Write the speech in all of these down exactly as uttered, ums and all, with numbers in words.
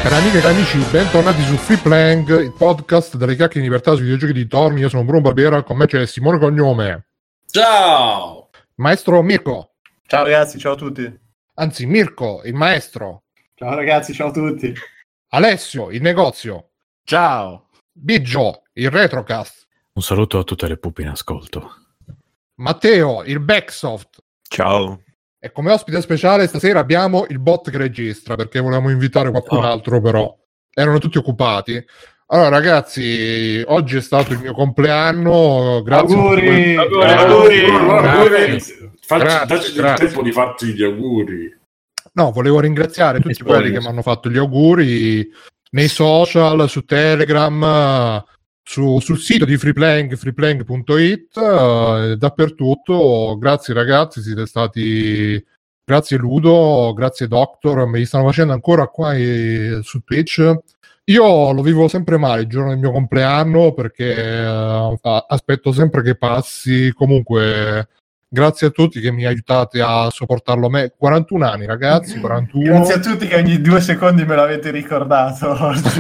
Cari amiche e amici, bentornati su Free Playing, il podcast delle chiacchiere di libertà sui videogiochi di torni. Io sono Bruno Barbiera, con me c'è Simone Cognome. Ciao! Maestro Mirko. Ciao ragazzi, ciao a tutti. Anzi, Mirko, il maestro. Ciao ragazzi, ciao a tutti. Alessio, il negozio. Ciao! Biggio, il retrocast. Un saluto a tutte le pupe in ascolto. Matteo, il backsoft. Ciao. E come ospite speciale stasera abbiamo il bot che registra, perché volevamo invitare qualcun altro, però erano tutti occupati. Allora ragazzi, oggi è stato il mio compleanno. Grazie. Auguri! Auguri! Auguri! Grazie. Facci, Grazie, dacci del grazie. tempo di farti gli auguri. No, volevo ringraziare tutti spoiler. quelli che mi hanno fatto gli auguri nei social, su Telegram, su, sul sito di freeplaying, freeplaying punto it, eh, dappertutto. Grazie ragazzi, siete stati... Grazie Ludo, grazie Doctor, me li stanno facendo ancora qua eh, su Twitch. Io lo vivo sempre male il giorno del mio compleanno perché eh, aspetto sempre che passi. Comunque grazie a tutti che mi aiutate a sopportarlo me. quarantuno anni ragazzi, quarantuno. Grazie a tutti che ogni due secondi me l'avete ricordato oggi.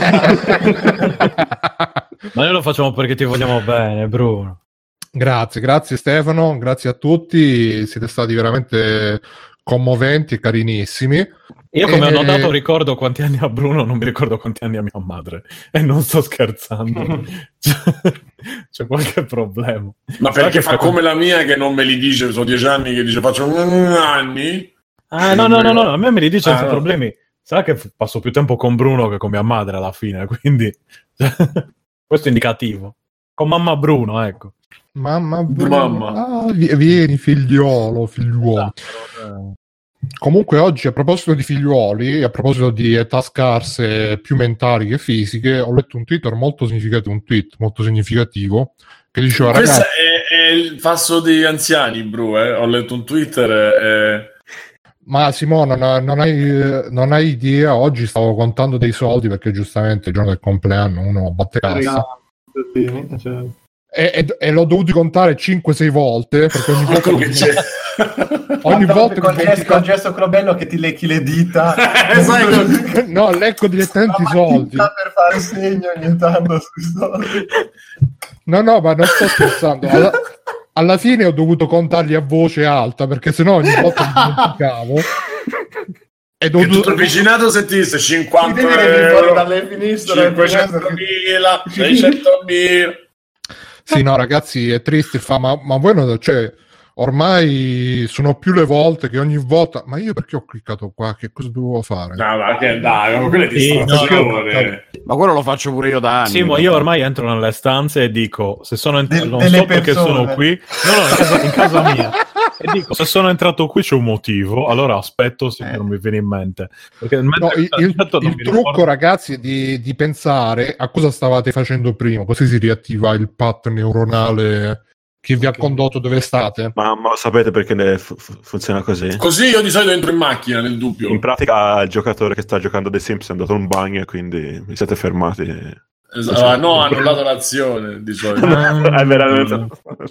Ma noi lo facciamo perché ti vogliamo bene, Bruno. Grazie, grazie Stefano, grazie a tutti, siete stati veramente commoventi e carinissimi. Io come E- ho notato ricordo quanti anni ha Bruno, non mi ricordo quanti anni ha mia madre. E non sto scherzando. C'è- C'è qualche problema. Ma Sai perché che fa fa- come la mia che non me li dice, sono dieci anni che dice faccio mm, anni. Ah, no, no, no, no, a me me li dice Ah, senza no. problemi. Sa che f- passo più tempo con Bruno che con mia madre alla fine, quindi questo è indicativo. Con mamma Bruno, ecco. Mamma, Mamma. Ah, vi- vieni figliolo, figliuolo. Comunque oggi a proposito di figliuoli, a proposito di età scarse più mentali che fisiche, ho letto un Twitter molto significativo, un tweet molto significativo che diceva Questo ragazzi, è, è il passo degli anziani, Bru. Eh? Ho letto un Twitter. Eh. ma Simone non, non hai, non hai idea, oggi stavo contando dei soldi perché giustamente il giorno del compleanno uno batte cassa Cioè, e, e- e l'ho dovuto contare cinque sei volte perché ogni volta, Ecco che c'è. ogni volta col, che gesto, col gesto quello bello che ti lecchi le dita. Esatto. no, leggo direttamente i La soldi. matita per fare segno ogni tanto sui soldi. No, no, ma non sto scherzando. Alla, alla fine ho dovuto contarli a voce alta perché sennò ogni volta mi dimenticavo. E Che tutto dovuto... il vicinato sentisse cinquanta Ti devi venire fuori euro, dalle finestre. cinquecentomila, seicentomila. Sì, no, ragazzi, è triste. Fa, ma, ma voi non... Cioè, ormai sono più le volte che ogni volta... Ma io perché ho cliccato qua? Che cosa dovevo fare? No, ma che dai, ma quella è Sì, no, distrazione. Ma quello lo faccio pure io da anni. Sì, ma io ormai entro nelle stanze e dico se sono entrato, De- non delle so perché persone. sono qui, no, no, in casa, in casa mia, e dico se sono entrato qui c'è un motivo, allora aspetto se Eh. non mi viene in mente. Perché No, mentre il, il- aspetto non il mi trucco, ricordo- ragazzi, è di, di pensare a cosa stavate facendo prima, così si riattiva il pattern neuronale che vi ha Ok. condotto dove state. Ma, ma lo sapete perché ne fu- fu- funziona così? Così io di solito entro in macchina nel dubbio. In pratica il giocatore che sta giocando The Sims è andato in bagno e quindi vi siete fermati. Esatto. Ah, no, hanno annullato l'azione di solito. È veramente...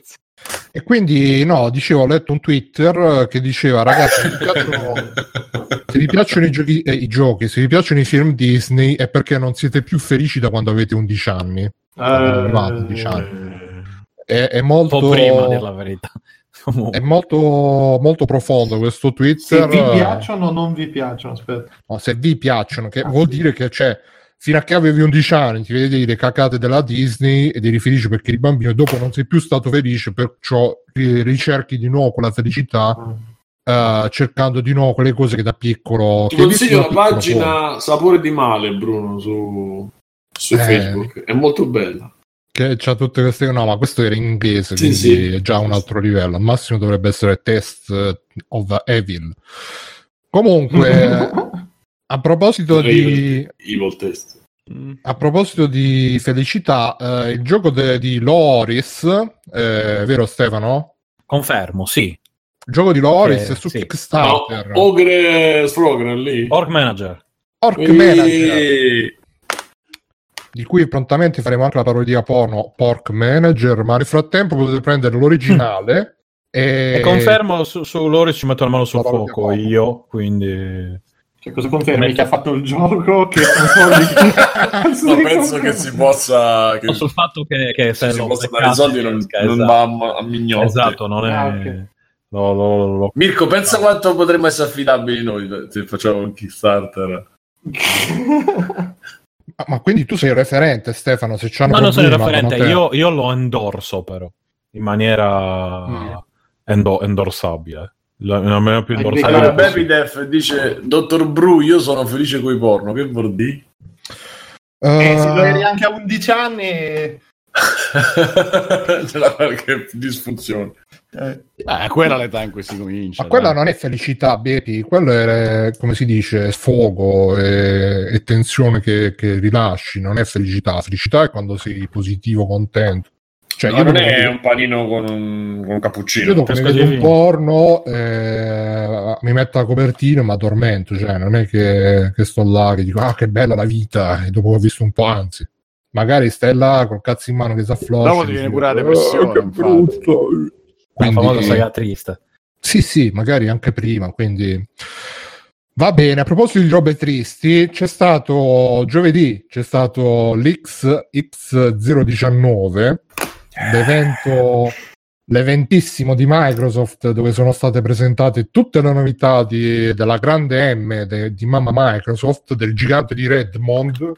E quindi, no, dicevo, ho letto un Twitter che diceva, ragazzi, se vi piacciono, se vi piacciono i, giochi, eh, i giochi, se vi piacciono i film Disney, è perché non siete più felici da quando avete undici anni. Arrivati undici anni. È, è un molto, po' prima a dir la verità. è Comunque. molto, molto profondo questo Se Twitter. vi piacciono o non vi piacciono, aspetta. No, se vi piacciono, che Ah, vuol sì. dire che c'è fino a che avevi undici anni ti vedi le cacate della Disney ed eri felice perché eri bambino e dopo non sei più stato felice, perciò ri- ricerchi di nuovo quella felicità eh, cercando di nuovo quelle cose che da piccolo Ti che hai visto consiglio da la piccolo pagina Sapore di Male, Bruno, su, su Eh. Facebook. È molto bella. poi, che c'ha tutte queste, no, ma questo era in inglese, Sì, quindi sì. è già un altro livello, al massimo dovrebbe essere Test of Evil. Comunque a proposito di Evil Test. A proposito di felicità, eh, il gioco de- di Loris, eh, vero Stefano? Confermo, sì. Il gioco di Loris Eh, è su sì. Kickstarter. No, Ogre Sfrogre lì. Orc Manager. Orc Eeeh. Manager, di cui prontamente faremo anche la parodia porno Pork Manager, ma nel frattempo potete prendere l'originale e... E confermo su, su loro ci metto la mano sul La parodia fuoco porno. io, quindi Cioè, cosa confermi? Che ha fatto il gioco? Che no, penso che si possa... Che... No, sul fatto che, che se si lo possa dare i soldi non, esatto. non va a, a mignotte. Esatto, non è... Ah, okay. no, no, no, no. Mirko, pensa quanto potremmo essere affidabili noi se facciamo un Kickstarter. Ma quindi tu sei il referente, Stefano? Se c'hanno Ma non sono il problemi, referente, io, io lo endorso però, in maniera Mm. endo- endorsabile. La, la maniera più Hai endorsabile detto- Allora, possibile. Baby Def dice: Dottor Bru, io sono felice coi porno. Che vuol dire? Eh, se lo eri Uh, anche a undici anni... C'era qualche disfunzione. Eh, Eh, quella è l'età in cui si comincia. ma quella dai. non è felicità, Bepi, quello è, come si dice, sfogo e, e tensione che, che rilasci, non è felicità. Felicità è quando sei positivo, contento. Cioè, No, io non dopo è che- un panino con un, con un cappuccino. io dopo che Fresco vedo di un vino. porno eh, mi metto la copertina e mi addormento, cioè non è che, che sto là che dico ah che bella la vita e dopo che ho visto un po', anzi magari stai là col cazzo in mano che si affloscia Dopo ti viene pure la depressione, "Oh, che infatti." brutto." La famosa Quindi- saga triste. sì sì, magari anche prima, quindi va bene. A proposito di robe tristi, c'è stato giovedì c'è stato l'X X zero diciannove, l'evento l'eventissimo di Microsoft dove sono state presentate tutte le novità di- della grande M de- di mamma Microsoft, del gigante di Redmond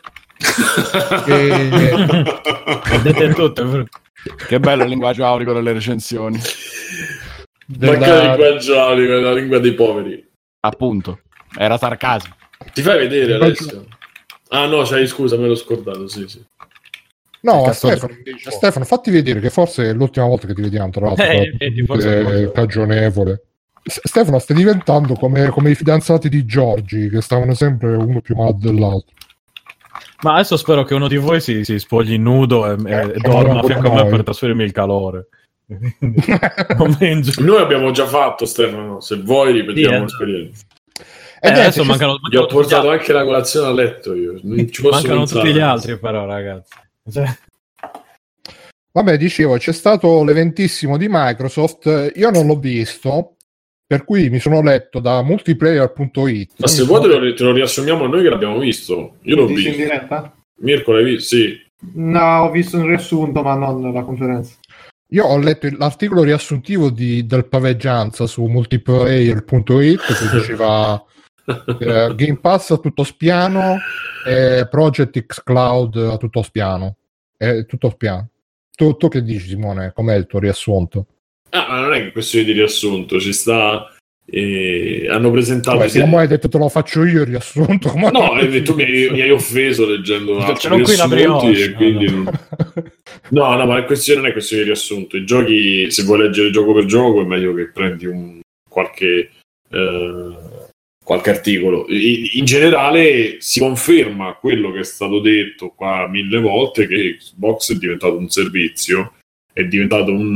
e, Vedete tutto. Che bello il linguaggio aurico delle recensioni. Ma che della, linguaggio aurico, è la lingua dei poveri. Appunto, era sarcasmo. Ti fai vedere, Linguaggio- Alessio? Ah no, cioè, scusa, me l'ho scordato, sì, sì. no Cazzo di- Stefano, invece, Stefano fatti vedere che forse è l'ultima volta che ti vediamo, tra l'altro Eh, vedi, forse è è quello. cagionevole. S- Stefano, stai diventando come, come i fidanzati di Giorgi che stavano sempre uno più male dell'altro. Ma adesso spero che uno di voi si, si spogli nudo e, e Eh, dorma a pure fianco a me noi. per trasferirmi il calore. Non mi ingi- Noi abbiamo già fatto, Stefano, se vuoi ripetiamo Sì, eh. l'esperienza. E Eh, niente, adesso c'è- mancano, Gli ho mancano tutti gli portato altri. anche la colazione a letto io. Non ci posso Mancano pensare. tutti gli altri però, ragazzi. Cioè, Vabbè, dicevo, c'è stato l'eventissimo di Microsoft, io non l'ho visto, per cui mi sono letto da multiplayer punto it. Ma se vuoi te lo, te lo riassumiamo noi che l'abbiamo visto. Io l'ho dici in visto. diretta? Mirko l'hai visto? Sì. No, ho visto un riassunto, ma non la conferenza. Io ho letto il- l'articolo riassuntivo di, del Paveggianza su multiplayer punto it che diceva eh, Game Pass a tutto spiano e Project X Cloud a tutto spiano. È tutto spiano. Tu, tu che dici, Simone? Com'è il tuo riassunto? Ah, ma non è che questione di riassunto, ci sta. Eh, hanno presentato. Vabbè, se non hai detto te lo faccio io il riassunto. come- No, eh, tu mi hai, mi hai offeso leggendo Ce altri l'ho qui la riassunti brioche. e quindi non- no, no, ma la questione non è questione di riassunto. I giochi, se vuoi leggere gioco per gioco, è meglio che prendi un qualche eh, qualche articolo. In, in generale si conferma quello che è stato detto qua mille volte, che Xbox è diventato un servizio, è diventato un,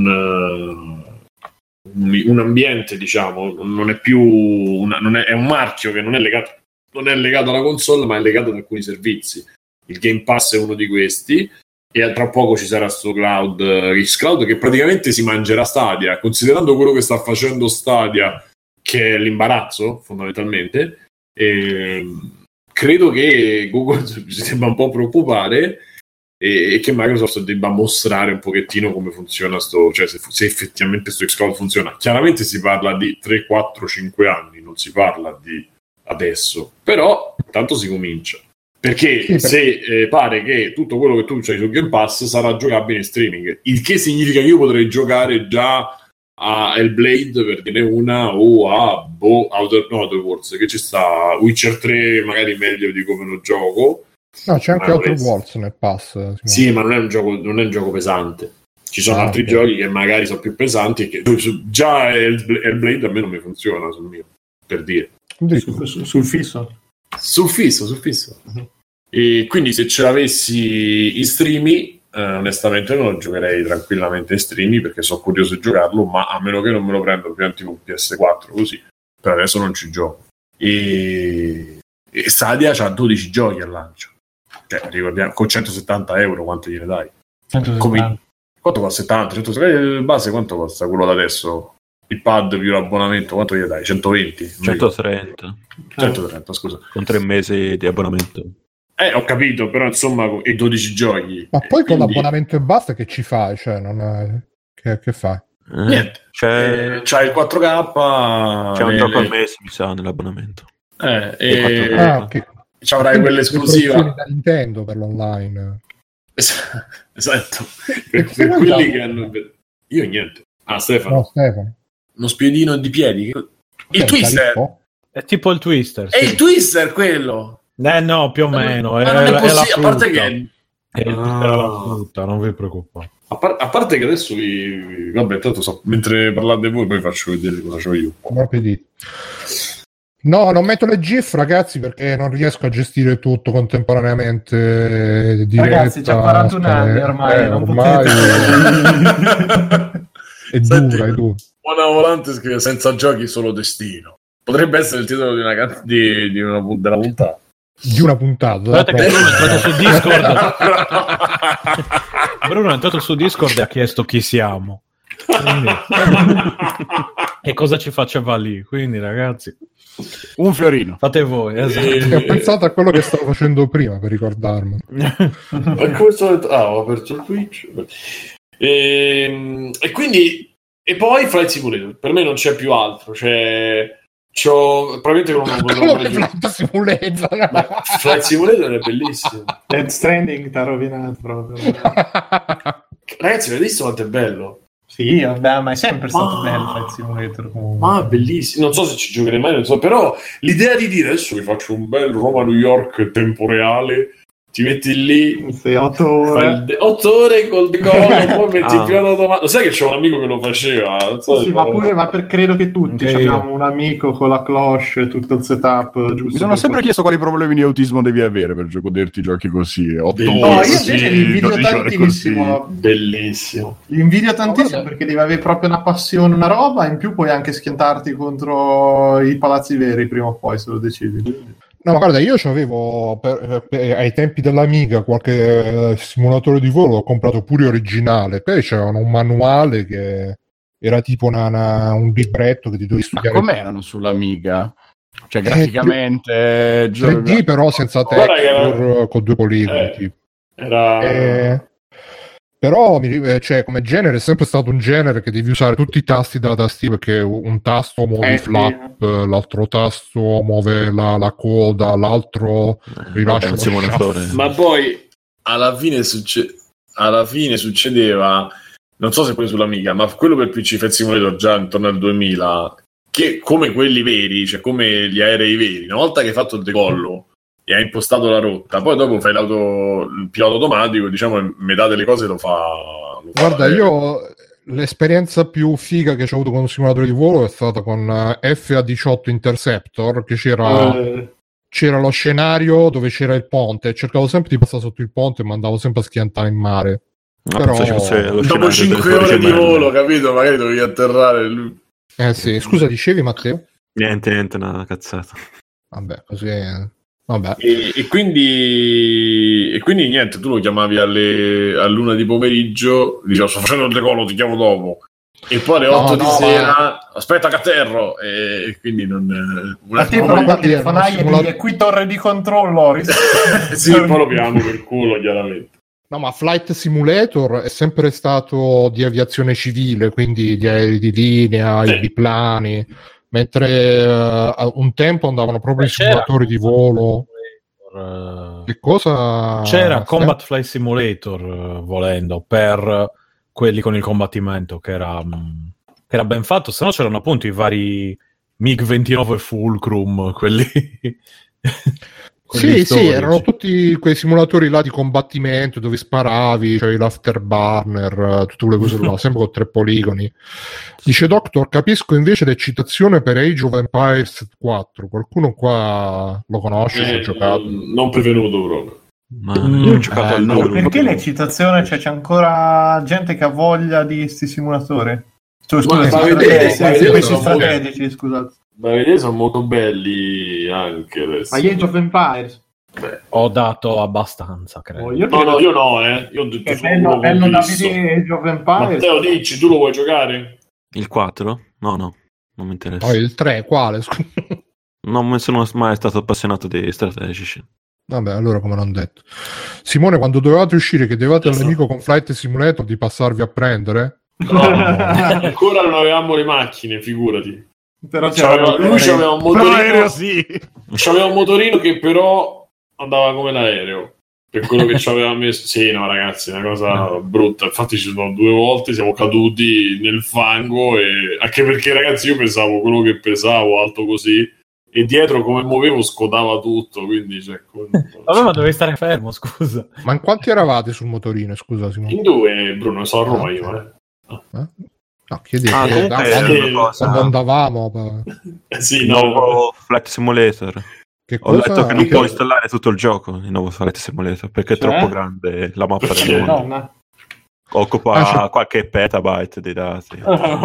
uh, un, un ambiente, diciamo, non è più una, non è, è un marchio che non è legato non è legato alla console, ma è legato ad alcuni servizi. Il Game Pass è uno di questi, e tra poco ci sarà sto cloud, uh, Xcloud, che praticamente si mangerà Stadia, considerando quello che sta facendo Stadia, che è l'imbarazzo fondamentalmente. E credo che Google si debba un po' preoccupare e, e che Microsoft debba mostrare un pochettino come funziona sto, cioè se, se effettivamente sto Xcloud funziona. Chiaramente si parla di tre, quattro, cinque anni, non si parla di adesso, però tanto si comincia, perché Sì, per- se eh, pare che tutto quello che tu c'hai su Game Pass sarà giocabile in streaming, il che significa che io potrei giocare già a Hellblade, per dire una, o a boh, Outer, no, Outer Worlds, che ci sta Witcher tre, magari meglio di come lo gioco. No, c'è anche Ma Outer questo- Worlds nel pass. Simone. Sì, ma non è un gioco, non è un gioco pesante. Ci sono Ah, altri ok. giochi che magari sono più pesanti e che su- su- già Hellbl- Hellblade a me non mi funziona sul mio, per dire. Su- su- sul fisso. Sul fisso, sul fisso. Mhm. E quindi se ce l'avessi in streaming, eh, onestamente non lo giocherei tranquillamente in streaming, perché sono curioso di giocarlo, ma a meno che non me lo prendo prima tipo un P S quattro, così per adesso non ci gioco. E, e Stadia c'ha dodici giochi al lancio, cioè ricordiamo, con centosettanta euro quanto gliene dai? Come- quanto costa? settanta? centosettanta? Il base quanto costa quello da adesso? il pad più l'abbonamento, quanto gli dai? centoventi? centotrenta. centotrenta, scusa. Con tre mesi di abbonamento. Eh, ho capito, però insomma, e dodici giochi. Ma poi con Quindi- l'abbonamento e basta che ci fai? Cioè, non è... che, che fai? Eh, Niente. C'è, Eh, c'hai il quattro K, c'è un le- gioco le- al mese, mi sa, nell'abbonamento. eh, E e quattro K. Ah, ok. c'avrai quell'esclusiva. Le da Nintendo per l'online. Esatto, E per, cosa per quelli mangiavi? che hanno io niente. Ah, Stefano, No, Stefano. uno spiedino di piedi. Il Che è un Twister, califfo? È tipo il Twister. è Sì. il Twister quello. Eh no, più o Ma non- meno. ma è, non è è la possibile, a parte frutta. che È il- Ah. era la frutta, non vi preoccupate. a, par- a parte che adesso vi, vi- vabbè, tanto so, mentre parlate voi poi faccio vedere cosa ho io. Come appetito. No, non metto le GIF, ragazzi, perché non riesco a gestire tutto contemporaneamente. Diretta, Ragazzi, c'ha quarantuno anni ormai, eh, non ormai potete... è Senti, dura, è dura. Buona volante scrive senza giochi solo destino. Potrebbe essere il titolo di una, can- di, di una pu- della puntata. Di una puntata. Guardate che Bruno è entrato su Discord. Discord. Bruno è entrato su Discord e ha chiesto chi siamo. Quindi... e cosa ci faceva lì? Quindi, ragazzi, Un fiorino. fate voi. Esatto. E ho pensato a quello che stavo facendo prima per ricordarmi. Ma come sono... Ah, ho aperto il Twitch. E, e quindi e poi Flight Simulator per me non c'è più altro, cioè c'ho probabilmente non lo Come Flight Simulator? ma Flight Simulator è bellissimo. Death Stranding ti ha rovinato proprio. Ragazzi, avete visto quanto è bello? Sì, vabbè, ma è sempre stato Ma- bello Flight Simulator comunque. Ma è bellissimo, non so se ci giocherei mai, non so, però l'idea di dire adesso vi faccio un bel Roma-New York tempo reale, ti metti lì Sì, otto fai ore. il de- otto ore col decollo, poi metti Ah. il pilota automatico. Sai che c'è un amico che lo faceva? Non so Sì, se- ma pure, ma per, credo che tutti Anche abbiamo un amico con la cloche, tutto il setup giusto. Mi sono per- sempre chiesto quali problemi di autismo devi avere per goderti giochi così. Otto No, No, ore io sì, invece li invidio dodici ore tantissimo. Bellissimo. Li invidio tantissimo guarda- perché devi avere proprio una passione, una roba, in più puoi anche schiantarti contro i palazzi veri prima o poi se lo decidi. No, ma guarda, io c'avevo per- per- ai tempi dell'Amiga qualche eh, simulatore di volo, l'ho comprato pure originale. Poi c'erano un manuale che era tipo una- una- un libretto che ti dovevi Ma studiare. com'erano sull'amiga? Cioè, graficamente... tre D però senza Guarda che era- texture, con due poligoni. Eh. tipo. Era Eh, però mi ri- eh, cioè, come genere è sempre stato un genere che devi usare tutti i tasti della tastiera, perché un tasto muove Eh, i flap, eh, l'altro tasto muove la, la coda, l'altro rilascia È un lo simulatore. ma poi alla fine, succe- alla fine succedeva, non so se poi sull'Amiga, ma quello per P C Flight Simulator già intorno al duemila, che come quelli veri, cioè come gli aerei veri, una volta che hai fatto il decollo e hai impostato la rotta, poi dopo fai l'auto, il pilota automatico, diciamo metà delle cose lo fa, lo fa Guarda, l'aereo. io l'esperienza più figa che ho avuto con un simulatore di volo è stata con eh, F A diciotto Interceptor, che c'era, Eh, c'era lo scenario dove c'era il ponte, cercavo sempre di passare sotto il ponte e mi andavo sempre a schiantare in mare. No, Però- penso ci fosse lo Dopo scenario cinque delle ore Torri di Gemelle. volo, capito? Magari dovevi atterrare lui. Eh sì, scusa, dicevi Matteo? Niente, niente, una cazzata. Vabbè, così... eh, Vabbè. E, e quindi e quindi niente, tu lo chiamavi alle, a luna di pomeriggio, diceva sto facendo il decollo, ti chiamo dopo, e poi alle No, otto di no, sera aspetta che atterro, e, e quindi non a te no, però ma da guardi, telefonare è e uno dire qui torre di controllo sì, poi lo piamo per culo chiaramente. No, ma Flight Simulator è sempre stato di aviazione civile, quindi di aerei di linea, Sì. i biplani, mentre eh, un tempo andavano proprio i C'era- simulatori di volo. Eh, Che cosa? C'era Combat Flight Simulator, eh, volendo, per quelli con il combattimento, che era, mh, che era ben fatto, se no c'erano appunto i vari MiG ventinove Fulcrum, quelli... quelli Sì, sì, storici. erano tutti quei simulatori là di combattimento dove sparavi, cioè l'afterburner, eh, tutte quelle cose là, sempre con tre poligoni. Dice Doctor, capisco invece l'eccitazione per Age of Empires quattro. Qualcuno qua lo conosce, ci ha Eh, giocato? non prevenuto proprio. Ma Mm, io ho giocato eh, al no, due. perché l'eccitazione, cioè c'è ancora gente che ha voglia di sti simulatori? Cioè, Ma scusa, fa sì, vedere, sì, fa sì, vedere, questi sono molto- strategici, scusate. Ma vedete, sono molto belli anche adesso. Ma Age of Empires? Beh. Ho dato abbastanza, credo. Oh, io No, credo no, io no, eh. Io ho detto che è solo bello, quello che ho bello da visto. vedere Age of Empires. Matteo, dici, tu lo vuoi giocare? Il quattro? no, no, non mi interessa. Oh, il tre, quale? Non mi sono mai stato appassionato di strategici. Vabbè, allora come non detto. Simone, quando dovevate uscire, chiedevate all'amico con Flight Simulator di passarvi a prendere? No, ancora non avevamo le macchine, figurati. Però c'aveva, lui c'aveva un motorino, l'aereo sì. c'aveva un motorino che però andava come l'aereo. Per quello che ci aveva messo, sì, no, ragazzi, è una cosa brutta. Infatti, ci sono due volte siamo caduti nel fango. E anche perché, ragazzi, io pensavo quello che pesavo alto così, e dietro come muovevo scodava tutto. Quindi, cioè, come... Vabbè, ma dovevi stare fermo, scusa. Ma in quanti eravate sul motorino? Scusa, Simone. In due, Bruno, sono a Roma io. Eh. Eh? No, chiedete Ah, eh, comunque, quando, eh, quando andavamo. Pa... Eh, sì, Il no, nuovo Flight Simulator. Che Ho cosa? letto che non Che... puoi installare tutto il gioco, il nuovo Flight Simulator, perché è Cioè? troppo grande la mappa Perché? del mondo. No, no. Occupa Ah, c'è... qualche petabyte di dati.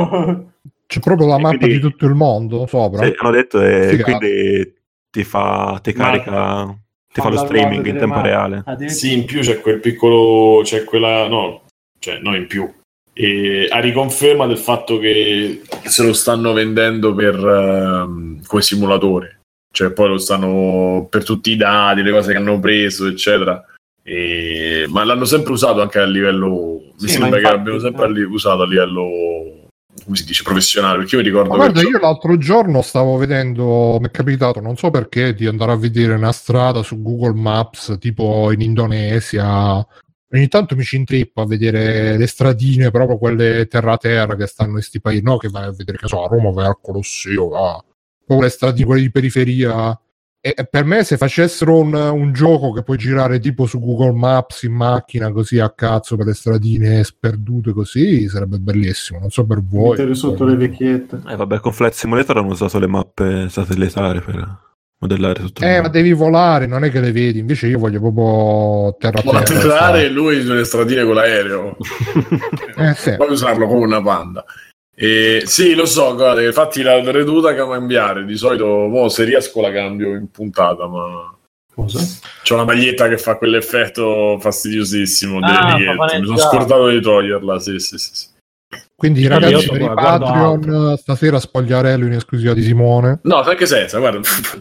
C'è proprio la E mappa quindi... di tutto il mondo sopra. Sì, hanno detto e Figata. quindi ti fa ti Ma- carica ti fa lo Download streaming in delle tempo mappe. reale. Addirittura. sì, in più c'è quel piccolo, c'è quella, no, cioè no, in più. E a riconferma del fatto che se lo stanno vendendo per um, come simulatore, cioè poi lo stanno per tutti i dati, le cose che hanno preso, eccetera. E... ma l'hanno sempre usato anche a livello, mi Sì, sembra ma che infatti, l'abbiano sempre eh. alli- usato a livello, come si dice, professionale, perché io mi ricordo Ma guarda, che io l'altro giorno stavo vedendo, mi è capitato, non so perché, di andare a vedere una strada su Google Maps, tipo in Indonesia. Ogni tanto mi ci intrippo a vedere le stradine, proprio quelle terra-terra che stanno in sti paesi, no? Che vai a vedere, che so, a Roma vai al Colosseo, ah. Proprio le stradine, quelle di periferia. E, e per me, se facessero un, un gioco che puoi girare tipo su Google Maps in macchina, così a cazzo per le stradine sperdute così, sarebbe bellissimo. Non so per voi. Mettere sotto le vecchiette. Eh vabbè, con Flight Simulator hanno usato le mappe satellitari per modellare tutto il Eh, mondo. ma devi volare, non è che le vedi. Invece io voglio proprio terra vuole terra. atterrare lui sulle stradine con l'aereo. Eh, sì. Puoi usarlo come una panda. E, sì, lo so, guarda, infatti la reduta che cambiare di solito, mo, se riesco la cambio in puntata, ma Cosa? c'ho una maglietta che fa quell'effetto fastidiosissimo delle Ah, etichette. fa Mi sono vaneggiare. scordato di toglierla, sì, sì, sì, sì. Quindi, Io ragazzi, sto per i guardando Patreon, stasera spogliarello in esclusiva di Simone. No, anche senza, guarda.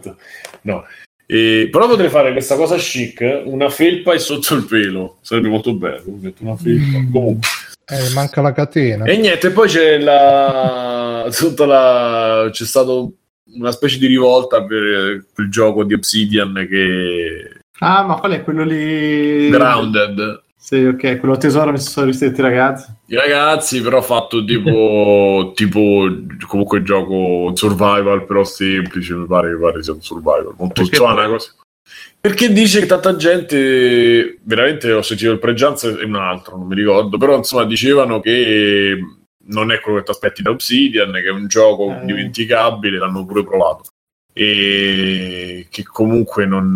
No. E, però potrei fare questa cosa chic, una felpa e sotto il pelo, sarebbe molto bello. Metto una felpa. Comunque. Eh, manca la catena. E niente, poi c'è la tutta la c'è stato una specie di rivolta per quel gioco di Obsidian che Ah, ma qual è quello lì? Grounded. Sì, ok, quello tesoro mi sono ristretti i ragazzi. I ragazzi però fatto tipo tipo comunque gioco survival però semplice, mi pare, mi pare sia un survival molto Perché zona poi- cosa. Perché dice che tanta gente, veramente ho sentito il Pregianza e un altro, non mi ricordo, però insomma dicevano che non è quello che ti aspetti da Obsidian, che è un gioco Eh. dimenticabile, l'hanno pure provato, e che comunque non...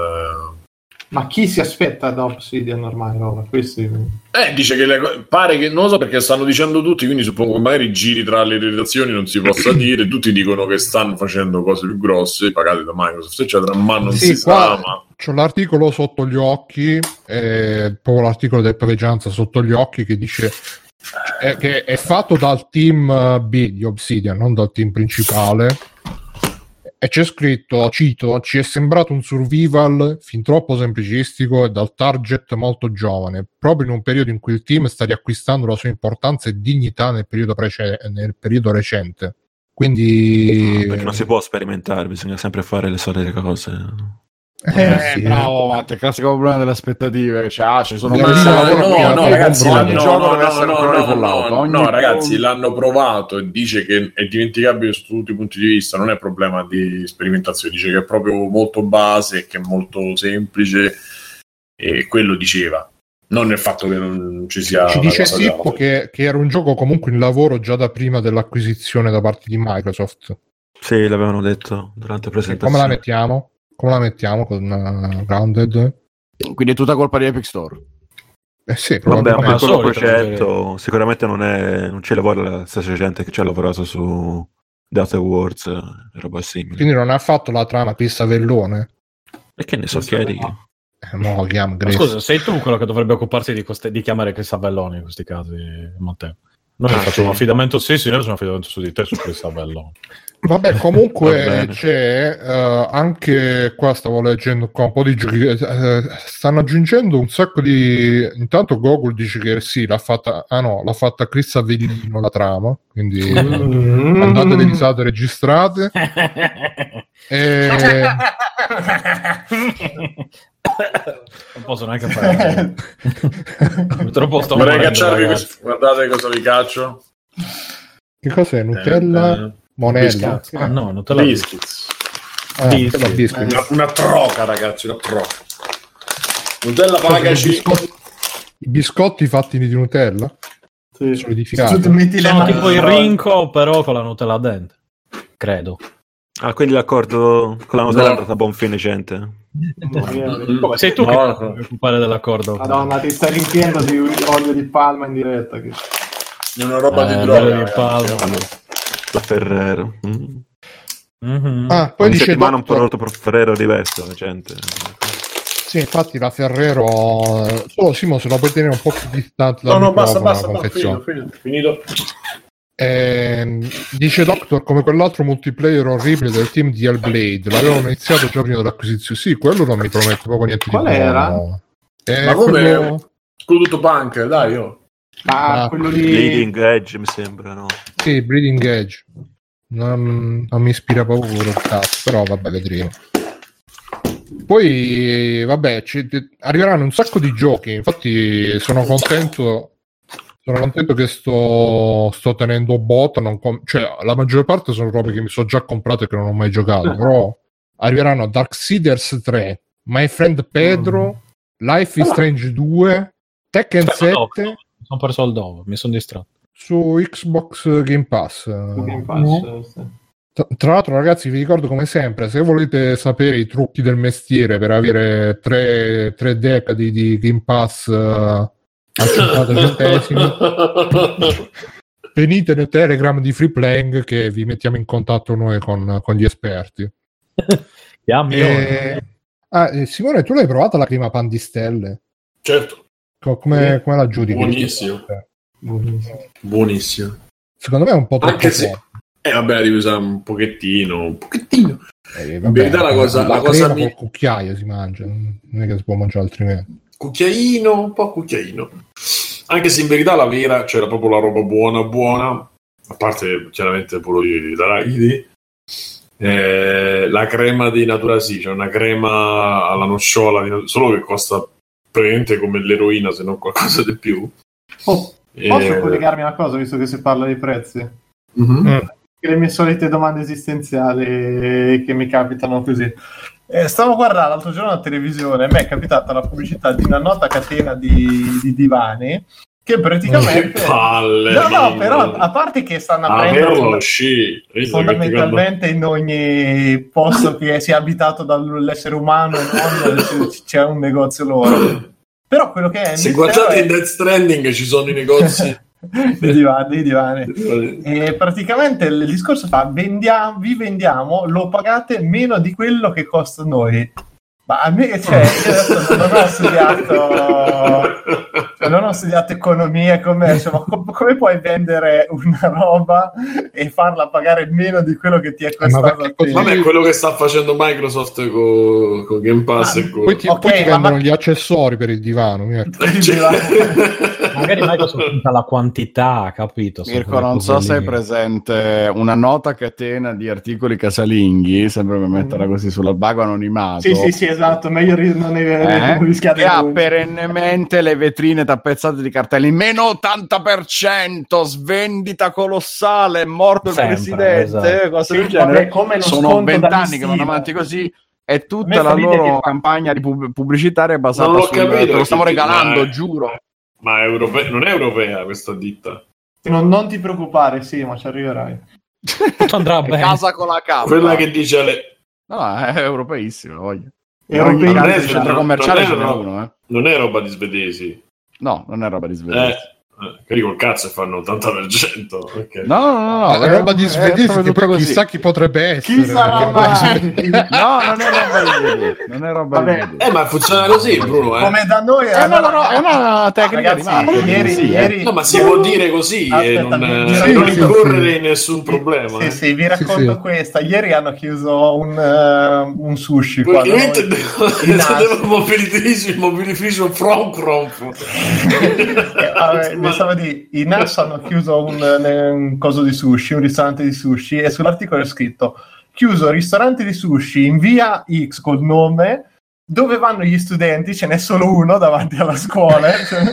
Ma chi si aspetta da Obsidian ormai? No? Questi... Eh, dice che le... pare che, non lo so perché stanno dicendo tutti, quindi suppongo che magari giri tra le redazioni non si possa dire, tutti dicono che stanno facendo cose più grosse, pagate da Microsoft, eccetera, ma non Sì, si qua sa, ma... c'ho l'articolo sotto gli occhi, eh, proprio l'articolo del Pregianza sotto gli occhi che dice eh, che è fatto dal team eh, B di Obsidian, non dal team principale. E c'è scritto, cito, ci è sembrato un survival fin troppo semplicistico e dal target molto giovane, proprio in un periodo in cui il team sta riacquistando la sua importanza e dignità nel periodo, prece- nel periodo recente. Quindi... Perché non si può sperimentare, bisogna sempre fare le solite cose. Eh, Eh, sì, bravo Matte, classico problema delle aspettative. Cioè, ah, ci sono Ma questi no, lavori no, che no, ogni ragazzi, ogni l'hanno- gioco no, deve no, essere no, un no, Fallout. no, Ogni no, ragazzi, gioco- l'hanno provato e dice che è dimenticabile su tutti i punti di vista, non è problema di sperimentazione, dice che è proprio molto base, che è molto semplice, e quello diceva, non nel fatto che non ci sia ci una dice cosa Sippo già- che, che era un gioco comunque in lavoro già da prima dell'acquisizione da parte di Microsoft. Sì, l'avevano detto durante la E come la presentazione. mettiamo? Come la mettiamo con uh, Grounded? Quindi è tutta colpa di Epic Store. Eh sì, Vabbè, un probabilmente. ma piccolo solito, progetto, sicuramente non, è, non ci lavora la stessa gente che ci ha lavorato su Data Wars e roba simile. Quindi non ha fatto la trama Pista Vellone? E che ne so, chiari? Eh, mo chiamo Ma Grace. scusa, sei tu quello che dovrebbe occuparsi di, coste- di chiamare Chris Avelloni in questi casi, Matteo. Noi Ah, facciamo sì. affidamento, sì, sì, noi facciamo affidamento su di te, su Cristabello. Vabbè, Va comunque bene. c'è eh, anche qua, stavo leggendo qua un po' di giochi, eh, stanno aggiungendo un sacco di... Intanto Google dice che sì, l'ha fatta, ah no, l'ha fatta Chris Avellino la trama, quindi andate le risate registrate. E... Non posso neanche fare. Troppo sto Vorrei morendo, cacciarvi ragazzi. questo. Guardate cosa vi caccio. Che cos'è? Nutella? Eh, eh, Monella? biscuits. Ah, no, non te la Biscuits. Ah, Biscuit. Nutella biscuit. Una, una troca, ragazzi, una troca. Nutella Cos'è, i, pagaci. biscotti, i biscotti fatti di Nutella? Sì. Solidificati. Se tu metti le Sono mani tipo il in rinco, però con la Nutella dentro. Credo. Ah, quindi l'accordo con la Nutella No. è andato a buon fine, gente. Come sei tu No, che no. ti devi occupare dell'accordo? Madonna, ti stai riempiendo di olio di palma in diretta. Che... È una roba Eh, di l'olio droga. di ragazzi. palma. La Ferrero. Mm. Mhm. Ah, poi Ogni dice settimana un Doctor- prodotto Ferrero diverso, la gente. Sì, infatti la Ferrero eh, solo Simo se la puoi tenere un po' più distante dal No, no, basta, microfono, basta, la basta, finito, confezione. finito, finito. Ehm, dice Doctor come quell'altro multiplayer orribile del team di Hellblade l'avevano iniziato già prima dell'acquisizione. Sì, quello non mi promette proprio niente Qual di buono. era? Eh, Ma come? quello... Con tutto punk, dai, io. Ah, Ah, quello di... Bleeding Edge, mi sembra, no? Sì, Breeding Edge. Non, non mi ispira proprio il cazzo, però vabbè, vedremo. Poi, vabbè, ci, arriveranno un sacco di giochi. Infatti, sono contento. Sono contento che sto, sto tenendo bot. Non com- cioè, la maggior parte sono robe che mi sono già comprate e che non ho mai giocato. Però arriveranno Darksiders tre, My Friend Pedro, Life is Strange due, Tekken Aspetta, no, sette no, mi sono perso il dove, mi sono distratto. su Xbox Game Pass. Game Pass, sì. Tra, tra l'altro, ragazzi, vi ricordo come sempre: se volete sapere i trucchi del mestiere per avere tre, tre decadi di Game Pass uh, a cinquanta centesimi, venite nel Telegram di Freeplaying che vi mettiamo in contatto noi con, con gli esperti. Chiami E... Ah, eh, Simone, tu l'hai provata la crema pan di stelle? Certo, Co- Come, come la giudichi? buonissimo. Buonissimo. Secondo me è un po' troppo Anche se... forte. Eh, vabbè, la devi usare un pochettino, un pochettino. Eh, In verità la cosa- la cosa crema mi- col cucchiaio si mangia, non è che si può mangiare altrimenti. Cucchiaino, un po' cucchiaino. Anche se in verità la vera c'era proprio la roba buona, buona, a parte chiaramente pure di d'arachidi. Eh, la crema di Natura sì, c'è una crema alla nocciola, di- solo che costa praticamente come l'eroina, se non qualcosa di più. Oh, Eh, posso collegarmi a una cosa, visto che si parla di prezzi? mhm. Le mie solite domande esistenziali che mi capitano così. Eh, stavo guardando l'altro giorno la televisione e mi è capitata la pubblicità di una nota catena di, di divani che praticamente... Che palle! No, no, mamma. però a parte che stanno Ah, aprendo averlo, sì. Visto che ti fondamentalmente in ogni posto che sia abitato dall'essere umano e non c- c'è un negozio loro. Però quello che è... Se il mistero guardate è- in Death Stranding ci sono i negozi. di divani, di divani. E praticamente il discorso fa: vendiamo, vi vendiamo, lo pagate meno di quello che costa noi. Ma a me, cioè, io adesso non ho studiato, cioè, non ho studiato economia e commercio, ma com- come puoi vendere una roba e farla pagare meno di quello che ti è ma costato perché a te? così- Vabbè, quello che sta facendo Microsoft con, con Game Pass Ah, e con... Poi ti, Ok, poi ti ma- vendono ma- gli accessori per il divano. Mirko. Il Cioè- divano. Magari Microsoft punta la quantità, capito? Sono Mirko, quelle non cose so se lì. hai presente una nota catena di articoli casalinghi, sempre per metterla così sull'albago anonimato. Sì, sì, sì, esatto. Meglio ri- non, è, Eh? non rischiare Che ha nulla. perennemente le vetrine tappezzate di cartelli meno ottanta per cento, svendita colossale, è morto il Sempre, presidente, esatto. cose Sì, del genere. vabbè, come lo Sono sconto vent'anni che vanno dall'istiva. avanti così e A tutta me la fa ridere loro che- campagna di pub- pubblicitaria è basata Non l'ho sul capito, te lo stiamo che- regalando, ma- giuro. Ma è europe- non è europea questa ditta. Non, non ti preoccupare, sì, ma ci arriverai. Tutto andrà È bene. casa con la K. Quella che dice alle... No, è europeissima, voglio. Europei, In ogni non è- centro non- commerciale non ce è n'è roba- uno, eh. non è roba di svedesi. No, non è roba di svedese. Eh, Che col cazzo e fanno ottanta per cento. Okay. No, no, no, no, è roba di svedese, che poi chissà chi potrebbe essere. Chi sarà mai? No, non è roba di svedese, non è roba Vabbè. di svedese. Eh, ma funziona così, Bruno, eh. Come da noi Eh, no, no, no, è una tecnica Ragazzi, di marketing, ieri, sì, eh. ieri... No, ma si può dire così e Aspetta, non, vi- eh, sì, non sì, incorrere sì. in nessun problema. Sì, eh. sì, vi racconto Sì, sì. questa. Ieri hanno chiuso un, uh, un sushi qua da Praticamente noi. In Asia. devo mobilificio, il mobilificio from from. Eh, vabbè, pensavo di i N A S hanno chiuso un, un coso di sushi, un ristorante di sushi, e sull'articolo è scritto: chiuso ristorante di sushi in via X col nome, dove vanno gli studenti, ce n'è solo uno davanti alla scuola.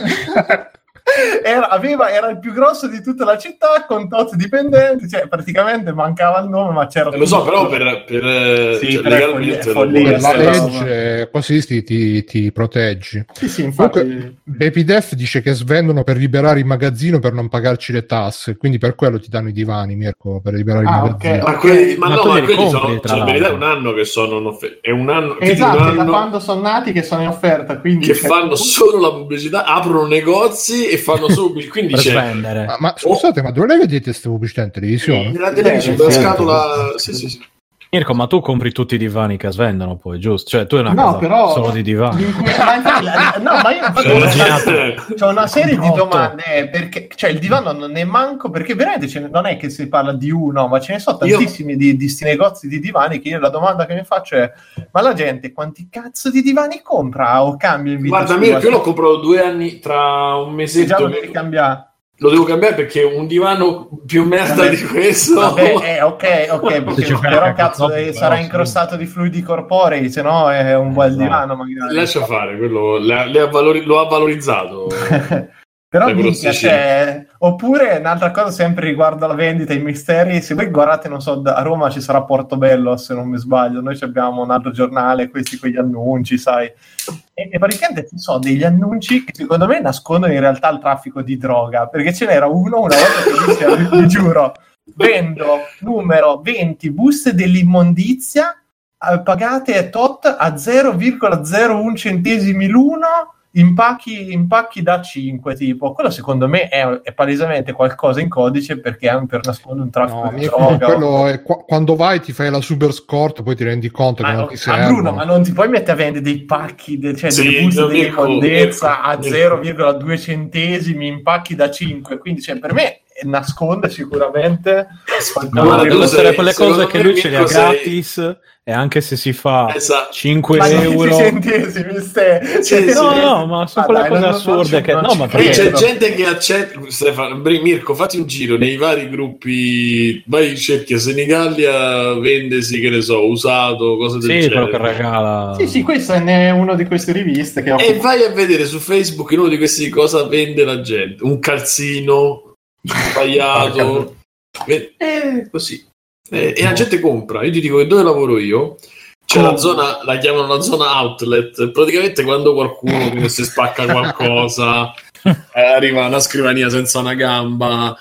Era, aveva, era il più grosso di tutta la città con tot dipendenti, cioè praticamente mancava il nome, ma c'era Eh, lo so, tutto. però per, per Sì, cioè, però è legalmente follia, lo follia, può La sì, essere. legge così ti, ti, ti proteggi. Sì, sì, infatti. Comunque, Bepidef dice che svendono per liberare il magazzino per non pagarci le tasse, quindi per quello ti danno i divani, Mirko, per liberare Ah, il ok. magazzino. Ma, quelli, ma, Ma no, tu ma li quelli compri, sono, tra cioè, in verità è l'altro. un anno che sono in offerta. È un anno, quindi Esatto, un è da anno quando sono nati che sono in offerta, quindi che cioè, fanno solo la pubblicità, aprono negozi e fanno solo pubblicità. Quindi Per c'è svendere. Ma, ma scusate, ma dove le vedete queste pubblicità in televisione? nella televisione, Sì, la sì. scatola. Sì, sì, sì. Mirko, ma tu compri tutti i divani che svendono poi, giusto? Cioè tu hai una no, casa però solo di divani. in cui- ma infatti, la- no, ma io infatti Cioè, c'ho una serie di Otto. domande, eh, perché cioè il divano non ne manco, perché veramente ce ne- non è che si parla di uno, ma ce ne sono Io- tantissimi di, di sti negozi di divani, che io la domanda che mi faccio è: ma la gente quanti cazzo di divani compra o cambia in vita guarda, sua? Mirko, io l'ho comprato due anni, tra un Se già mesetto lo devi cambiare. lo devo cambiare perché un divano più merda Vabbè. di questo. Vabbè, eh, ok, ok, perché, ci fai però anche cazzo troppo, eh, però, sarà sì. incrostato di fluidi corporei, se no è un bel Esatto. divano magari. Lascia fare, quello le- le ha valori- lo ha valorizzato. Però Da minchia, grossissimo. cioè, oppure un'altra cosa sempre riguardo alla vendita, i misteri, se voi guardate, non so, da- a Roma ci sarà Portobello, se non mi sbaglio, noi ci abbiamo un altro giornale, questi con gli annunci, sai, e, e praticamente ci sono degli annunci che secondo me nascondono in realtà il traffico di droga, perché ce n'era uno una volta che diceva, vi, vi giuro, vendo numero venti buste dell'immondizia eh, pagate tot a zero virgola zero uno centesimi l'uno, impacchi, impacchi da cinque, tipo quello secondo me è, è palesemente qualcosa in codice, perché è per nascondere un traffico No, di Mirko, droga. quello è qua- quando vai ti fai la super scorta, poi ti rendi conto che Ma, non ti ma serve. Bruno, ma non ti puoi mettere a vendere dei pacchi, de- cioè Sì, delle buste no, di Mirko, immondezza Mirko, a Mirko. zero virgola due centesimi, impacchi da cinque, quindi cioè, per me nasconde sicuramente No, qualcosa Ma di- tu deve essere sei- quelle cose secondo che me lui ce li ha Mirko sei- gratis, e anche se si fa Esatto. cinque Ma dieci euro. centesimi, ste. Sì, Cioè, sì. No, no, ma sono Ah, quelle dai, cose non- non assurde ci- che non no, ci ma Qui perché c'è credo. gente che accetta, Stefano, Bri- Mirko, fatti un giro nei vari gruppi, vai cerchi a Senigallia, vendesi, che ne so, usato, cose del sì, quello che genere. regala. Sì, sì, questo è una di queste riviste che ho. E vai a vedere su Facebook in uno di questi cosa vende la gente, un calzino sbagliato, e così. E, e la gente compra. Io ti dico che dove lavoro io c'è la zona, la chiamano la zona outlet, praticamente quando qualcuno che si spacca qualcosa, eh, arriva una scrivania senza una gamba,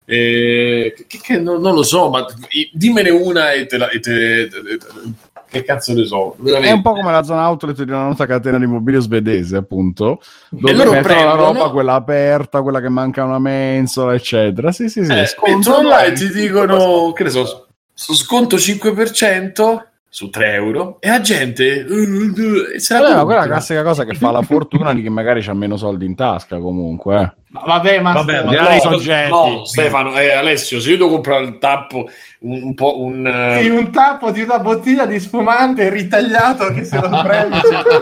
eh, che, che non, non lo so, ma dimmene una e te la e te, te- te- te- che cazzo ne so, veramente. È un po' come la zona outlet di una nostra catena di immobilio svedese, appunto, dove loro mettono la prendono- roba, quella aperta, quella che manca una mensola, eccetera. Sì, sì, sì. Eh, sconto entrano là e online. ti dicono, che ne so, su sconto cinque per cento su tre euro e la gente uh, uh, se la Vabbè, ma compra. quella è la classica cosa che fa la fortuna di chi magari ha meno soldi in tasca, comunque. eh. Ma vabbè, ma Vabbè, ma- ma- No, i soggetti. no, Stefano, eh, Alessio, se io devo comprare il tappo un, un po' un eh, sì, un tappo di una bottiglia di spumante ritagliato che se lo prendi.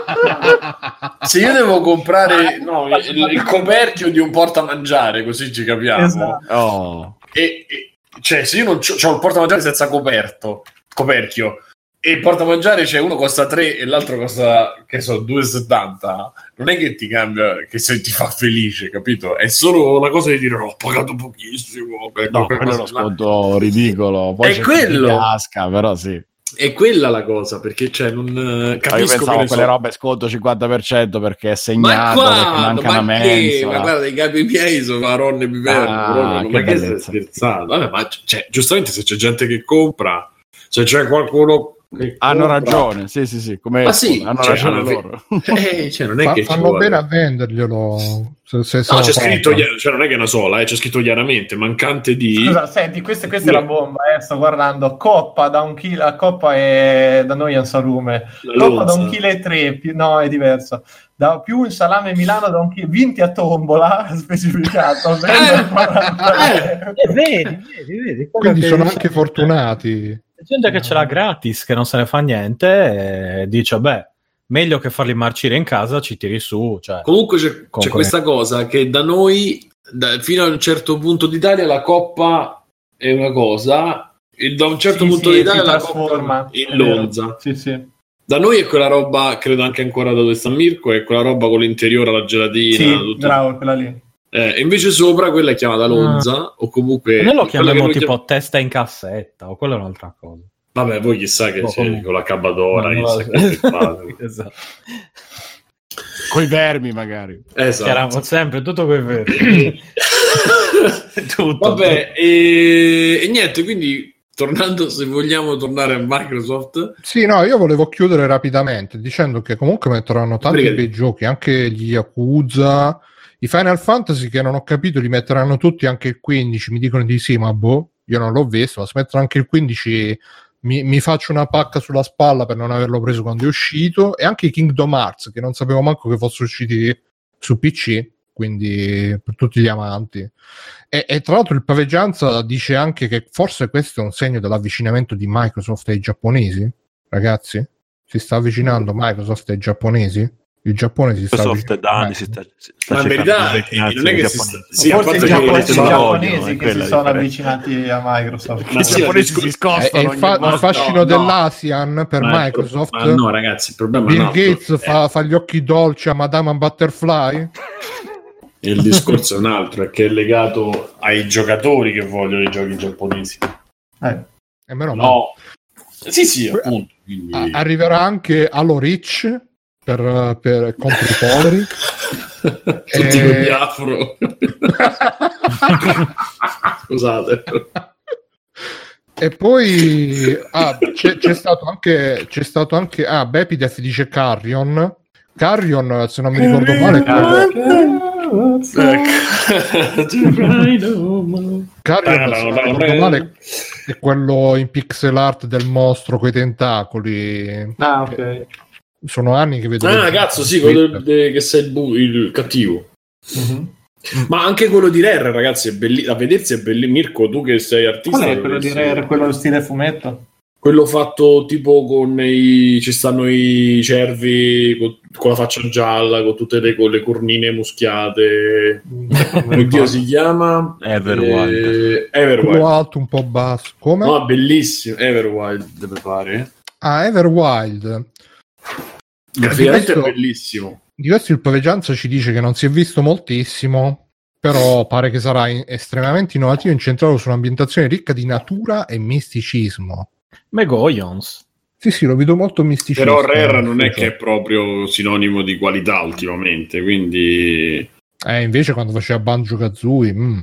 se io devo comprare no, il, il coperchio di un portamangiare, così ci capiamo. Esatto. Oh. E, e- cioè, se io non c'ho, c'ho il portamangiare senza coperto, coperchio, e il portamangiare c'è uno costa tre e l'altro costa, che so, due e settanta, non è che ti cambia, che se ti fa felice, capito? È solo la cosa di dire "Oh, ho pagato pochissimo". No, quello è uno sconto ridicolo. Poi È c'è quello. chi casca, però sì. È quella la cosa, perché cioè non eh, Io capisco pensavo che a ne quelle so. robe sconto cinquanta per cento perché è Ma segnato, qua, perché manca una ma, che, mensola. ma guarda, i capi miei sono Maronne e Biverno, Ah, proprio, che ma che stai bellezza. scherzando? Vabbè, ma cioè, giustamente se c'è gente che compra, se c'è qualcuno Hanno ragione, sì, sì, sì. Come Ma sì, hanno cioè, ragione hanno loro. Eh, cioè, non è Fa- che fanno bene a venderglielo. Se, se no, se c'è scritto, compra. cioè, non è che è una sola, eh, c'è scritto chiaramente mancante di. Scusa, senti, questa, questa è la bomba, eh, sto guardando. Coppa da un chilo, la coppa è da noi è un salume. La Coppa da lonza. un chilo e tre, più, no, è diverso. Da più un salame Milano da un chilo, vinti a tombola, specificato. quaranta Eh, vedi, vedi, vedi. quello Quindi che sono dice- anche fortunati. C'è gente che ce l'ha gratis, che non se ne fa niente, e dice, beh, meglio che farli marcire in casa, ci tiri su. Cioè, Comunque c'è, c'è Comunque- questa cosa che da noi, da- fino a un certo punto d'Italia, la coppa è una cosa, e da un certo Sì, punto sì, d'Italia si la trasforma. coppa è È vero. lonza. Sì, sì. Da noi è quella roba, credo anche ancora da dove sta Mirko, è quella roba con l'interiore, la gelatina. Sì, tutto. bravo, quella lì. Eh, e invece sopra quella è chiamata lonza, o comunque. e noi lo quella chiamiamo che noi tipo chiam- testa in cassetta, o quella è un'altra cosa. Vabbè, voi chissà che No, c'è comunque. con la cabadora, No, chissà no, che fate. esatto. Coi vermi, magari. Esatto. Chiaramente, sempre tutto quel vero. Tutto. Vabbè, e... e niente, quindi tornando, se vogliamo tornare a Microsoft, Sì, no, io volevo chiudere rapidamente dicendo che comunque metteranno tanti Perché? bei giochi, anche gli Yakuza, i Final Fantasy che non ho capito li metteranno tutti, anche il quindici, mi dicono di sì, ma boh, io non l'ho visto, ma se mettono anche il quindici mi, mi faccio una pacca sulla spalla per non averlo preso quando è uscito, e anche i Kingdom Hearts, che non sapevo manco che fossero usciti su P C, quindi per tutti gli amanti. E, e tra l'altro il Paveggianza dice anche che forse questo è un segno dell'avvicinamento di Microsoft ai giapponesi, ragazzi? Si sta avvicinando Microsoft ai giapponesi? Il Giappone si sta Microsoft da anni avvicinando. si sta, si sta ma in cercando verità di avvicinarsi non è ai che si sta, giapponesi. sì, a Forse parte i che giapponesi, i la vogliono, giapponesi è che quella si sono la avvicinati a Microsoft. Ma I sì, giapponesi la si È, è scostano il, ogni fa- il volta. fascino no, no. dell'Asian per ma, Microsoft. ma no, ragazzi, il problema è Bill un altro. Gates fa, fa gli occhi dolci a Madame Butterfly. Eh, il discorso è un altro, è che è legato ai giocatori che vogliono i giochi giapponesi. Eh. E meno male. No, sì, sì, appunto. Quindi... A- arriverà anche Halo Reach per, per contro i poveri. Tutti Eh, con gli afro. Scusate. E poi ah, c'è, c'è stato anche c'è stato anche ah Bepidef dice Carrion. Carrion, se non mi ricordo male, quello, Carrion, se non mi ricordo male, è quello in pixel art del mostro coi tentacoli. Ah, ok. Sono anni che vedo. Ah, dei- cazzo, sì, quello del- de- che sei il, bu- il cattivo. Mhm. Ma anche quello di Rare, ragazzi, è belli- a vedersi è bellissimo. Mirko, tu che sei artista, Qual è quello di dovresti- Rare, quello stile fumetto? quello fatto tipo con i ci stanno i cervi con, con la faccia gialla, con tutte le, con le cornine muschiate. Oddio, si chiama Everwild. eh, Quello Everwild. alto, un po' basso. Come? No, bellissimo. Everwild deve fare. Ah, Everwild. Graficamente è questo- bellissimo. Di questo il Paveggianza ci dice che non si è visto moltissimo, però pare che sarà in- estremamente innovativo e incentrato su un'ambientazione ricca di natura e misticismo. Megoyons. Sì, sì, lo vedo molto misticismo. Però Rare non è che è proprio sinonimo di qualità ultimamente, quindi Eh, invece quando faceva Banjo-Kazooie... mm.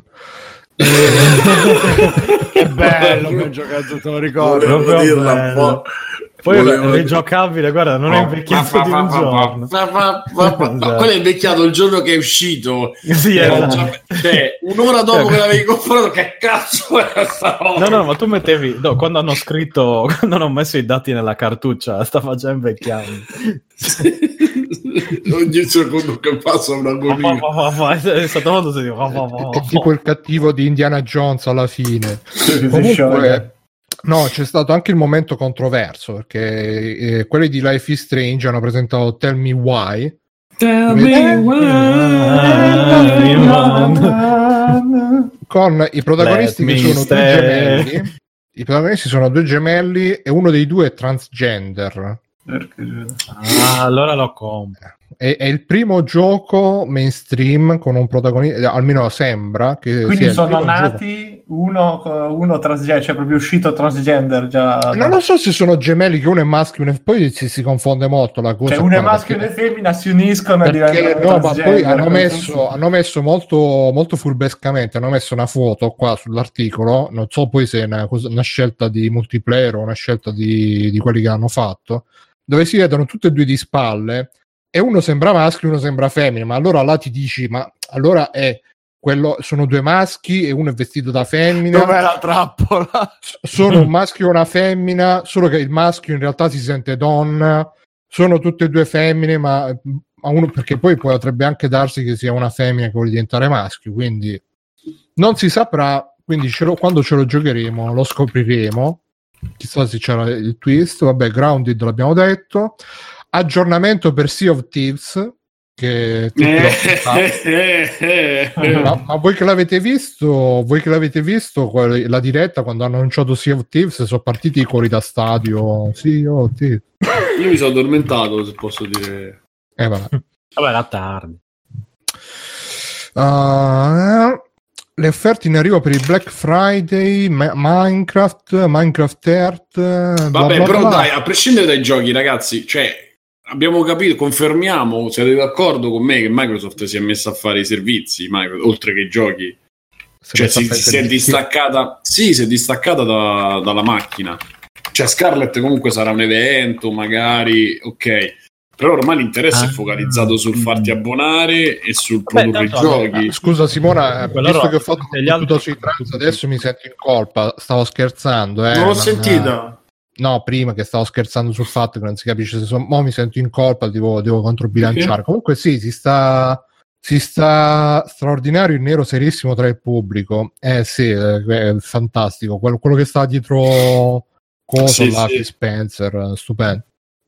Che bello che ho giocato, te lo ricordo. Volevo proprio dirla un bello. po'. Poi Volevo- è rigiocabile, guarda, non è invecchiato di un giorno. Ma quello è invecchiato il giorno che è uscito. Sì, Era esatto. già- cioè, un'ora dopo Cioè- che l'avevi comprato, che cazzo era sta roba? No, no, ma tu mettevi, no, quando hanno scritto, quando hanno messo i dati nella cartuccia, stava già invecchiando. Ogni secondo che passa una agonia. È stato molto serio. È tipo il cattivo di Indiana Jones alla fine. Si Comunque, scioglie. no, c'è stato anche il momento controverso, perché eh, quelli di Life is Strange hanno presentato Tell Me Why. Tell me why. Con i protagonisti Let che me sono stay. due gemelli. I protagonisti sono due gemelli e uno dei due è transgender. Ah, allora lo compro. È, è il primo gioco mainstream con un protagonista, almeno sembra che Quindi sia il sono primo nati uno, uno transgender, cioè proprio uscito transgender già. Non lo so se sono gemelli, che uno è maschio e poi si, si confonde molto la cosa. Cioè uno è maschio e una femmina si uniscono e diventano no, ma poi hanno transgender. messo, hanno messo molto, molto furbescamente, hanno messo una foto qua sull'articolo, non so poi se è una, cosa- una scelta di multiplayer o una scelta di, di quelli che hanno fatto, dove si vedono tutte e due di spalle e uno sembra maschio e uno sembra femmina, ma allora là ti dici, ma allora è quello, sono due maschi e uno è vestito da femmina. Dov'è la trappola? S- sono un maschio e una femmina, solo che il maschio in realtà si sente donna, sono tutte e due femmine, ma, ma uno, perché poi potrebbe anche darsi che sia una femmina che vuole diventare maschio, quindi non si saprà, quindi ce lo, quando ce lo giocheremo lo scopriremo, chissà se c'era il twist. Vabbè, Grounded l'abbiamo detto, aggiornamento per Sea of Thieves, che tutti lo- ma, ma voi che l'avete visto, voi che l'avete visto qual- la diretta quando hanno annunciato Sea of Thieves, sono partiti i cori da stadio. Sea of Thieves. Io mi sono addormentato, se posso dire. Eh, vabbè. Vabbè, era tardi. Uh, le offerte in arrivo per il Black Friday, Ma- Minecraft, Minecraft Earth, bla Vabbè, bla però bla. dai, a prescindere dai giochi, ragazzi, cioè abbiamo capito, confermiamo, siete d'accordo con me che Microsoft si è messa a fare i servizi, Microsoft, oltre che i giochi? Se Cioè messa a si, fare si è servizi. distaccata, sì, si è distaccata da- dalla macchina. Cioè Scarlett comunque sarà un evento, magari, ok. Però ormai l'interesse Ah. è focalizzato sul farti abbonare e sul Beh, produrre tanto hanno- giochi. Scusa Simona, eh, Quello visto loro- che ho fatto tutti gli una altri- battuta sui trans, adesso mi sento in colpa. Stavo scherzando, eh, non l'ho non- sentita. No, prima che stavo scherzando sul fatto che non si capisce se sono. Mo mi sento in colpa, devo, devo controbilanciare. Perché? Comunque, sì, si sta. Si sta straordinario il nero serissimo tra il pubblico. Eh sì, eh, è fantastico. Quello, quello che sta dietro cosa Sì, là, sì. Phil Spencer, eh, stupendo.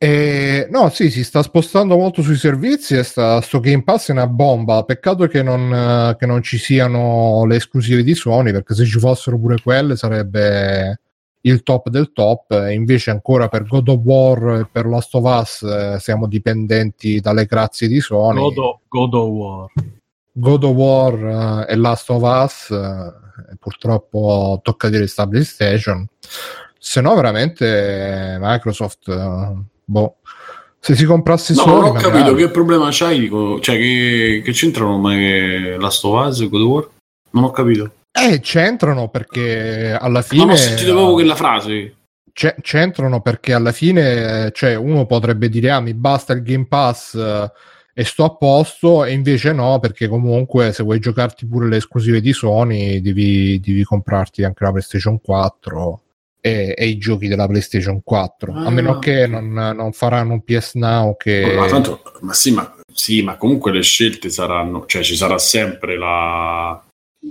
E, no, sì, si sta spostando molto sui servizi e sta, sto Game Pass è una bomba. Peccato che non, eh, che non ci siano le esclusive di Sony, perché se ci fossero pure quelle sarebbe il top del top. E invece ancora per God of War e per Last of Us eh, siamo dipendenti dalle grazie di Sony. God of, God of War. God of War eh, e Last of Us eh, purtroppo tocca dire sta PlayStation, se no veramente Microsoft eh, boh, se si comprasse No, Sony non ho magari. capito che problema c'hai, dico, cioè che, che c'entrano mai Last of Us e God of War? Non ho capito. Eh, c'entrano perché alla fine Non ho sentito proprio quella frase. c'è- c'entrano perché alla fine eh, cioè uno potrebbe dire ah mi basta il Game Pass eh, e sto a posto, e invece no, perché comunque se vuoi giocarti pure le esclusive di Sony devi, devi comprarti anche la PlayStation quattro e, e i giochi della PlayStation quattro, Ah, a meno che ok. non, non faranno un P S Now che Ma tanto, ma sì, ma sì, ma comunque le scelte saranno, cioè ci sarà sempre la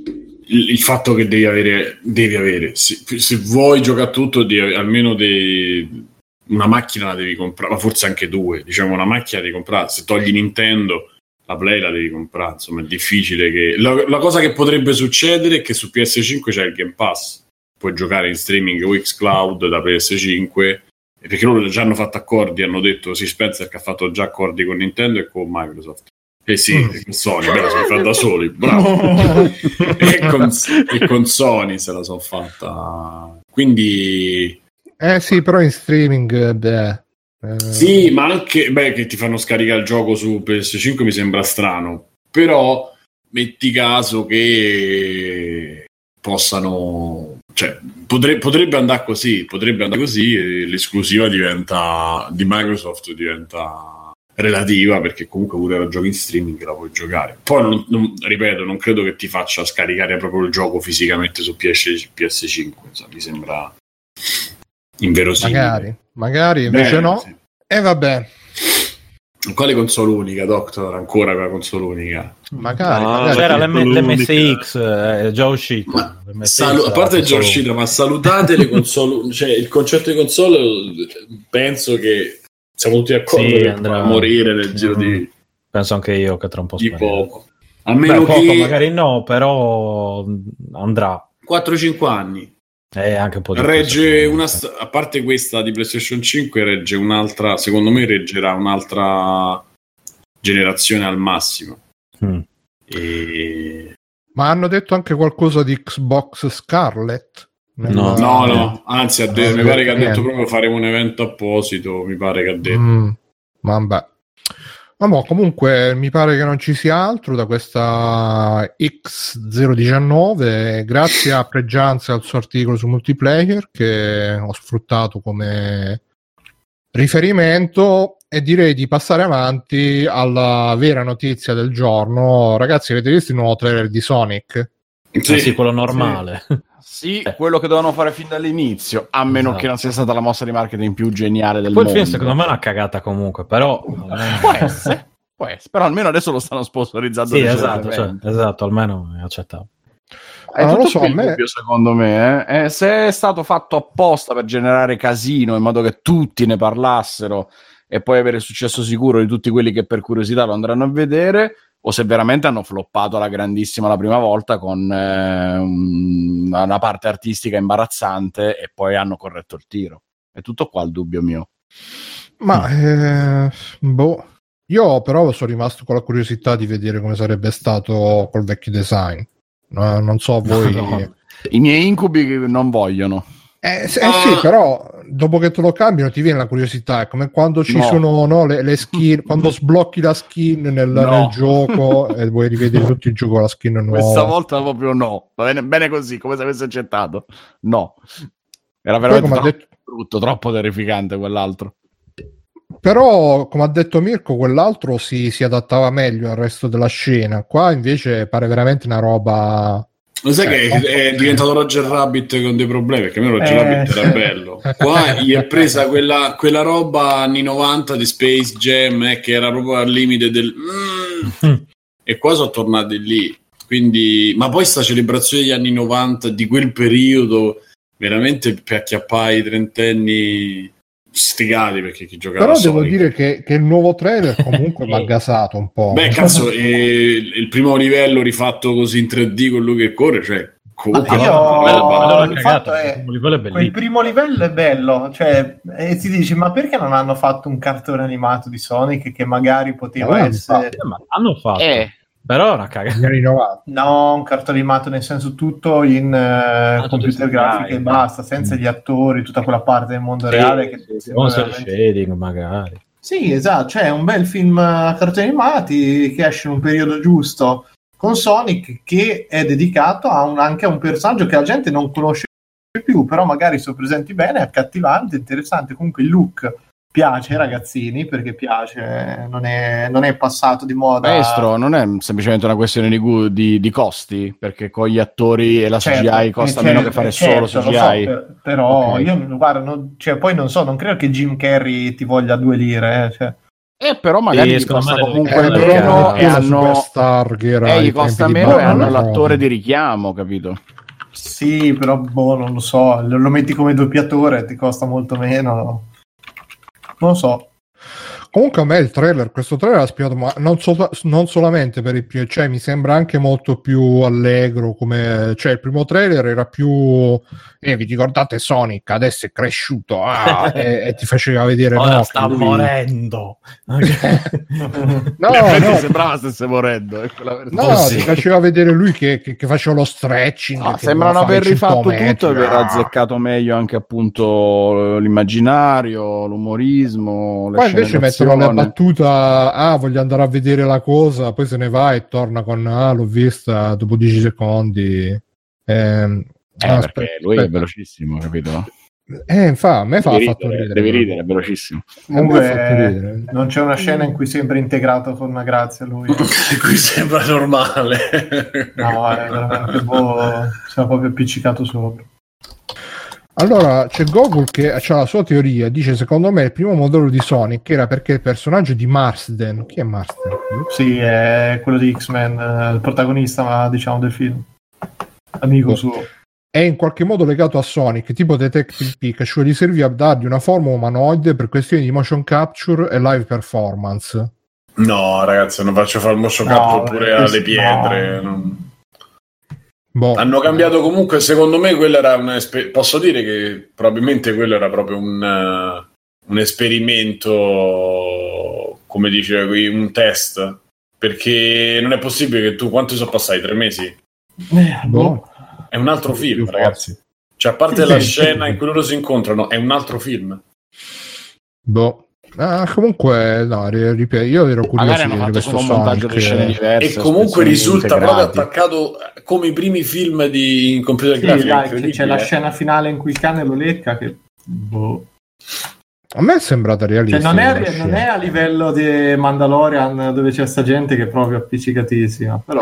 il, il fatto che devi avere, devi avere, se, se vuoi giocare a tutto, devi, almeno dei, una macchina la devi comprare, ma forse anche due, diciamo una macchina devi comprare, se togli Nintendo, la Play la devi comprare, insomma è difficile che... La, la cosa che potrebbe succedere è che su P S cinque c'è il Game Pass, puoi giocare in streaming o xCloud da P S cinque, perché loro già hanno fatto accordi, hanno detto, sì, Spencer che ha fatto già accordi con Nintendo e con Microsoft. Eh sì, Mm. e con Sony, beh, la sono fatta da soli, bravo. e, con, e con Sony se la sono fatta. Quindi eh sì, però in streaming eh, beh, eh, sì, ma anche beh, che ti fanno scaricare il gioco su P S cinque mi sembra strano, però metti caso che possano, cioè potre, potrebbe andare così, potrebbe andare così e l'esclusiva diventa di Microsoft diventa relativa, perché comunque pure la giochi in streaming la puoi giocare. Poi non, non- ripeto, non credo che ti faccia scaricare proprio il gioco fisicamente su P S, P S cinque, insomma, mi sembra inverosimile. magari, magari invece Beh, no. sì. E vabbè, Quale console unica, Doctor? Ancora quella console unica? magari, Ah, magari. C'era sì, l'M- l'M S l'unica. X, eh, è già uscita. Ma L'M S X salu- a era parte è già solo- uscita, ma salutate le console, cioè il concetto di console penso che siamo tutti d'accordo Sì, che andrà- va a morire nel giro Mm. di, Penso anche io che tra un po' di sparirà. poco. A meno Beh, poco che magari no, però andrà. quattro cinque anni. È anche un po' di più, Regge secondo me. una st- a parte questa di PlayStation cinque, regge un'altra, secondo me reggerà un'altra generazione al massimo. Mm. E Ma hanno detto anche qualcosa di Xbox Scarlet? No, no, no, anzi, ha detto, mi pare che ha detto proprio faremo un evento apposito, mi pare che ha detto. Mm, vabbè. Ma comunque mi pare che non ci sia altro da questa X zero diciannove, grazie a Pregianza al suo articolo su multiplayer che ho sfruttato come riferimento, e direi di passare avanti alla vera notizia del giorno. Ragazzi, avete visto il nuovo trailer di Sonic? Sì, eh sì, quello normale. Sì. Sì, quello che dovevano fare fin dall'inizio, a meno esatto. che non sia stata la mossa di marketing più geniale del Poi mondo. Poi il film secondo me è una cagata comunque, però può essere, può essere, però almeno adesso lo stanno sponsorizzando. Sì, esatto, cioè, esatto, almeno è accettabile. È ah, tutto lo so, il me... dubbio, secondo me, eh? Eh, se è stato fatto apposta per generare casino in modo che tutti ne parlassero e poi avere successo sicuro di tutti quelli che per curiosità lo andranno a vedere, o se veramente hanno floppato alla grandissima la prima volta con eh, una parte artistica imbarazzante e poi hanno corretto il tiro. È tutto qua il dubbio mio. Ma eh, boh, io però sono rimasto con la curiosità di vedere come sarebbe stato col vecchio design. No, non so voi. No, no. I miei incubi non vogliono. Eh, se, eh sì, però dopo che te lo cambiano ti viene la curiosità. È come quando ci no. sono no, le, le skin, quando sblocchi la skin nel, no. nel gioco e vuoi rivedere tutto il gioco con la skin nuova. Questa volta proprio no. Va bene, bene così, come se avesse accettato. No. Era veramente troppo detto... brutto, troppo terrificante quell'altro. Però, come ha detto Mirko, quell'altro si, si adattava meglio al resto della scena. Qua invece pare veramente una roba... Lo sai eh, che è, è diventato Roger Rabbit con dei problemi, perché a me Roger eh. Rabbit era bello. Qua gli è presa quella, quella roba anni novanta di Space Jam, eh, che era proprio al limite del... Mm, e qua sono tornati lì. Quindi, ma poi sta celebrazione degli anni novanta, di quel periodo, veramente per acchiappare i trentenni... sfigati, perché chi giocava però Sonic. Devo dire che, che il nuovo trailer comunque mi ha gasato un po'. Beh cazzo, eh, il primo livello rifatto così in tre D con lui che corre, cioè comunque io no, il fatto è, quel primo livello è bello, cioè, e ti dici ma perché non hanno fatto un cartone animato di Sonic che magari poteva ma essere ma hanno fatto eh. Però è una cagata. No, un cartone animato nel senso tutto in uh, computer grafica e basta, senza gli attori, tutta quella parte del mondo sì, reale che sì, con veramente... shading magari. Sì, esatto, cioè un bel film a cartoni animati che esce in un periodo giusto con Sonic, che è dedicato a un, anche a un personaggio che la gente non conosce più, però magari sono presenti bene, è accattivante, interessante, comunque il look piace ai ragazzini, perché piace, non è, non è passato di moda. Maestro, non è semplicemente una questione di, di, di costi, perché con gli attori e la certo, C G I costa certo, meno che fare certo, solo C G I. So, per, però okay. io guarda, non, cioè, poi non so, non credo che Jim Carrey ti voglia due lire, eh, cioè. Eh, però magari gli costa comunque eh, meno e hanno Star, che era eh, gli costa meno e hanno l'attore di richiamo, capito? Sì, però boh, non lo so, lo metti come doppiatore, ti costa molto meno. Non lo so. Comunque a me il trailer, questo trailer ha spiegato, ma non, so, non solamente per il primo, cioè mi sembra anche molto più allegro, come, cioè il primo trailer era più, eh, vi ricordate Sonic, adesso è cresciuto, ah, e, e ti faceva vedere ora no, sta lui... morendo. no, no, sembrava stesse morendo, è no, oh, sì. Ti faceva vedere lui che, che, che faceva lo stretching. Ah, sembrano aver rifatto tutto e aver azzeccato meglio anche appunto l'immaginario, l'umorismo, le poi invece mettono la battuta, ah voglio andare a vedere la cosa, poi se ne va e torna con ah l'ho vista dopo dieci secondi. Eh, eh, no, perché aspetta, lui aspetta. è velocissimo, capito? Eh, infa, a me fa devi fatto ridere, ridere. Devi ridere, è velocissimo. Comunque, non c'è una scena in cui sembra integrato con una grazia lui. In cui sembra normale. No, è veramente boh, si è proprio appiccicato sopra. Allora c'è Gogol che ha la sua teoria, dice secondo me il primo modello di Sonic era perché il personaggio di Marsden, chi è Marsden? Sì, è quello di X-Men, il protagonista diciamo del film, amico suo. È in qualche modo legato a Sonic, tipo Detective Pikachu, gli serviva a dargli una forma umanoide per questioni di motion capture e live performance. No ragazzi, non faccio fare il motion no, capture pure alle questo, pietre, no. non... Boh. Hanno cambiato comunque, secondo me quello era un esper- posso dire che probabilmente quello era proprio un, uh, un esperimento, come dicevo qui, un test, perché non è possibile che tu, quanti sono passati? Tre mesi? Eh, boh. È un altro film, ragazzi. Cioè, a parte la scena in cui loro si incontrano, è un altro film. Boh. Ah, comunque, no, ripeto, io ero curioso di vedere questo un montaggio di scene diverse. E comunque risulta integrati. proprio attaccato come i primi film di in computer Sì, grafica. dai, c'è la scena finale in cui il cane lo lecca che... Boh. A me è sembrata realistica. Cioè, non, è, non è a livello di Mandalorian dove c'è sta gente che è proprio appiccicatissima, però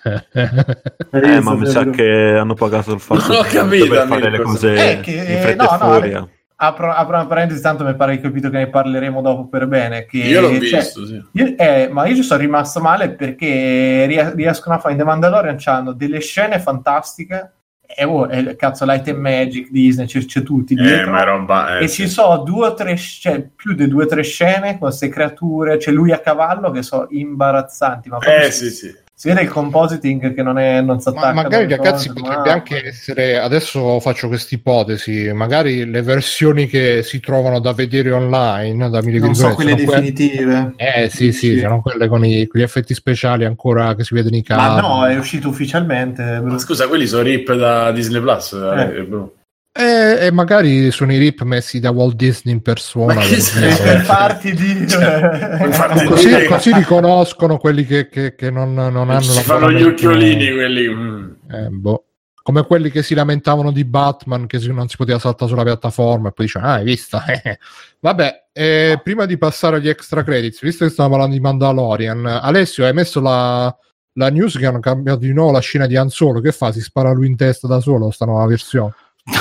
eh, ma mi sa che hanno pagato il fatto non ho capito, per fare le cose eh, che, in fretta no, e furia. No, apro, apro una parentesi, tanto mi pare che hai capito che ne parleremo dopo per bene. Che, io l'ho cioè, visto, sì. Io, eh, ma io ci sono rimasto male perché riescono a fare in The Mandalorian, c'hanno delle scene fantastiche. E oh, eh, cazzo, Light and Magic, Disney, c'è, c'è tutti dietro, eh, ma roba, eh, e sì. ci sono due o tre, cioè più di due o tre scene con queste creature, c'è lui a cavallo che sono imbarazzanti, ma eh, si, sì, sì. si vede il compositing che non è non si attacca. Ma magari ragazzi cose, potrebbe ma... anche essere, adesso faccio questa ipotesi, magari le versioni che si trovano da vedere online, da non so quelle definitive. Que- eh sì sì, sì, sono quelle con, i, con gli effetti speciali ancora che si vedono i capi. Ma no, è uscito ufficialmente. Ma scusa, quelli sono rip da Disney Plus, eh. Eh, E, e magari sono i rip messi da Walt Disney in persona. Ma che per farti dire così, così riconoscono quelli che, che, che non, non hanno. Si fanno gli occhiolini quelli. Mm. Eh, boh. Come quelli che si lamentavano di Batman che non si poteva saltare sulla piattaforma e poi dicevano, ah, hai visto? Vabbè, eh, prima di passare agli extra credits, visto che stiamo parlando di Mandalorian, Alessio, hai messo la, la news che hanno cambiato di nuovo la scena di Han Solo. Che fa? Si spara lui in testa da solo sta nuova versione?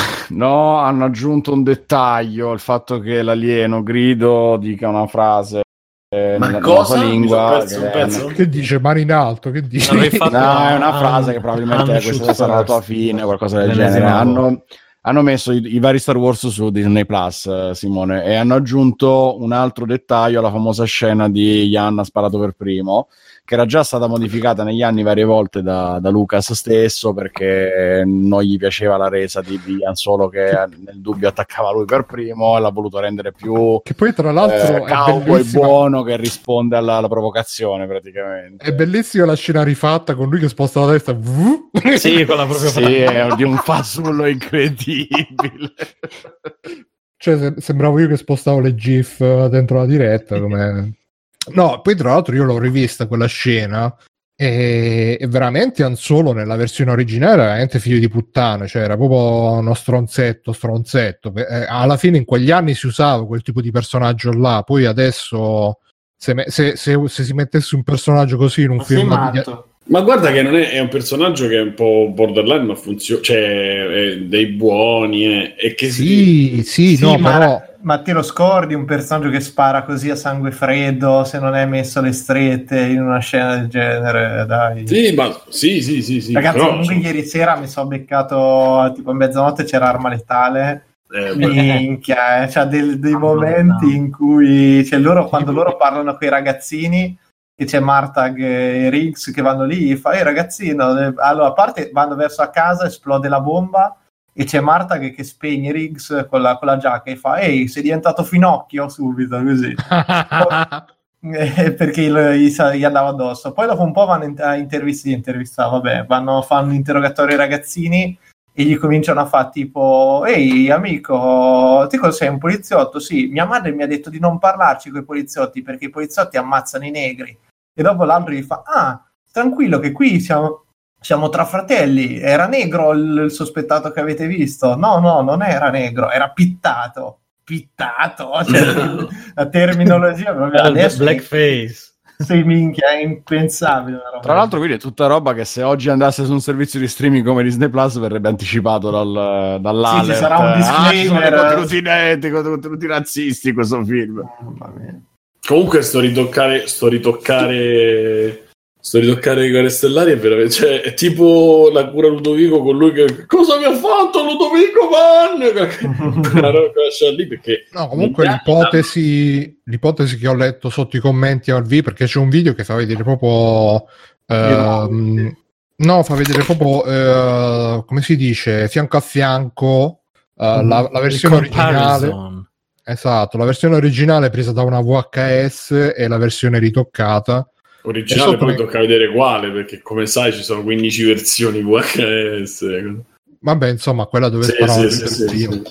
No, hanno aggiunto un dettaglio, il fatto che l'alieno Grido dica una frase eh, ma nella cosa? sua lingua Perso, che, perso. Che dice mano in alto? Che dice? No, è una frase che probabilmente è questa sarà la tua fine, qualcosa del genere. Hanno, hanno messo i, i vari Star Wars su Disney Plus, Simone, e hanno aggiunto un altro dettaglio alla famosa scena di Ian sparato per primo, che era già stata modificata negli anni varie volte da, da Lucas stesso, perché non gli piaceva la resa di, di Han Solo che nel dubbio attaccava lui per primo, e l'ha voluto rendere più che poi tra l'altro eh, cowboy buono che risponde alla, alla provocazione praticamente. È bellissima la scena rifatta con lui che sposta la testa. Sì, con la propria sì, è di un fasullo incredibile. Cioè se- sembravo io che spostavo le gif dentro la diretta come... No, poi tra l'altro io l'ho rivista quella scena e, e veramente Han Solo nella versione originale era veramente figlio di puttana, cioè era proprio uno stronzetto, stronzetto. Eh, alla fine in quegli anni si usava quel tipo di personaggio là, poi adesso se, me- se, se, se si mettesse un personaggio così in un ma film... Di... Ma guarda che non è, è un personaggio che è un po' borderline, ma funziona, cioè è dei buoni eh, e che sì, si... sì, sì, no, ma, però... ma te lo scordi un personaggio che spara così a sangue freddo se non è messo le strette in una scena del genere, dai. Sì, ma sì, sì, sì, sì. Ragazzi, però, comunque so... ieri sera mi sono beccato tipo a mezzanotte c'era Arma Letale. Eh, minchia, eh, c'ha dei, dei momenti no. in cui cioè, loro, quando loro parlano con i ragazzini, che c'è Martag e Riggs che vanno lì, fa ehi ragazzino, allora a parte vanno verso a casa, esplode la bomba e c'è Martag che spegne Riggs con la, con la giacca e fa ehi sei diventato finocchio subito così perché gli, gli andava addosso. Poi dopo un po' vanno a intervistare, intervistare vabbè, vanno a fare un interrogatorio ai ragazzini e gli cominciano a fare tipo ehi amico, te cosa sei, un poliziotto? Sì, mia madre mi ha detto di non parlarci con i poliziotti perché i poliziotti ammazzano i negri. E dopo l'altro gli fa ah, tranquillo che qui siamo, siamo tra fratelli, era negro il, il sospettato che avete visto? No, no, non era negro, era pittato. Pittato? Cioè, la terminologia proprio adesso... Blackface. Sì, minchia, è impensabile. Tra l'altro, quindi è tutta roba che se oggi andasse su un servizio di streaming come Disney Plus verrebbe anticipato dal, dall'alert. Sì, ci sarà un disclaimer. Ah, contenuti neti, contenuti razzisti questo film. Oh, comunque sto ritoccare sto ritoccare sto ritoccare i Guerre Stellari è veramente, cioè, è tipo la cura Ludovico con lui che cosa mi ha fatto Ludovico man lì perché no comunque l'ipotesi l'ipotesi che ho letto sotto i commenti al V, perché c'è un video che fa vedere proprio ehm, no fa vedere proprio eh, come si dice fianco a fianco eh, mm, la, la versione originale. Esatto, la versione originale è presa da una V H S e la versione ritoccata. originale poi ne... tocca vedere quale, perché come sai ci sono quindici versioni V H S. Vabbè, insomma, quella dove sì, sparavano sì, per sì, primo. sì.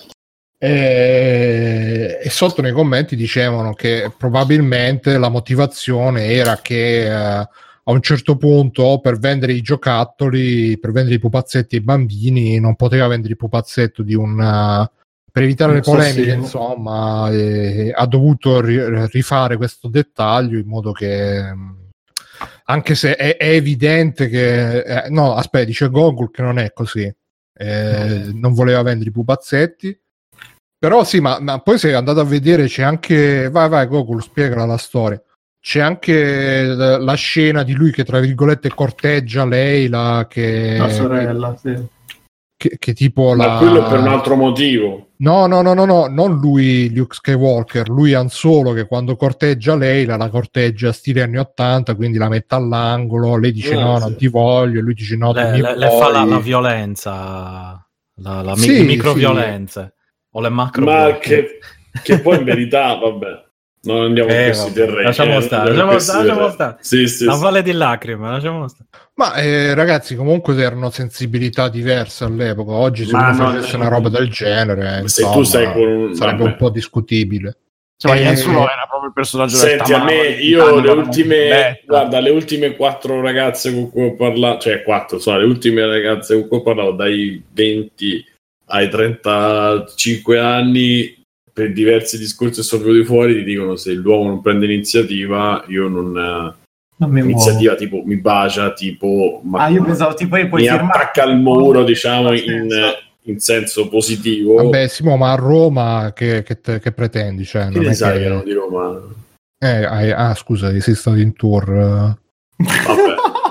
E... e sotto nei commenti dicevano che probabilmente la motivazione era che eh, a un certo punto per vendere i giocattoli, per vendere i pupazzetti ai bambini, non poteva vendere il pupazzetto di un... Uh, per evitare le polemiche, insomma, eh, ha dovuto ri- rifare questo dettaglio in modo che, anche se è, è evidente che... Eh, no, aspetta, dice Gogol che non è così. Eh, non voleva vendere i pupazzetti. Però sì, ma, ma poi sei andato a vedere, c'è anche... Vai, vai, Gogol, spiegala la storia. C'è anche la scena di lui che, tra virgolette, corteggia lei, la, che... La sorella, sì. Che, che tipo ma la... quello è per un altro motivo. No, no, no, no, no, non lui Luke Skywalker, lui Han Solo che quando corteggia lei la, la corteggia stile anni ottanta, quindi la mette all'angolo, lei dice ah, no, sì. non ti voglio, e lui dice no, le, mi le, le fa la, la violenza, la, la sì, microviolenza sì. O le macro. Ma che, che poi in verità, vabbè. Non andiamo in eh, questi terreni. Lasciamo eh, stare, lasciamo stare, lasciamo stare. Sì, sì, la sì. valle di lacrime, lasciamo stare. Ma eh, ragazzi, comunque erano sensibilità diverse all'epoca. Oggi se uno facesse una roba del genere, se insomma, tu stai con un... sarebbe vabbè. un po' discutibile. Insomma, eh, nessuno era proprio il personaggio senti, del a me, io le ultime guarda, le ultime quattro ragazze con cui ho parlato, cioè quattro, so, le ultime ragazze con cui ho parlato dai venti ai trentacinque anni, per diversi discorsi che sono venuti fuori, ti dicono se l'uomo non prende iniziativa, io non, non mi iniziativa muovo. Tipo mi bacia, tipo ma, ah, io pensavo tipo puoi mi attacca al muro, diciamo in, in senso positivo. Vabbè, Simo, ma a Roma che, che, te, che pretendi? Cioè, che non ne è sai che... no, di Roma? Eh, ah, scusa, sei stato in tour. Vabbè.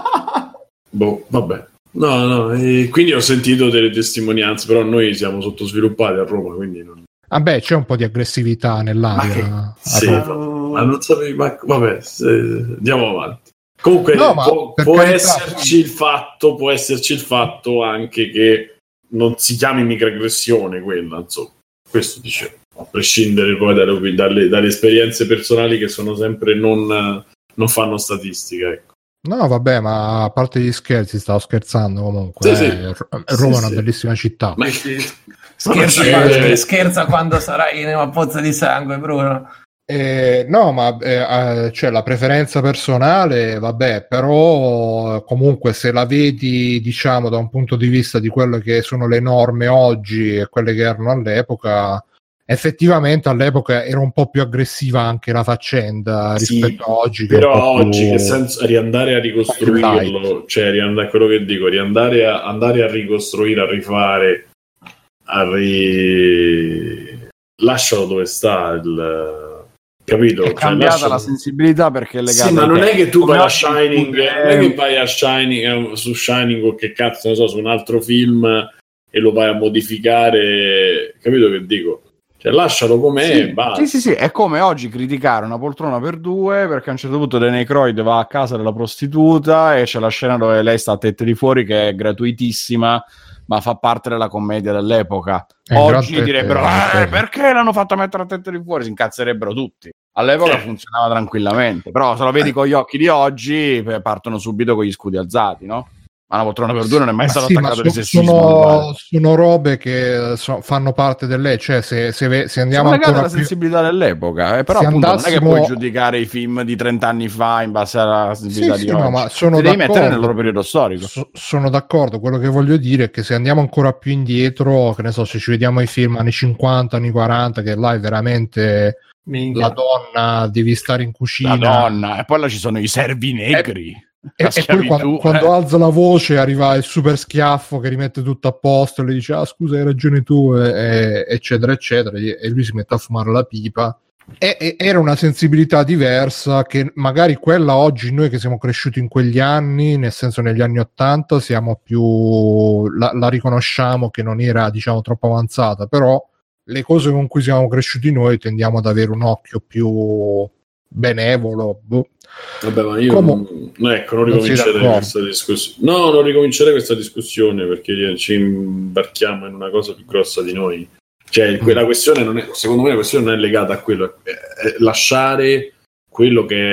boh, vabbè. No, no, e quindi ho sentito delle testimonianze, però noi siamo sottosviluppati a Roma, quindi non... Vabbè, c'è un po' di aggressività nell'aria. Ma, che... sì, ma non sapevi, ma vabbè, se... andiamo avanti. Comunque no, può, può esserci il fatto, può esserci il fatto anche che non si chiami microaggressione quella, insomma. Questo dicevo, a prescindere poi dalle, dalle, dalle esperienze personali che sono sempre non, non fanno statistica, ecco. No, vabbè, ma a parte gli scherzi, stavo scherzando comunque. Sì, eh. sì. Roma sì, è una sì. bellissima città. Ma che... Scherza, eh, quando, scherza quando sarai in una pozza di sangue, Bruno. Eh, no, ma eh, cioè la preferenza personale, vabbè, però comunque se la vedi, diciamo, da un punto di vista di quelle che sono le norme oggi e quelle che erano all'epoca, effettivamente all'epoca era un po' più aggressiva anche la faccenda sì, rispetto a oggi. Però che oggi più... che senso riandare a ricostruirlo, cioè riandare a quello che dico, riandare a, andare a ricostruire, a rifare, a ri... lascialo dove sta il... Capito? È cioè, cambiata lascialo... la sensibilità perché è legata. Sì, ma non è che tu vai a Shining, è... non è che vai a Shining su Shining o che cazzo ne so, su un altro film e lo vai a modificare, capito che dico? Cioè, lascialo com'è sì, e basta. Sì, sì, sì, è come oggi criticare Una poltrona per due perché a un certo punto Danny Croyd va a casa della prostituta e c'è la scena dove lei sta a tette di fuori che è gratuitissima, ma fa parte della commedia dell'epoca. È oggi direbbero eh, perché l'hanno fatta mettere a tette di fuori, si incazzerebbero tutti. All'epoca eh. funzionava tranquillamente, però se lo vedi con gli occhi di oggi partono subito con gli scudi alzati, no? Ma Una poltrona per due non è mai ma stato sì, attaccato di sessismo. Sono, sono robe che so, fanno parte dell'e, cioè se, se, se andiamo sono ancora alla più... sensibilità dell'epoca, eh, però se appunto andassimo... non è che puoi giudicare i film di trent'anni fa in base alla sensibilità sì, di sì, oggi. No, ma sono Ti devi mettere nel loro periodo storico. So, sono d'accordo, quello che voglio dire è che se andiamo ancora più indietro, che ne so, se ci vediamo i film anni cinquanta, anni quaranta, che là è veramente Minchia. La donna devi stare in cucina. La donna, e poi là ci sono i servi negri. E... E, e poi quando, quando eh. alza la voce arriva il super schiaffo che rimette tutto a posto e le dice ah scusa hai ragione tu e, e, eccetera eccetera e lui si mette a fumare la pipa e, e era una sensibilità diversa che magari quella oggi noi che siamo cresciuti in quegli anni, nel senso negli anni ottanta siamo più la, la riconosciamo che non era diciamo troppo avanzata, però le cose con cui siamo cresciuti noi tendiamo ad avere un occhio più benevolo. boh. Vabbè, ma io non, ecco, non ricomincerei questa discussione. No, non ricomincerei questa discussione perché ci imbarchiamo in una cosa più grossa di noi. Cioè, quella questione non è, secondo me la questione non è legata a quello, è lasciare quello che è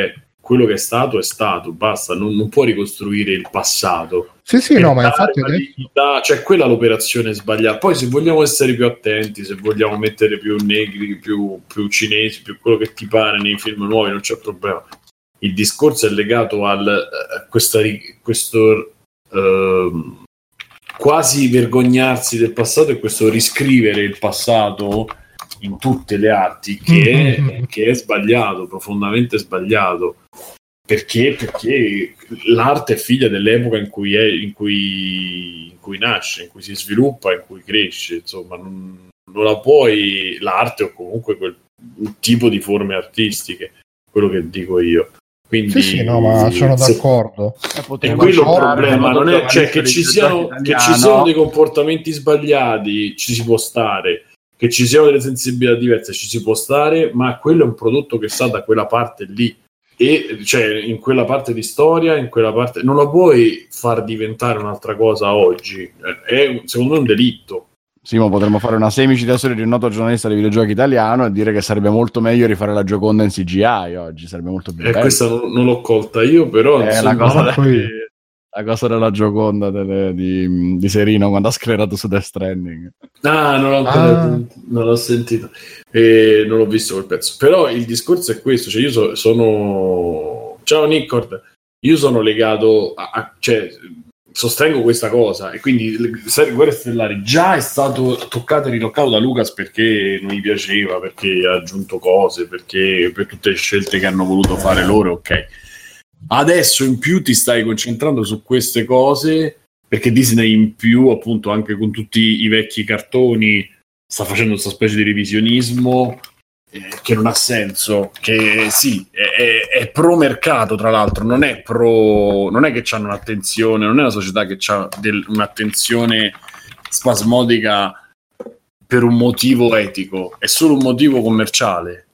quello che è stato è stato, basta, non, non può ricostruire il passato. Sì, sì, no, ma infatti dignità, cioè quella è l'operazione sbagliata. Poi se vogliamo essere più attenti, se vogliamo mettere più negri, più, più cinesi, più quello che ti pare nei film nuovi, non c'è problema. Il discorso è legato al a questa, questo uh, quasi vergognarsi del passato e questo riscrivere il passato in tutte le arti che è, che è sbagliato, profondamente sbagliato. Perché? Perché l'arte è figlia dell'epoca in cui, è, in cui, in cui nasce, in cui si sviluppa, in cui cresce. Insomma, non, non la puoi, l'arte o comunque quel tipo di forme artistiche, quello che dico io. Quindi, sì, sì, no, ma sono se, d'accordo. E quello il problema, non è, cioè, che ci siano, che ci siano dei comportamenti sbagliati, ci si può stare, che ci siano delle sensibilità diverse, ci si può stare, ma quello è un prodotto che sta da quella parte lì. E cioè in quella parte di storia, in quella parte non la puoi far diventare un'altra cosa oggi, è secondo me un delitto. Sì, ma potremmo fare una semicitazione di un noto giornalista di videogiochi italiano e dire che sarebbe molto meglio rifare la Gioconda in C G I oggi, sarebbe molto più bello. E questa non, non l'ho colta io, però è insomma, la cosa, de- poi... la cosa della Gioconda delle, di, di Serino quando ha sclerato su Death Stranding. Ah, non l'ho ancora ah. non l'ho sentito e non l'ho visto quel pezzo. Però il discorso è questo, cioè io so, sono ciao Nickord, io sono legato a, a cioè sostengo questa cosa e quindi Guerre Stellari già è stato toccato e ritoccato da Lucas perché non gli piaceva, perché ha aggiunto cose, perché per tutte le scelte che hanno voluto fare loro, ok. Adesso in più ti stai concentrando su queste cose perché Disney in più, appunto, anche con tutti i vecchi cartoni sta facendo questa specie di revisionismo eh, che non ha senso, che sì, è, è pro mercato, tra l'altro, non è pro, non è che c'hanno un'attenzione, non è una società che ha del, un'attenzione spasmodica per un motivo etico, è solo un motivo commerciale,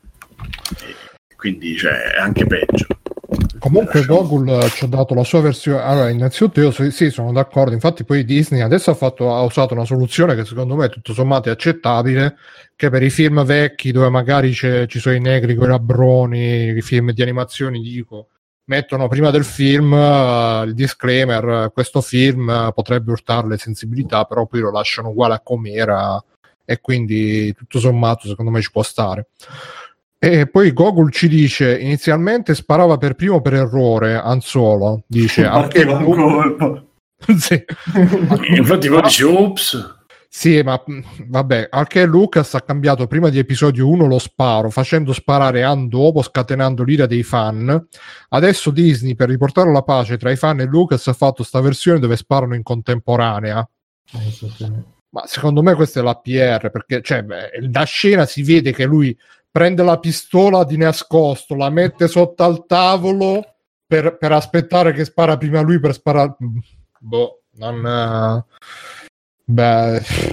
e quindi cioè, è anche peggio. Comunque Google ci ha dato la sua versione. Allora, innanzitutto io sì, sono d'accordo, infatti poi Disney adesso ha, fatto, ha usato una soluzione che secondo me tutto sommato è accettabile, che per i film vecchi dove magari c'è, ci sono i negri con i labbroni, i film di animazioni, dico, mettono prima del film uh, il disclaimer, questo film uh, potrebbe urtare le sensibilità, però poi lo lasciano uguale a com'era e quindi tutto sommato secondo me ci può stare. E poi Gogol ci dice inizialmente sparava per primo per errore Han Solo, dice anche un sì. Infatti poi dice ops. Sì, ma vabbè, anche Lucas ha cambiato prima di episodio uno lo sparo, facendo sparare Han dopo, scatenando l'ira dei fan. Adesso Disney, per riportare la pace tra i fan e Lucas, ha fatto sta versione dove sparano in contemporanea. Eh, sì, sì. Ma secondo me questa è l'A P R, perché cioè, beh, da scena si vede che lui prende la pistola di nascosto, la mette sotto al tavolo per, per aspettare che spara prima lui per sparare. Boh, non... Beh...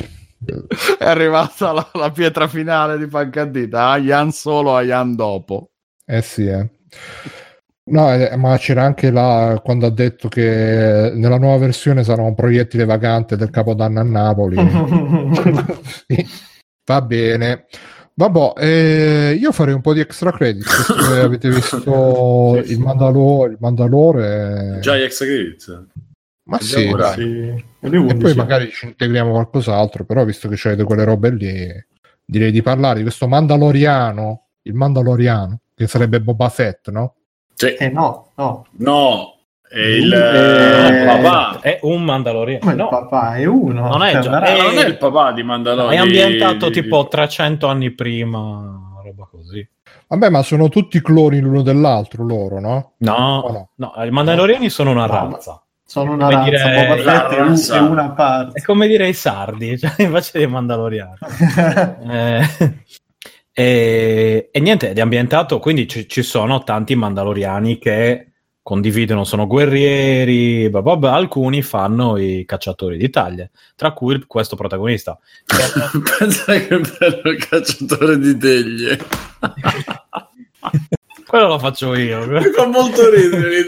È arrivata la, la pietra finale di Pancadita, a Ian Solo, a Ian dopo. Eh sì, eh. No, eh, ma c'era anche là quando ha detto che nella nuova versione sarà un proiettile vagante del Capodanno a Napoli. Sì. Va bene. Vabbè, eh, io farei un po' di extra credit. Se avete visto il Mandalore, il Mandalore. Già gli extra credit. Ma sì, ora, dai. sì. E poi sì, magari ci integriamo qualcos'altro, però visto che c'avete quelle robe lì, direi di parlare di questo Mandaloriano, il Mandaloriano, che sarebbe Boba Fett, no? Sì. Eh no, no. No. È il eh, papà è un Mandaloriano. Ma il no. papà è uno. Non è, cioè, già, è, non è il papà di Mandaloriano. È ambientato di, tipo trecento anni prima, roba così. Vabbè, ma sono tutti cloni l'uno dell'altro loro, no? No, no, no, i Mandaloriani sono una razza. Sono una razza, dire, Boba Fett è, un, è una parte. È come dire i sardi, cioè invece dei Mandaloriani. eh, e, e niente, è ambientato, quindi ci, ci sono tanti Mandaloriani che condividono, sono guerrieri, blah blah blah, alcuni fanno i cacciatori di taglie, tra cui questo protagonista. Pensa che bello il cacciatore di teglie. Quello lo faccio io. Mi fa molto ridere.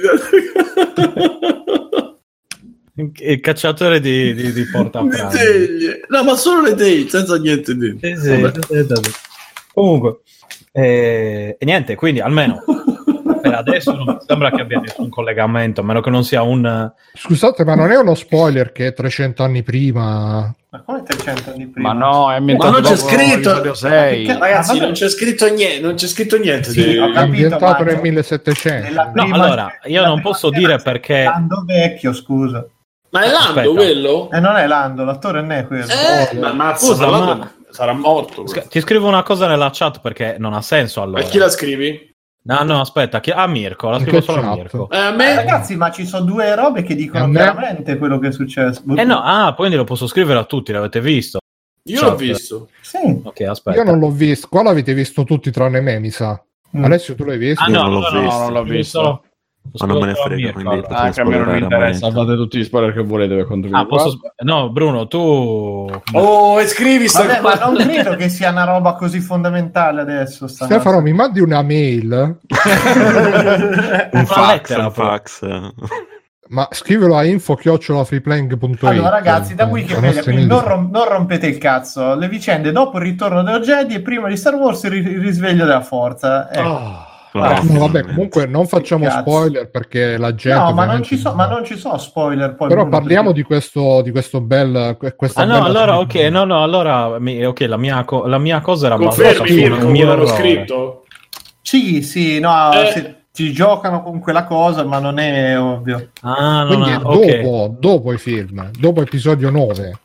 Il cacciatore di, di, di portapranzo. No, ma solo le teglie, senza niente dentro. Sì, sì, sì, sì. Comunque, eh, e niente, quindi almeno per adesso non sembra che abbia nessun collegamento, a meno che non sia un... Scusate, ma non è uno spoiler che è trecento anni prima? Ma come trecento anni prima? Ma no, è ambientato Ma non c'è dopo scritto! l'episodio sei. Ma che- Ragazzi, Ah, non c'è scritto niente, non c'è scritto niente. Sì, di- ho È capito, ambientato ma- nel millesettecento. Nella No, prima- allora, io la non prima posso scena dire c'è perché- Lando vecchio, scusa. Ma è Lando Aspetta. quello? E non è Lando, l'attore non è quello. Eh, ma mazza, Scusa, ma ma- Lando sarà morto. Sc- Ti scrivo una cosa nella chat perché non ha senso allora. A chi la scrivi? No, no, aspetta, chi... ah Mirko, la In scrivo che solo a chat? Mirko. Eh, a Eh, me? ragazzi, ma ci sono due robe che dicono A me? veramente quello che è successo. Eh no, ah, quindi lo posso scrivere a tutti, l'avete visto? Io Chat. l'ho visto. Sì. Ok, aspetta. Io non l'ho visto, qua l'avete visto tutti tranne me, mi sa. Mm. Alessio, tu l'hai visto? Ah Io no, non l'ho no, no, visto. non l'ho visto. Lo Ma non me ne scrivo solo a frega, Mirko, quindi allora. potete Ah, che a me non mi spoilerare a interessa, fate tutti gli spoiler che volete per quanto mi Ah, posso... riguarda. sp- No, Bruno, tu... Oh, e scrivi sta Vabbè, ma cosa. non credo che sia una roba così fondamentale adesso. Sta Stefano, mi mandi una mail? Un Una fax, lettera, un poi. fax. Ma scrivilo a info chiocciola freeplank punto it. Allora, ragazzi, da Eh, Wikipedia, la quindi nostra non, rom- non rompete il cazzo. Le vicende dopo il ritorno dello Jedi e prima di Star Wars il, ri- il risveglio della forza. Ecco. Oh. mail. No, No, vabbè, comunque non facciamo Cazzo. spoiler perché la gente... no, ma non, ovviamente ci so, ma non ci sono spoiler. Poi, Però Bruno, parliamo perché- di questo, di questo bel... Questa Ah no, bella allora ok, serie. no, no, allora mi- ok, la mia, co- la mia cosa era basata Confermi, su un Mirko, mio quello l'ho errore. scritto? Sì, sì, no, Eh. se- ci giocano con quella cosa, ma non è ovvio. Ah, no, Quindi è no, ok. dopo, dopo i film, dopo episodio nove.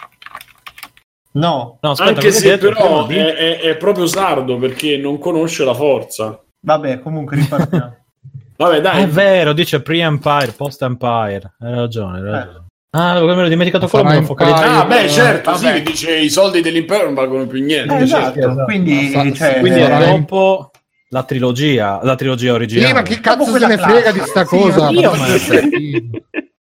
No, No, aspetta, Anche cosa se hai detto? però Prima di- è, è- è proprio sardo perché non conosce la forza. vabbè, comunque ripartiamo. Vabbè, Ah, dai. è vero, dice pre-Empire, post-Empire. Hai ragione, hai Eh. ragione. Ah, me l'ho dimenticato quello, Sarà me lo focalizzato. Empire. Ah, beh, Eh, certo, vabbè. sì, dice i soldi dell'impero non valgono più niente. Eh, esatto, esatto. quindi, Sa- cioè, Quindi sarà è in- dopo la trilogia, la trilogia Sì, originale. ma chi Dopo cazzo se quella ne frega di classica. sta Sì, cosa? io Ma- me ne frego.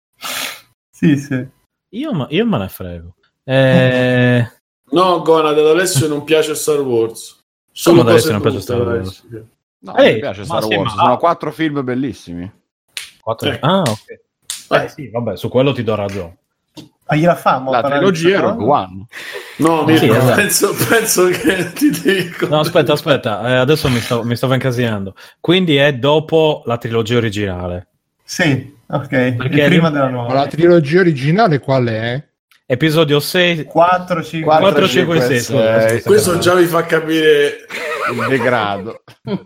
sì, sì. Io, ma- io me ne frego. Eh... No, Gonad, ad Alessio non piace Star Wars. Come ad cose Alessio non piace brutte, Star Wars? Alessio. No, Ehi, mi piace ma Star sì, Wars, ma- sono quattro film bellissimi. Quattro- Ecco. Ah, ok. Eh sì, vabbè, su quello ti do ragione. Ma gliela famo La parlare di trilogia è questa Rogue cosa? One. No, Sì, Mirko, esatto. penso, penso che ti dico. No, aspetta, aspetta, eh, adesso mi, sto, mi stavo incasinando. Quindi è dopo la trilogia originale. Sì, ok, Perché il prima lì- della Ma nuova. la trilogia originale qual è? Episodio sei, quattro, cinque, quattro, cinque, sei. sei. Questo già vi fa capire. Il degrado.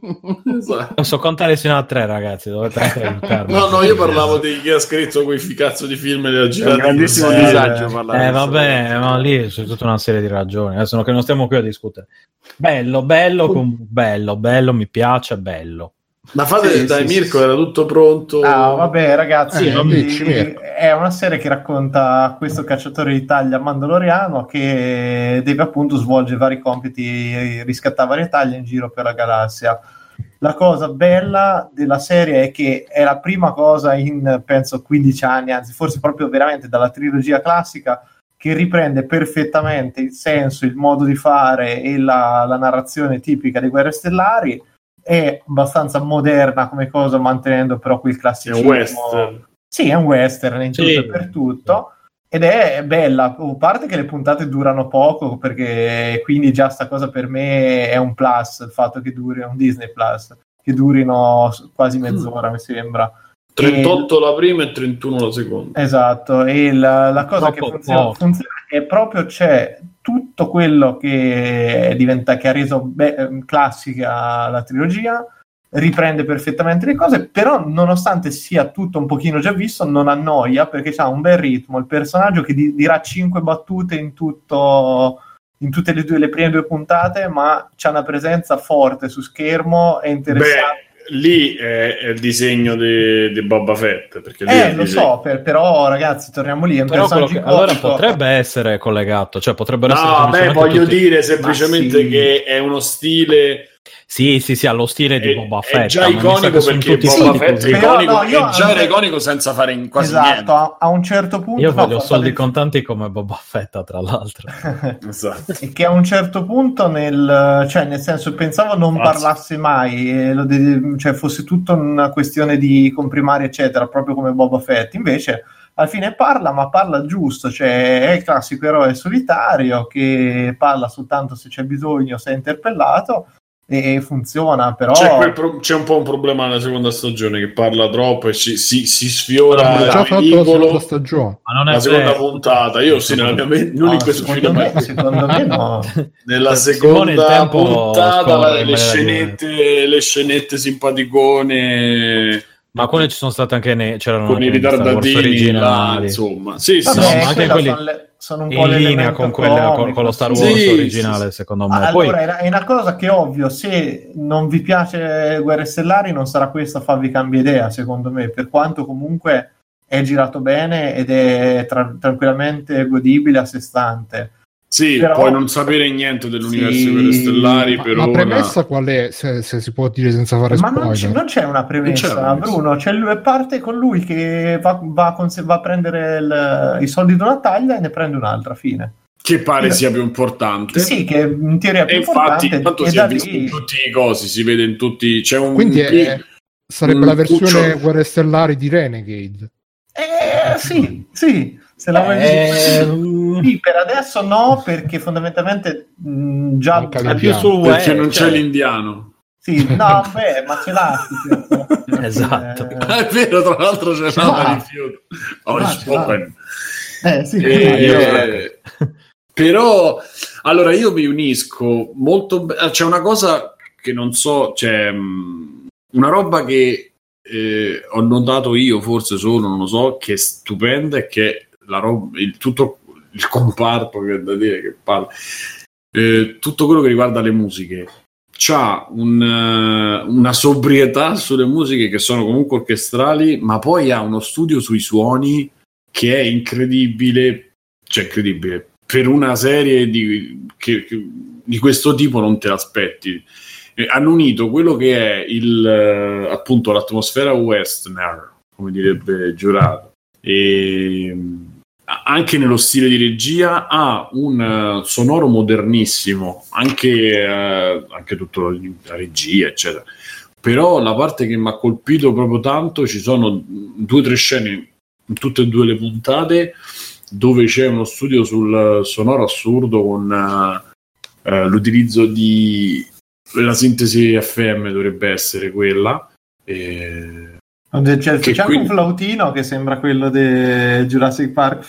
Posso contare sino a tre, ragazzi. Dovete aiutarmi. No, no, io parlavo di chi ha scritto quei cazzo di film della È un girata. grandissimo Eh, disagio parlare Eh di vabbè, Star Wars. ma lì c'è tutta una serie di ragioni. Adesso che non stiamo qui a discutere. Bello, bello, com- bello, bello, mi piace, bello. Ma fate, Sì, dai, sì, Mirko, sì. era tutto pronto. Ah, vabbè, ragazzi, Eh, non dici, Mirko. è una serie che racconta questo cacciatore di taglia mandaloriano che deve appunto svolgere vari compiti, riscattare varie taglie in giro per la galassia. La cosa bella della serie è che è la prima cosa in, penso, quindici anni, anzi forse proprio veramente dalla trilogia classica, che riprende perfettamente il senso, il modo di fare e la, la narrazione tipica di Guerre Stellari. È abbastanza moderna come cosa, mantenendo però quel È classicismo. un western. Sì, è un western in tutto Sì. e per tutto. Ed è bella, a parte che le puntate durano poco, perché quindi già sta cosa per me è un plus, il fatto che duri, è un Disney Plus, che durino quasi mezz'ora, mi sembra. trentotto la prima e trentuno la seconda. Esatto, e la, la cosa Troppo che funziona, poco. funziona è proprio c'è tutto quello che diventa, che ha reso be- classica la trilogia, riprende perfettamente le cose, però nonostante sia tutto un pochino già visto non annoia, perché ha un bel ritmo, il personaggio che di- dirà cinque battute in tutto, in tutte le, due, le prime due puntate, ma c'ha una presenza forte su schermo, è interessante. Beh, lì è, è il disegno di, di Boba Fett. Perché lì è Eh, il lo disegno. so, per- però ragazzi, torniamo lì, è un Però quello personaggio che- allora iconico. potrebbe essere collegato, cioè potrebbero essere No, beh, semplicemente voglio tutti- dire semplicemente Ma sì. che è uno stile. Sì, sì, sì, allo stile di È, Boba è Fett. già ma mi sa iconico che sono perché tutti Boba fatti Fett così. è Però iconico, no, io e già anche- era iconico senza fare in quasi Esatto, niente. a, a un certo punto Io no, voglio fa- soldi fa- contanti come Boba Fett, tra l'altro. Esatto. e che a un certo punto nel, cioè nel senso pensavo non Mazza. parlasse mai, e lo de- cioè fosse tutta una questione di comprimari eccetera, proprio come Boba Fett, invece alla fine parla, ma parla giusto, cioè è il classico eroe solitario che parla soltanto se c'è bisogno, se è interpellato, e funziona, però c'è, quel pro- c'è un po' un problema nella seconda stagione che parla troppo e ci, si, si sfiora ha già fatto la seconda stagione, ma non è la seconda vero. puntata. Io sì, nella mia mente, non no, in questo secondo, film, me, secondo me no. nella Simone il seconda tempo puntata scorre in le maniera scenette, le scenette simpaticone, ma quelle ci sono state anche nei, c'erano con i anche negli Star Wars ritardatini là, originali, insomma. Sì, sì, Vabbè, sì. ma anche quelle quelli sono, le, sono un po' in linea l'elemento con, quella, con, con lo Star Wars Sì, originale, sì, secondo me. Allora, Poi è una- è una cosa che è ovvio, se non vi piace Guerre Stellari non sarà questo a farvi cambiare idea, secondo me, per quanto comunque è girato bene ed è tra- tranquillamente godibile a sé stante. Sì, Però- puoi non sapere niente dell'universo Sì, di Guerre Stellari, ma per la ora. premessa qual è, se, se si può dire senza fare Ma spoiler? non c'è, non c'è una premessa, Non c'è una premessa. Bruno, c'è lui, parte con lui che va, va, a cons- va a prendere il- i soldi di una taglia e ne prende un'altra, fine. Che pare Sì. sia più importante. Sì, che in teoria è più E infatti, importante, tanto e si da è visto lì- in tutti i cosi, si vede in tutti. C'è un Quindi è- sarebbe un la versione cucciolo- Guerre Stellari di Renegade. Eh, sì, sì, se la vuoi Eh, dire. Sì, per adesso no, perché fondamentalmente mh, già Manca è più Indiano. sul perché web, non cioè, c'è l'indiano. sì, no, beh, ma ce l'ha. sì, Esatto. eh, Ah, è vero, tra l'altro c'è Ce una l'ha. rifiuto. Oh, Ah, ce l'ha. spoken. eh, sì. Eh, però allora io mi unisco molto be- c'è una cosa che non so, c'è mh, una roba che eh, ho notato io forse solo, non lo so, che è stupenda, è che la roba, il, tutto il comparto che è da dire che parla eh, tutto quello che riguarda le musiche c'ha un, uh, una sobrietà sulle musiche che sono comunque orchestrali, ma poi ha uno studio sui suoni che è incredibile, cioè incredibile per una serie di, che, che, di questo tipo non te l'aspetti. Eh, hanno unito quello che è il uh, appunto l'atmosfera westerner, come direbbe Giurato, e anche nello stile di regia ha un uh, sonoro modernissimo, anche, uh, anche tutta la regia eccetera. Però la parte che mi ha colpito proprio tanto, ci sono due o tre scene in tutte e due le puntate dove c'è uno studio sul sonoro assurdo con uh, uh, l'utilizzo di la sintesi F M, dovrebbe essere quella, e C'è, c'è che anche quindi- un flautino che sembra quello di Jurassic Park.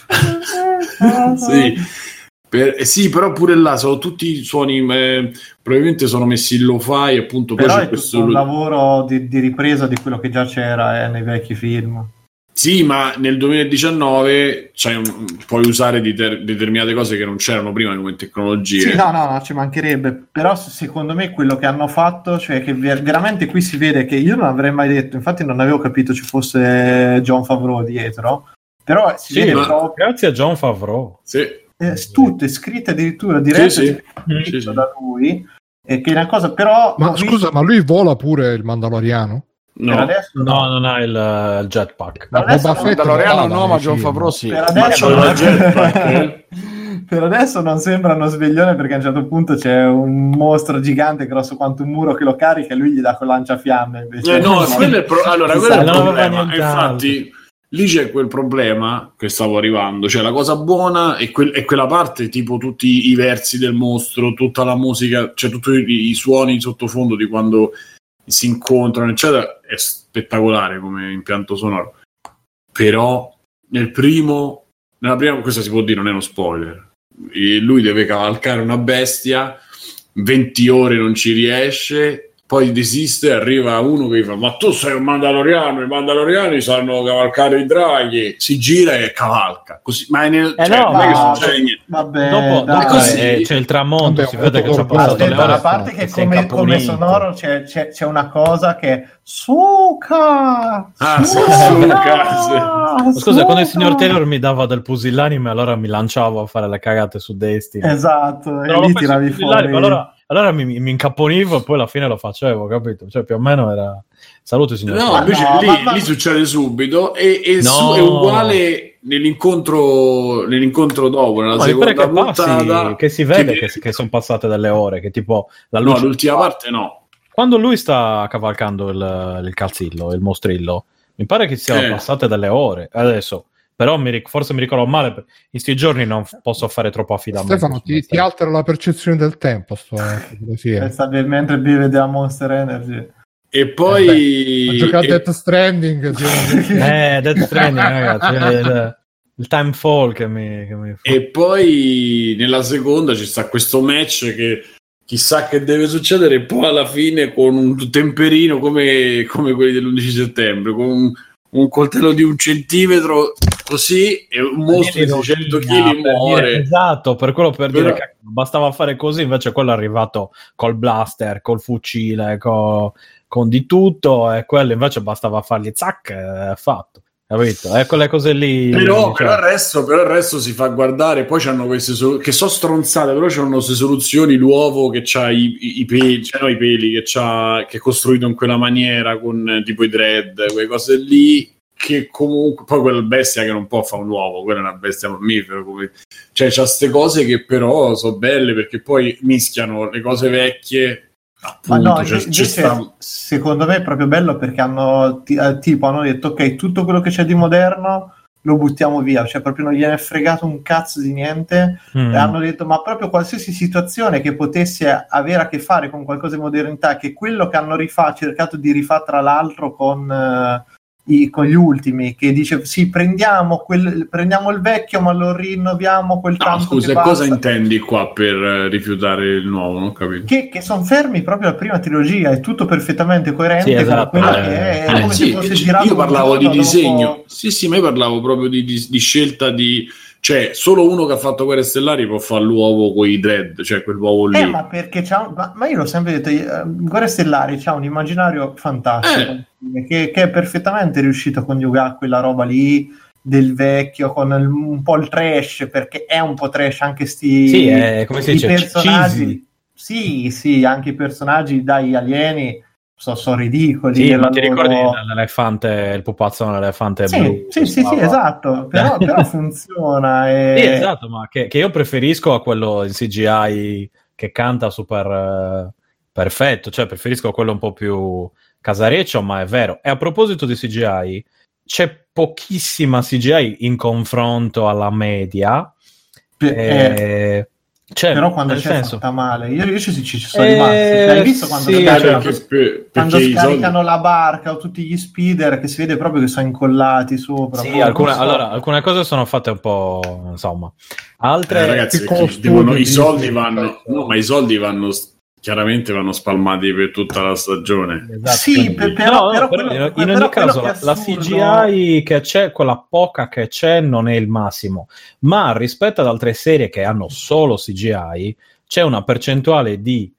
sì. Per, eh, sì, però pure là sono tutti suoni, eh, probabilmente sono messi in lo-fi, appunto. Poi Però c'è è questo tutto un lavoro di, di ripresa di quello che già c'era eh, nei vecchi film. sì, ma nel duemiladiciannove c'hai un, puoi usare di ter- determinate cose che non c'erano prima come tecnologie. Sì, no, no, no, ci mancherebbe. Però s- secondo me quello che hanno fatto, cioè che ver- veramente qui si vede che io non avrei mai detto, infatti non avevo capito ci fosse Jon Favreau dietro, però si Sì, vede ma- proprio grazie a Jon Favreau. Sì. eh, tutte scritte addirittura dirette Sì, sì. scritto Sì, sì. da lui, e che è una cosa però Ma ho visto- scusa, ma lui vola pure il Mandaloriano? per No. adesso No, non ha il, il jetpack. Ma adesso Boba non- Fett Mandaloriano volava no, ma nei Jon film. Favreau sì. per Ma adesso, c'aveva il jetpack, eh? per adesso non sembra uno sveglione, perché a un certo punto c'è un mostro gigante grosso quanto un muro che lo carica e lui gli dà con lanciafiamme invece. Eh, no, quello è il pro- allora, quello è il Non aveva problema. nient'altro. Infatti, lì c'è quel problema che stavo arrivando. Cioè, la cosa buona è, quel- è quella parte, tipo tutti i versi del mostro, tutta la musica, cioè tutti i, i suoni in sottofondo di quando si incontrano, eccetera. È spettacolare come impianto sonoro. Però, nel primo, nella prima, questo si può dire, non è uno spoiler. E lui deve cavalcare una bestia, venti ore non ci riesce, poi desiste, arriva uno che gli fa: ma tu sei un mandaloriano, i mandaloriani sanno cavalcare i draghi, si gira e cavalca così, ma è nel, Eh cioè, no, non è che ma- succede niente. Vabbè, Dopo, dai. dopo così. eh, c'è il tramonto, Vabbè, si vede che ci ha molto passato le Aspetta, ore. a parte che e si è come, come incaponito. sonoro c'è, c'è, c'è una cosa che Suka! Ah, sì, Suka! Ma scusa, quando il Suka! signor Taylor mi dava del pusillanime, allora mi lanciavo a fare le cagate su Destiny. Esatto, Però e lo lì fai tiravi sul pusillanime, fuori. allora, allora mi, mi incapponivo e poi alla fine lo facevo, capito? Cioè più o meno era... Salute signor No, Taylor. invece no, lì, ma- ma- lì succede subito e, e No. su- è uguale nell'incontro nell'incontro dopo, nella No, mi pare seconda che passi, puntata, che si vede che- che, che sono passate delle ore, che tipo la no, luce... l'ultima parte no. Quando lui sta cavalcando il, il calzillo, il mostrillo, mi pare che siano Eh. passate delle ore. Adesso, Però mi ric- forse mi ricordo male, in questi giorni non f- posso fare troppo affidamento. Stefano, ti, ti altera la percezione del tempo sto, sì. Mentre bevi da Monster Energy. E poi... Eh beh, giocato a e... Death Stranding. eh, Death Stranding, ragazzi. il, il Timefall che mi, che mi... E poi nella seconda ci sta questo match che chissà che deve succedere, e poi alla fine con un temperino come, come quelli dell'undici settembre, con un, un coltello di un centimetro così, e un mostro di seicento chili muore. Dire, esatto, per quello per Però... dire che bastava fare così, invece quello è arrivato col blaster, col fucile, co, con di tutto, e quello invece bastava fargli zac, è fatto. Capito? Eh, quelle cose lì. Però, cioè... però, il resto, però il resto si fa guardare. Poi c'hanno queste sol- che sono stronzate, però c'hanno queste soluzioni. L'uovo che c'ha i, i, i peli, cioè no, i peli che c'ha, che è costruito in quella maniera con eh, tipo i dread, quelle cose lì. Che comunque poi quella bestia che non può fare un uovo, quella è una bestia mammifera. Come... Cioè, c'ha ste cose che però sono belle perché poi mischiano le cose vecchie. Appunto, ma no, c'è, invece, c'è sta... secondo me è proprio bello perché hanno t- eh, tipo hanno detto ok, tutto quello che c'è di moderno lo buttiamo via, cioè proprio non gliene è fregato un cazzo di niente. Mm. E hanno detto ma proprio qualsiasi situazione che potesse avere a che fare con qualcosa di modernità, che quello che hanno rifà- cercato di rifare tra l'altro con uh, I, con gli ultimi, che dice sì, prendiamo, quel, prendiamo il vecchio ma lo rinnoviamo quel no, tanto scusa, che cosa basta. intendi qua per uh, rifiutare il nuovo? Non capito. Che, che sono fermi proprio la prima trilogia, è tutto perfettamente coerente, sì, esatto, con quella eh, che è, è eh, come sì, se fosse girato. Io parlavo di disegno, dopo... sì sì, ma io parlavo proprio di, di, di scelta di... Cioè, solo uno che ha fatto Guerre Stellari può fare l'uovo con i dread, cioè quell'uovo lì. Eh, ma perché c'ha... Ma, ma io l'ho sempre detto, eh, Guerre Stellari c'ha un immaginario fantastico, eh. che, che è perfettamente riuscito a coniugare quella roba lì del vecchio con il, un po' il trash, perché è un po' trash anche sti... Sì, è, come si dice, personaggi. cheesy. Sì, sì, anche i personaggi dagli alieni sono so ridicoli. Sì, ma ti loro... ricordi l'elefante, il pupazzo l'elefante sì, blu? Sì, sì, sì, esatto, però, però funziona. E... Sì, esatto, ma che, che io preferisco a quello in C G I che canta super uh, perfetto, cioè preferisco quello un po' più casareccio, ma è vero. E a proposito di C G I, c'è pochissima C G I in confronto alla media. P- e... eh. Cioè, però quando c'è senso... fatta male io, io ci, ci sono eh, rimasti, cioè, hai visto quando, sì, scaricano, perché, per, quando scaricano soldi... la barca o tutti gli speeder che si vede proprio che sono incollati sopra. Sì, alcune, so. allora, alcune cose sono fatte un po', insomma, altre eh, ragazzi, devono, i soldi vanno no, ma i soldi vanno chiaramente vanno spalmati per tutta la stagione. Esatto, sì, per, però, no, però, però quello, in però ogni caso la, la C G I che c'è, quella poca che c'è, non è il massimo, ma rispetto ad altre serie che hanno solo C G I c'è una percentuale di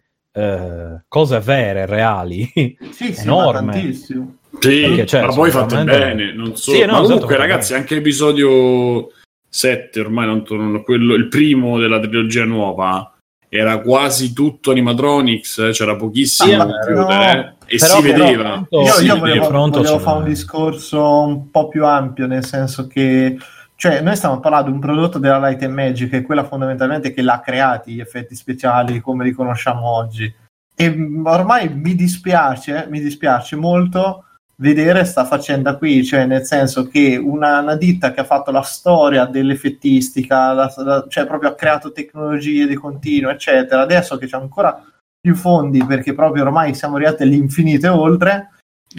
eh, cose vere, reali, sì, enorme. Sì, tantissimo. Sì, cioè, ma poi fatte bene, non so. Sì, no, ma comunque, esatto, ragazzi, anche l'episodio sette, ormai non torno, quello, il primo della trilogia nuova, era quasi tutto animatronics, eh, c'era pochissimo ah, computer, no, eh, e però, si vedeva. Io, si io vedeva. volevo, volevo fare un discorso un po' più ampio, nel senso che cioè noi stiamo parlando di un prodotto della Light and Magic, che è quella fondamentalmente che l'ha creati gli effetti speciali come li conosciamo oggi, e ormai mi dispiace mi dispiace molto vedere sta faccenda qui, cioè nel senso che una, una ditta che ha fatto la storia dell'effettistica, la, la, cioè proprio ha creato tecnologie di continuo eccetera, adesso che c'è ancora più fondi perché proprio ormai siamo arrivati all'infinito e oltre,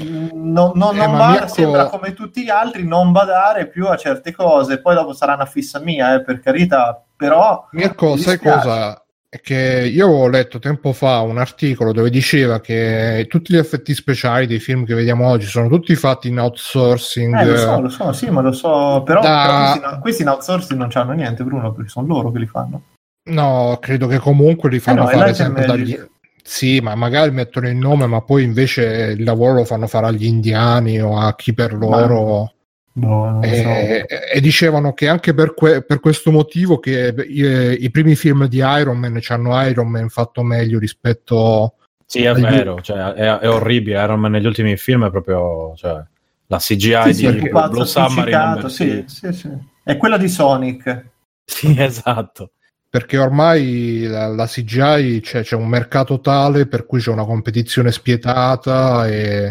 non, non, eh, non va, Mirko... sembra come tutti gli altri non badare più a certe cose, poi dopo sarà una fissa mia, eh, per carità, però Mirko, sai cosa? È che io avevo letto tempo fa un articolo dove diceva che tutti gli effetti speciali dei film che vediamo oggi sono tutti fatti in outsourcing. Eh, lo so, lo so, sì, ma lo so, però, da... però questi, no, questi in outsourcing non c'hanno niente, Bruno, perché sono loro che li fanno. No, credo che comunque li fanno eh no, fare sempre dagli... Sì, ma magari mettono il nome, ma poi invece il lavoro lo fanno fare agli indiani o a chi per loro... Ma... No, e, so. e dicevano che anche per, que- per questo motivo che i, i primi film di Iron Man c'hanno Iron Man fatto meglio rispetto sì è vero, cioè, è, è orribile. Iron Man negli ultimi film è proprio cioè, la C G I sì, di sì, Blue Submarine sì, sì, sì. È quella di Sonic, sì, esatto, perché ormai la, la C G I c'è, c'è un mercato tale per cui c'è una competizione spietata e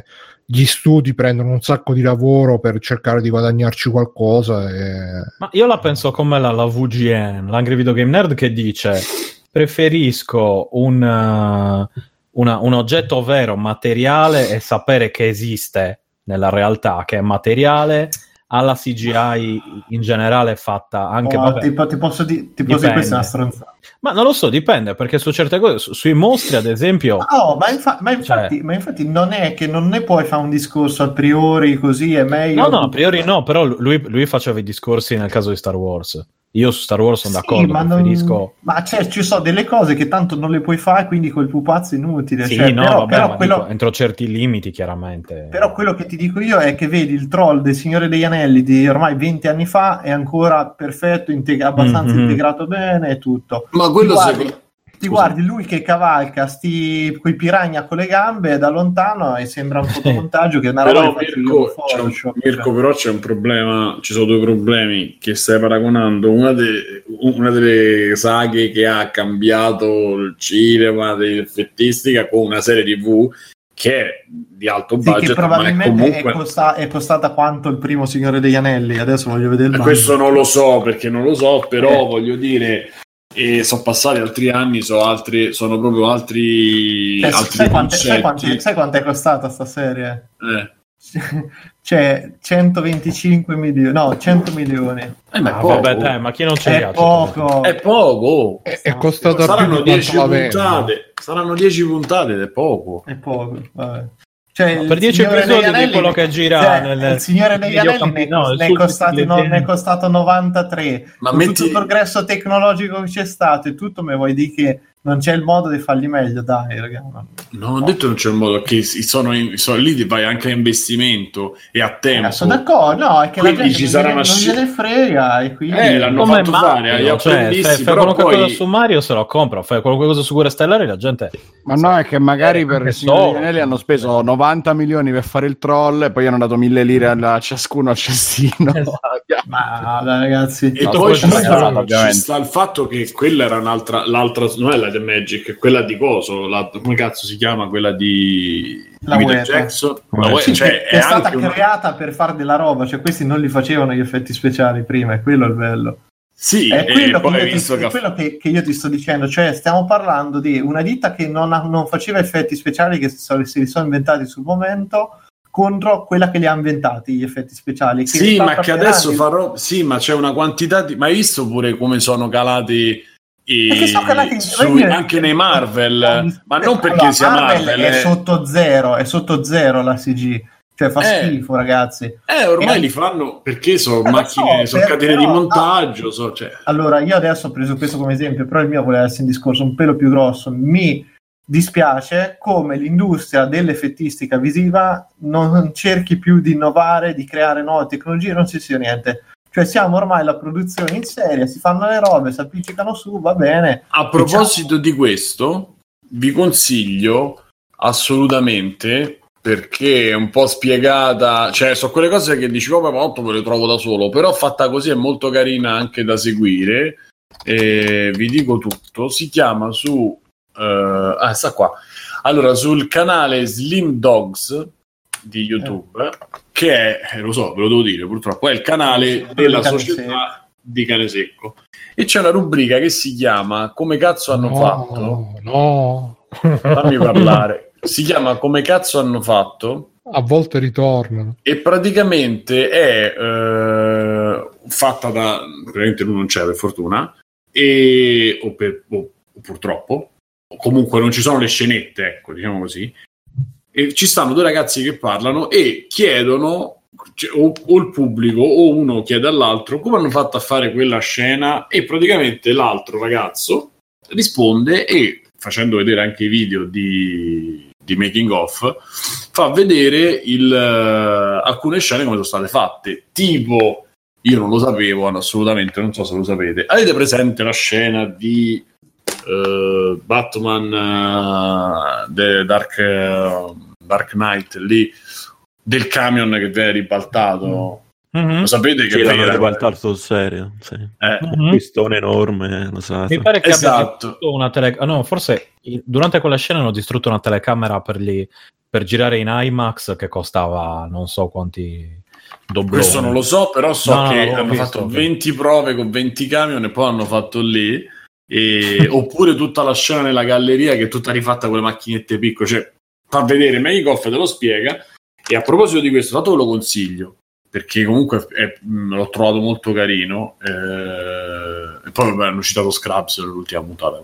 gli studi prendono un sacco di lavoro per cercare di guadagnarci qualcosa. E... Ma io la penso come la, la V G N, l'Angry Video Game Nerd, che dice preferisco un, uh, una, un oggetto vero, materiale, e sapere che esiste nella realtà, che è materiale, alla C G I in generale fatta anche... Oh, vabbè, tipo, ti posso dire ti posso dire questa è una stronzata. Ma non lo so, dipende, perché su certe cose, su, sui mostri ad esempio... Oh, ma, infa- ma, infatti, cioè... ma infatti non è che non ne puoi fare un discorso a priori così è meglio... No, no, a priori no, però lui, lui faceva i discorsi nel caso di Star Wars. Io su Star Wars sono sì, d'accordo, ma preferisco... Non... Ma cioè, ci sono delle cose che tanto non le puoi fare, quindi quel pupazzo è inutile. Sì, cioè, no, però, vabbè, però ma quello... dico, entro certi limiti, chiaramente. Però quello che ti dico io è che vedi il troll del Signore degli Anelli di ormai venti anni fa è ancora perfetto, integ- abbastanza mm-hmm. integrato bene e tutto. Ma quello ti guardi, secondo... ti guardi lui che cavalca sti quei piranha con le gambe da lontano e sembra un fotomontaggio che è una però roba Mirko, c'è un, Mirko però c'è un problema, ci sono due problemi che stai paragonando. Una, de, una delle saghe che ha cambiato il cinema dell'effettistica con una serie tivù che è di alto budget, sì, che probabilmente ma è, comunque... è, costa- è costata quanto il primo Signore degli Anelli. Adesso voglio vedere il questo non lo so perché non lo so, però eh. voglio dire, e sono passati altri anni, so altri, sono proprio altri, eh, altri sai, quante, sai, concetti. quante, sai quanto è costata sta serie? Eh. C'è centoventicinque milioni, no, cento milioni. Eh, ma ah, vabbè, dai, ma chi non ci è piace? poco. È poco. È, è costata saranno dieci puntate. puntate. Saranno dieci puntate ed è poco. È poco, vabbè. Cioè, per dieci episodi Anelli, di quello che gira cioè, nel, il Signore degli Anelli ne, no, ne, è costato, no, ne è costato novantatré. Ma con metti... tutto il progresso tecnologico che c'è stato e tutto, mi vuoi dire che non c'è il modo di farli meglio? Dai, ragazzi. Non ho detto non c'è il modo, che sono, in, sono lì, vai anche a investimento e a tempo. Eh, sono d'accordo, no, è che quindi la gente ci non, sarà gliene, una non gliene frega e quindi... Eh, l'hanno come fatto fare agli cioè, apprendisti, fai, fai però qualunque poi... cosa su Mario se lo compra, fai qualunque cosa su Guerre Stellari la gente... Ma no, è che magari eh, per il so. Signore degli Anelli hanno speso novanta milioni per fare il troll e poi hanno dato mille lire a ciascuno al cestino. Ma ragazzi... E no, poi ci sta, cagato, ci sta il fatto che quella era un'altra, l'altra, non è la The Magic, quella di coso, la, come cazzo si chiama quella di, la di Peter Jackson, la sì, cioè, che, è, che è stata una... creata per fare della roba, cioè questi non li facevano gli effetti speciali prima, è quello il bello. Sì, è quello, e poi che, hai io visto ti, che... è quello che, che io ti sto dicendo, cioè stiamo parlando di una ditta che non, ha, non faceva effetti speciali, che si, si li sono inventati sul momento, contro quella che li ha inventati gli effetti speciali. Che sì, ma che adesso anni... farò... Sì, ma c'è una quantità di... Ma hai visto pure come sono calati... I... Sono calati... Su... anche nei Marvel, ma non perché allora, sia Marvel, Marvel è è... sotto zero, è sotto zero la C G. Cioè fa eh, schifo, ragazzi. Eh, ormai e li fanno perché sono eh, macchine, so, sono per, catene però, di montaggio. Ah, so, cioè. Allora, io adesso ho preso questo come esempio, però il mio voleva essere un discorso un pelo più grosso. Mi dispiace come l'industria dell'effettistica visiva non cerchi più di innovare, di creare nuove tecnologie, non si sia niente. Cioè siamo ormai la produzione in serie, si fanno le robe, si appiccicano su, va bene. A proposito diciamo... di questo, vi consiglio assolutamente, perché è un po' spiegata, cioè sono quelle cose che dici oh, ma molto me le trovo da solo, però fatta così è molto carina anche da seguire. E vi dico tutto, si chiama su uh, ah sta qua allora sul canale Slim Dogs di YouTube, eh. che è, lo so, ve lo devo dire purtroppo, è il canale della società di Cane Secco, e c'è una rubrica che si chiama Come cazzo hanno no, fatto no fammi parlare, si chiama Come cazzo hanno fatto, a volte ritornano, e praticamente è eh, fatta da, veramente lui non c'è per fortuna, e o, per, o, o purtroppo o comunque non ci sono le scenette, ecco, diciamo così, e ci stanno due ragazzi che parlano e chiedono, cioè, o, o il pubblico o uno chiede all'altro come hanno fatto a fare quella scena, e praticamente l'altro ragazzo risponde e, facendo vedere anche i video di, di making of, fa vedere il, uh, alcune scene come sono state fatte, tipo, io non lo sapevo assolutamente, non so se lo sapete, avete presente la scena di uh, Batman uh, The Dark, uh, Dark Knight lì, del camion che viene ribaltato? Mm-hmm. Lo sapete che l'hanno ribaltato sul serio, sì. eh. Un mm-hmm. pistone enorme, lo so. Mi pare che esatto. abbia una tele... ah, no, forse durante quella scena hanno distrutto una telecamera per, gli... per girare in IMAX che costava non so quanti dobloni. Questo non lo so, però so no, che no, hanno visto, fatto venti prove con venti camion e poi hanno fatto lì e... oppure tutta la scena nella galleria che è tutta rifatta con le macchinette piccole, cioè fa vedere Meikoff, te lo spiega. E a proposito di questo, tanto ve lo consiglio perché comunque è, mh, l'ho trovato molto carino eh, e poi vabbè, hanno citato Scrubs nell'ultima puntata,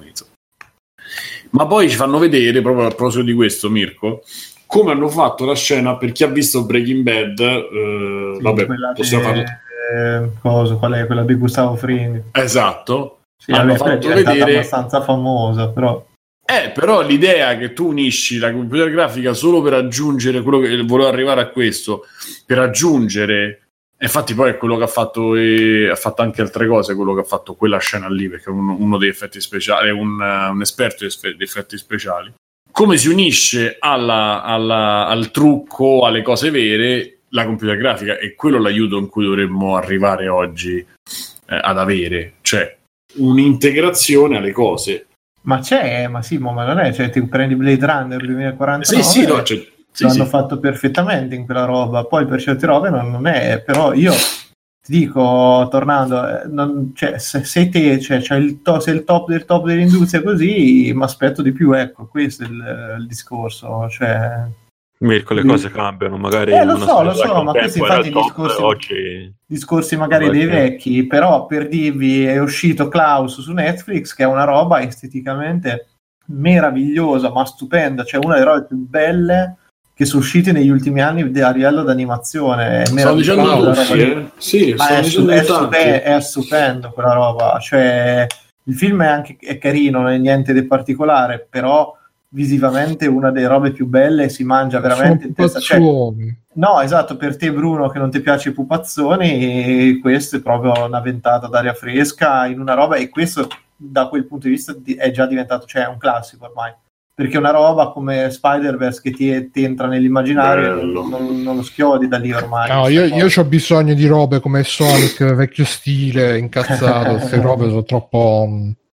ma poi ci fanno vedere proprio a proposito di questo, Mirko, come hanno fatto la scena. Per chi ha visto Breaking Bad eh, sì, vabbè, de... possiamo farlo eh, cosa, qual è quella di Gustavo Fring, esatto, sì, hanno vabbè, fatto è vedere abbastanza famosa, però Eh, però l'idea che tu unisci la computer grafica solo per aggiungere quello che volevo arrivare a questo, per aggiungere, infatti poi è quello che ha fatto e ha fatto anche altre cose, quello che ha fatto quella scena lì, perché è uno, uno degli effetti speciali, è un, un esperto di effetti speciali. Come si unisce alla, alla, al trucco, alle cose vere, la computer grafica, e quello è l'aiuto in cui dovremmo arrivare oggi eh, ad avere, cioè un'integrazione alle cose. Ma c'è, ma sì, ma non è, cioè ti prendi Blade Runner duemilaquarantanove, sì, sì, no, cioè, sì, l'hanno sì. fatto perfettamente in quella roba, poi per certe robe non, non è, però io ti dico, tornando, non, cioè, se sei te, cioè, cioè il to, sei il top del top dell'industria così, mi aspetto di più, ecco, questo è il, il discorso, cioè... Mirko, le cose cambiano, magari eh, lo so, lo so, ma questi infatti discorsi, oggi... discorsi magari dei vecchi, però per dirvi è uscito Klaus su Netflix, che è una roba esteticamente meravigliosa, ma stupenda, cioè una delle robe più belle che sono uscite negli ultimi anni a livello d'animazione. È sto dicendo tutti, eh? Sì, ma è, stu- è, stupe- è stupendo quella roba, cioè il film è anche è carino, non è niente di particolare, però visivamente una delle robe più belle, si mangia veramente in testa, cioè, no, esatto, per te Bruno che non ti piace i pupazzoni, e questo è proprio una ventata d'aria fresca in una roba, e questo da quel punto di vista è già diventato, cioè, un classico ormai, perché una roba come Spider-Verse che ti, ti entra nell'immaginario non, non lo schiodi da lì ormai. No, io, io ho bisogno di robe come Sonic vecchio stile, incazzato, queste robe sono troppo...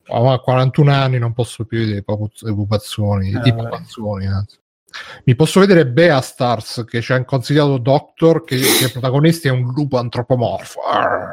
a quarantuno anni non posso più vedere i pupazzoni, eh, i pupazzoni anzi. Mi posso vedere Beastars, che c'è un consigliato Doctor che, che il protagonista è un lupo antropomorfo. Arr.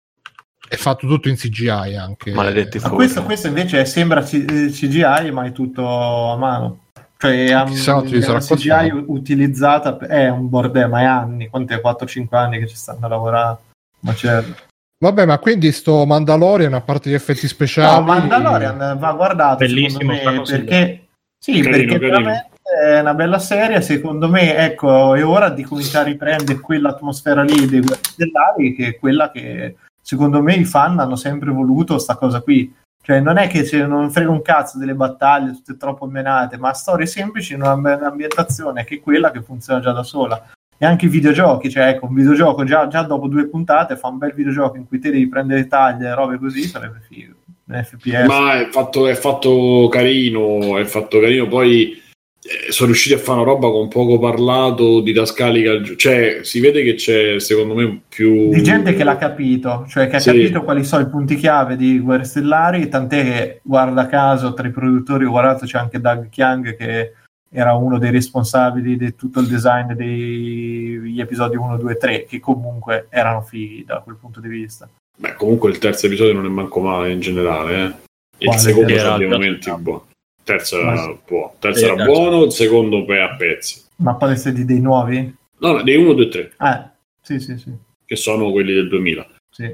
È fatto tutto in C G I anche. Maledetti ma questo, questo invece sembra C G I, ma è tutto a mano, cioè è, Chissà, è una C G I così utilizzata, è un bordello, ma è anni, quanti è? quattro cinque anni che ci stanno a lavorare, ma certo. Vabbè, ma quindi sto Mandalorian, a parte gli effetti speciali... No, Mandalorian va guardato, bellissimo, secondo me, perché sì, carino, perché carino. veramente è una bella serie, secondo me, ecco, è ora di cominciare a riprendere quell'atmosfera lì dei Stellari, che è quella che secondo me i fan hanno sempre voluto, sta cosa qui. Cioè non è che cioè, non frega un cazzo delle battaglie tutte troppo menate, ma storie semplici in un'ambientazione che è quella che funziona già da sola. E anche i videogiochi, cioè ecco, un videogioco già, già dopo due puntate fa un bel videogioco in cui te devi prendere taglie, robe così, sarebbe figo. F P S. Ma è fatto, è fatto carino, è fatto carino, poi eh, sono riusciti a fare una roba con poco parlato, didascalica, cioè si vede che c'è, secondo me, più... di gente che l'ha capito, cioè che ha sì. capito quali sono i punti chiave di Guerre Stellari, tant'è che, guarda caso, tra i produttori ho guardato c'è anche Doug Chiang che era uno dei responsabili di tutto il design degli episodi uno, due, tre, che comunque erano fighi da quel punto di vista. Beh, comunque il terzo episodio non è manco male in generale, eh. Il Quale secondo era c'ha dei momenti buoni. Il terzo era, Ma... buono. Il terzo era buono, il secondo poi a pezzi. Ma parli di dei nuovi? No, dei uno, due, tre. Eh, sì, sì, sì. Che sono quelli del duemila. Sì.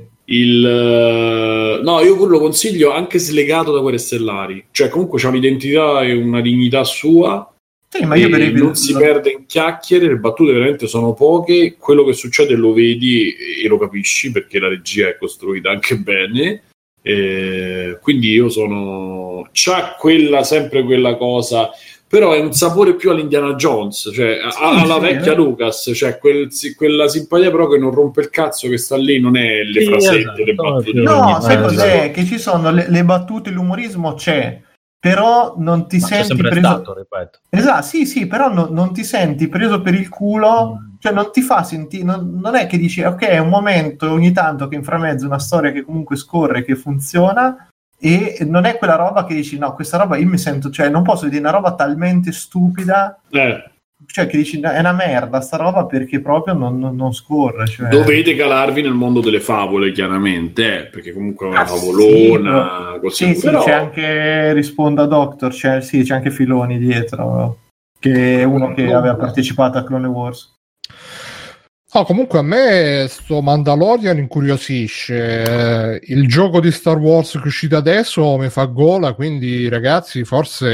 Il no, io quello consiglio anche slegato da Guerre Stellari. Cioè, comunque c'ha un'identità e una dignità sua. Sì, ma io per non il... si perde in chiacchiere, le battute veramente sono poche, quello che succede lo vedi e lo capisci perché la regia è costruita anche bene, e quindi io sono c'ha quella sempre quella cosa, però è un sapore più all'Indiana Jones, cioè sì, alla sì, vecchia eh. Lucas, cioè quel, quella simpatia però che non rompe il cazzo, che sta lì, non è le sì, frasette, esatto, le battute. No, sai cos'è? Che ci sono le, le battute, l'umorismo c'è, però non ti Ma c'è senti sempre preso... stato, ripeto. Esatto, sì, sì, però no- non ti senti preso per il culo, Mm. cioè non ti fa sentire, non, non è che dici, ok, è un momento ogni tanto che inframezzo una storia che comunque scorre, che funziona, e non è quella roba che dici, no, questa roba io mi sento, cioè non posso vedere una roba talmente stupida, Eh, cioè che dici, è una merda sta roba perché proprio non, non- non scorre. Cioè... dovete calarvi nel mondo delle favole, chiaramente, eh, perché comunque è una Ah, favolona, sì, così. sì, sì, però... c'è anche Risponda Doctor, c'è, sì, c'è anche Filoni dietro, che è uno che aveva partecipato a Clone Wars. Oh, comunque a me sto Mandalorian incuriosisce. Eh, il gioco di Star Wars che è uscito adesso mi fa gola, quindi ragazzi forse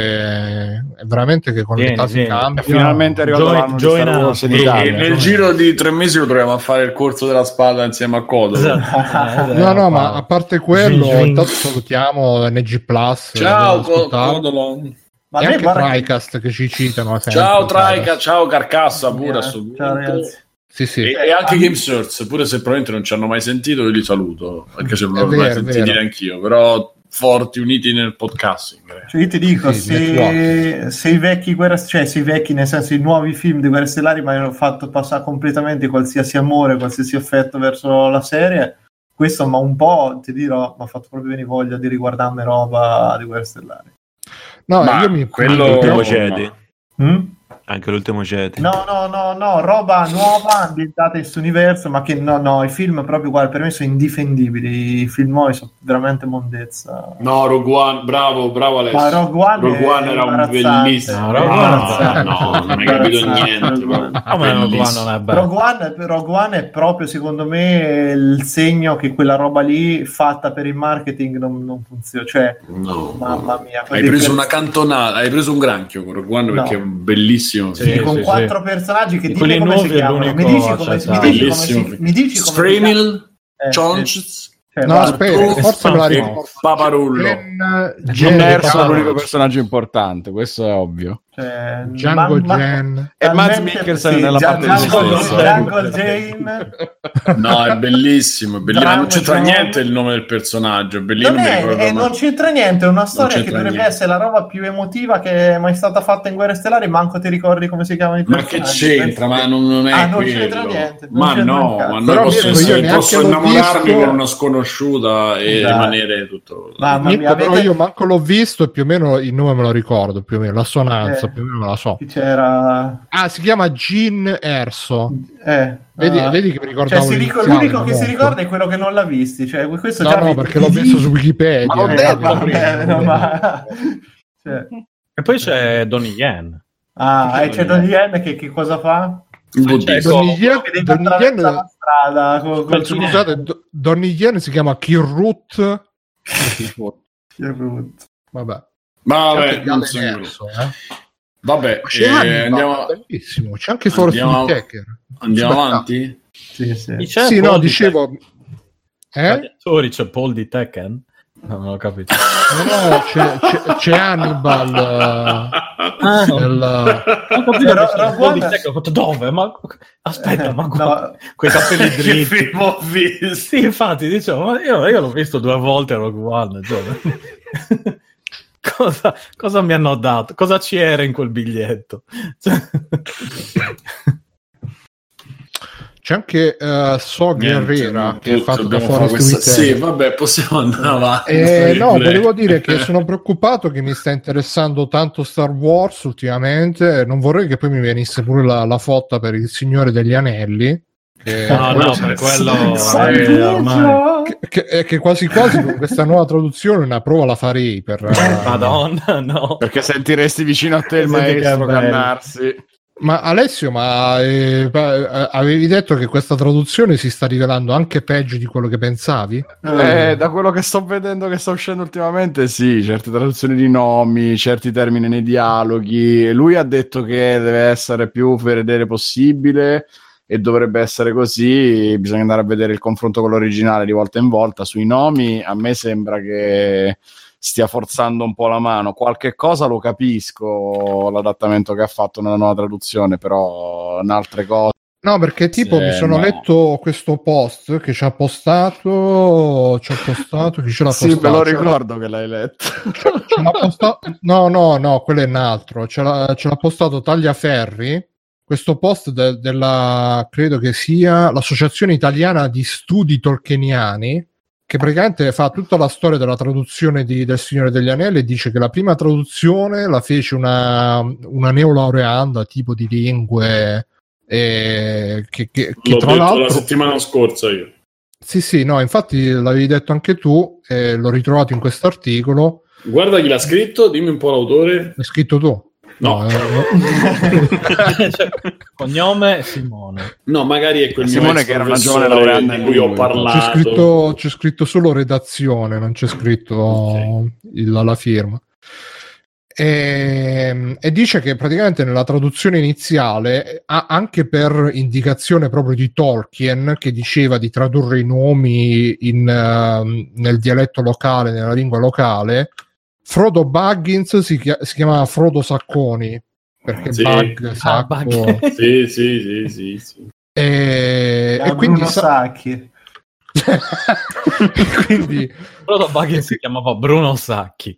è veramente che con Vieni, l'età si vieni. cambia. È finalmente arrivato Join- l'anno di join Star Wars up. in E- Italia. E nel giro di tre mesi lo troviamo a fare il corso della spada insieme a Codolo. Esatto. No, no, ma a parte quello, Swing, swing. intanto salutiamo N G Plus. Ciao eh, Co- ascoltare. Codolo. Ma E a me anche guarda che- TriCast che ci citano sempre. Ciao Traica, ciao Carcassa pure a sto Ciao punto. ragazzi. Sì, sì. E, e anche Gamesurf, pure se probabilmente non ci hanno mai sentito, io li saluto, anche se non È l'ho mai vero, è sentito vero. dire anch'io, però forti, uniti nel podcasting. eh. Cioè, io ti dico, Sì, se, se i vecchi guerra, cioè se i vecchi, nel senso i nuovi film di Guerre Stellari mi hanno fatto passare completamente qualsiasi amore, qualsiasi affetto verso la serie, questo ma un po', ti dirò, mi ha fatto proprio venire voglia di riguardarmi roba di Guerre Stellari. No, Ma io mi quello- Anche l'ultimo no. Jedi. Mm? Anche l'ultimo Jedi. No, no, no, no, roba nuova ambientata in questo universo, ma che no, no, i film proprio, guarda, per me sono indifendibili, i film nuovi sono veramente mondezza. No, Rogue One, bravo, bravo Alessio. Ma Rogue One, Rogue è One era un imbarazzante. bellissimo. No, Rogue Ah, One- no, non hai capito Imbarazzante, niente. Rogue One. proprio. Come Rogue One Bellissimo. non è bello? Rogue One, Rogue One è proprio secondo me il segno che quella roba lì fatta per il marketing non, non funziona, cioè No, mamma mia, Hai preso una cantonata, hai preso un granchio con Rogue One No. perché è un bellissimo Sì, film. con sì, quattro personaggi che Di dimmi quelli come si nuovi è chiamano, mi l'unico dici come, mi accettabile. dici come si, Bellissimo. mi dici come si Stramil, chiama? Eh, Chonchz, cioè, No, guarda, aspetta, tu- forse me la e ricordo. Paparullo. Gen, Gen Gen Erso è Django- l'unico personaggio importante, questo è ovvio. cioè, Django ma- ma- Gen. E Mads talmente- Mikkelsen sì, nella Django- parte di Django- stesso. Django Jane. No, è bellissimo, è bellissimo. Ma non c'entra Dramma, niente il nome del personaggio, è bellissimo. Non, mi è- ricordo, eh, ma- non c'entra niente, è una storia che c'entra dovrebbe niente. essere la roba più emotiva che è mai stata fatta in Guerre Stellari, manco ti ricordi come si chiamano i Ma che personaggi. c'entra? Ma non, non è Ah, non quello. c'entra niente, non Ma c'entra un no, cazzo. ma Però non posso, Mirko, io essere- neanche posso l'ho innamorarmi visto. con una sconosciuta e Dai. rimanere tutto. Mamma Mirko, mia, però avete- io manco l'ho visto e più o meno il nome me lo ricordo, più o meno l'assonanza, Eh. più o meno me la so. Chi c'era? Ah, si chiama Gin Erso. Eh, Vedi, ah. vedi che mi ricordavo Cioè, si ric- l'iniziale, l'unico che si comunque. ricorda è quello che non l'ha visti. Cioè, questo No, già no, mi- perché mi l'ho dici- visto su Wikipedia. Ma l'ho eh, detto, vabbè, vabbè, no, ma... cioè, E poi c'è Donnie Yen. ah, e c'è Donnie Yen che, che cosa fa? Il Cioè, buddista. Donnie Yen, Che deve Donnie attraversare Yen- la strada con, con scusate, Do- Donnie Yen si chiama Kirrut. Vabbè. Ma C'è vabbè, anche non Galen so. Erso, eh. Vabbè, C'è eh, Hannibal, andiamo, bellissimo. C'è anche Forrest Andiamo- Whitaker. andiamo Aspetta. avanti? Sì, sì. Chi c'è? Sì, Paul no, di dicevo... Tekken. Eh? Attori, c'è Paul di Tekken? No, non ho capito. No, no, c'è, c'è, c'è Hannibal Ah, uh, nel... ho capito Però che c'è Rogue Paul di One- Tekken. Ho fatto dove? Ma aspetta, ma No, guarda, quei capelli Che dritti. film ho visto? Sì, infatti, dicevo, ma io, io l'ho visto due volte a Rogue One. Cioè. cosa, cosa mi hanno dato? Cosa c'era in quel biglietto? Cioè... C'è anche uh, So Niente, Guerrera no, che è fatto da dobbiamo fare Forrest questa- Whitaker. Sì, vabbè, possiamo andare avanti. Eh, no, Prego. volevo dire che sono preoccupato che mi sta interessando tanto Star Wars ultimamente. Non vorrei che poi mi venisse pure la, la fotta per il Signore degli Anelli. Che, No, no, per quello eh, ormai. che, che, eh, che quasi quasi con questa nuova traduzione una prova la farei per, eh, Madonna, no. Perché sentiresti vicino a te il Senti che maestro bello. cannarsi. Ma Alessio, ma eh, pa- avevi detto che questa traduzione si sta rivelando anche peggio di quello che pensavi? Eh, da quello che sto vedendo che sta uscendo ultimamente, sì, certe traduzioni di nomi, certi termini nei dialoghi. Lui ha detto che deve essere più fedele possibile e dovrebbe essere così. Bisogna andare a vedere il confronto con l'originale di volta in volta. Sui nomi a me sembra che stia forzando un po' la mano. Qualche cosa lo capisco, l'adattamento che ha fatto nella nuova traduzione, però in altre cose No, perché tipo Sì, mi sono no. letto questo post che ci ha postato, ci ha postato, chi ce l'ha Sì, postato? me lo Ce l'ha- ricordo che l'hai letto. ce l'ha postato, no, no, no, quello è un altro, ce l'ha, ce l'ha postato Tagliaferri, questo post de- della, credo che sia l'Associazione Italiana di Studi Tolkieniani, che praticamente fa tutta la storia della traduzione di, del Signore degli Anelli e dice che la prima traduzione la fece una, una neolaureanda tipo di lingue, eh, che, che, che L'ho tra detto l'altro la settimana scorsa io. sì sì no infatti l'avevi detto anche tu, eh, l'ho ritrovato in questo articolo. Guarda chi l'ha scritto, dimmi un po' l'autore. L'hai scritto tu? No. eh, Cioè, cognome Simone. No, magari è quel Simone mio ex che era una professore giovane laureanda di in cui ho lingue. parlato. c'è scritto c'è scritto solo redazione, non c'è scritto Ok. il- la firma. E, e dice che praticamente nella traduzione iniziale, a- anche per indicazione proprio di Tolkien, che diceva di tradurre i nomi in, ehm, nel dialetto locale, nella lingua locale, Frodo Baggins si, chia- si chiamava Frodo Sacconi, perché Sì. Bug, Ah, sacco, Bug. Sì, sì, sì, sì, sì. e, Ah, e quindi Bruno sa- Sacchi. quindi Frodo Baggins si chiamava Bruno Sacchi.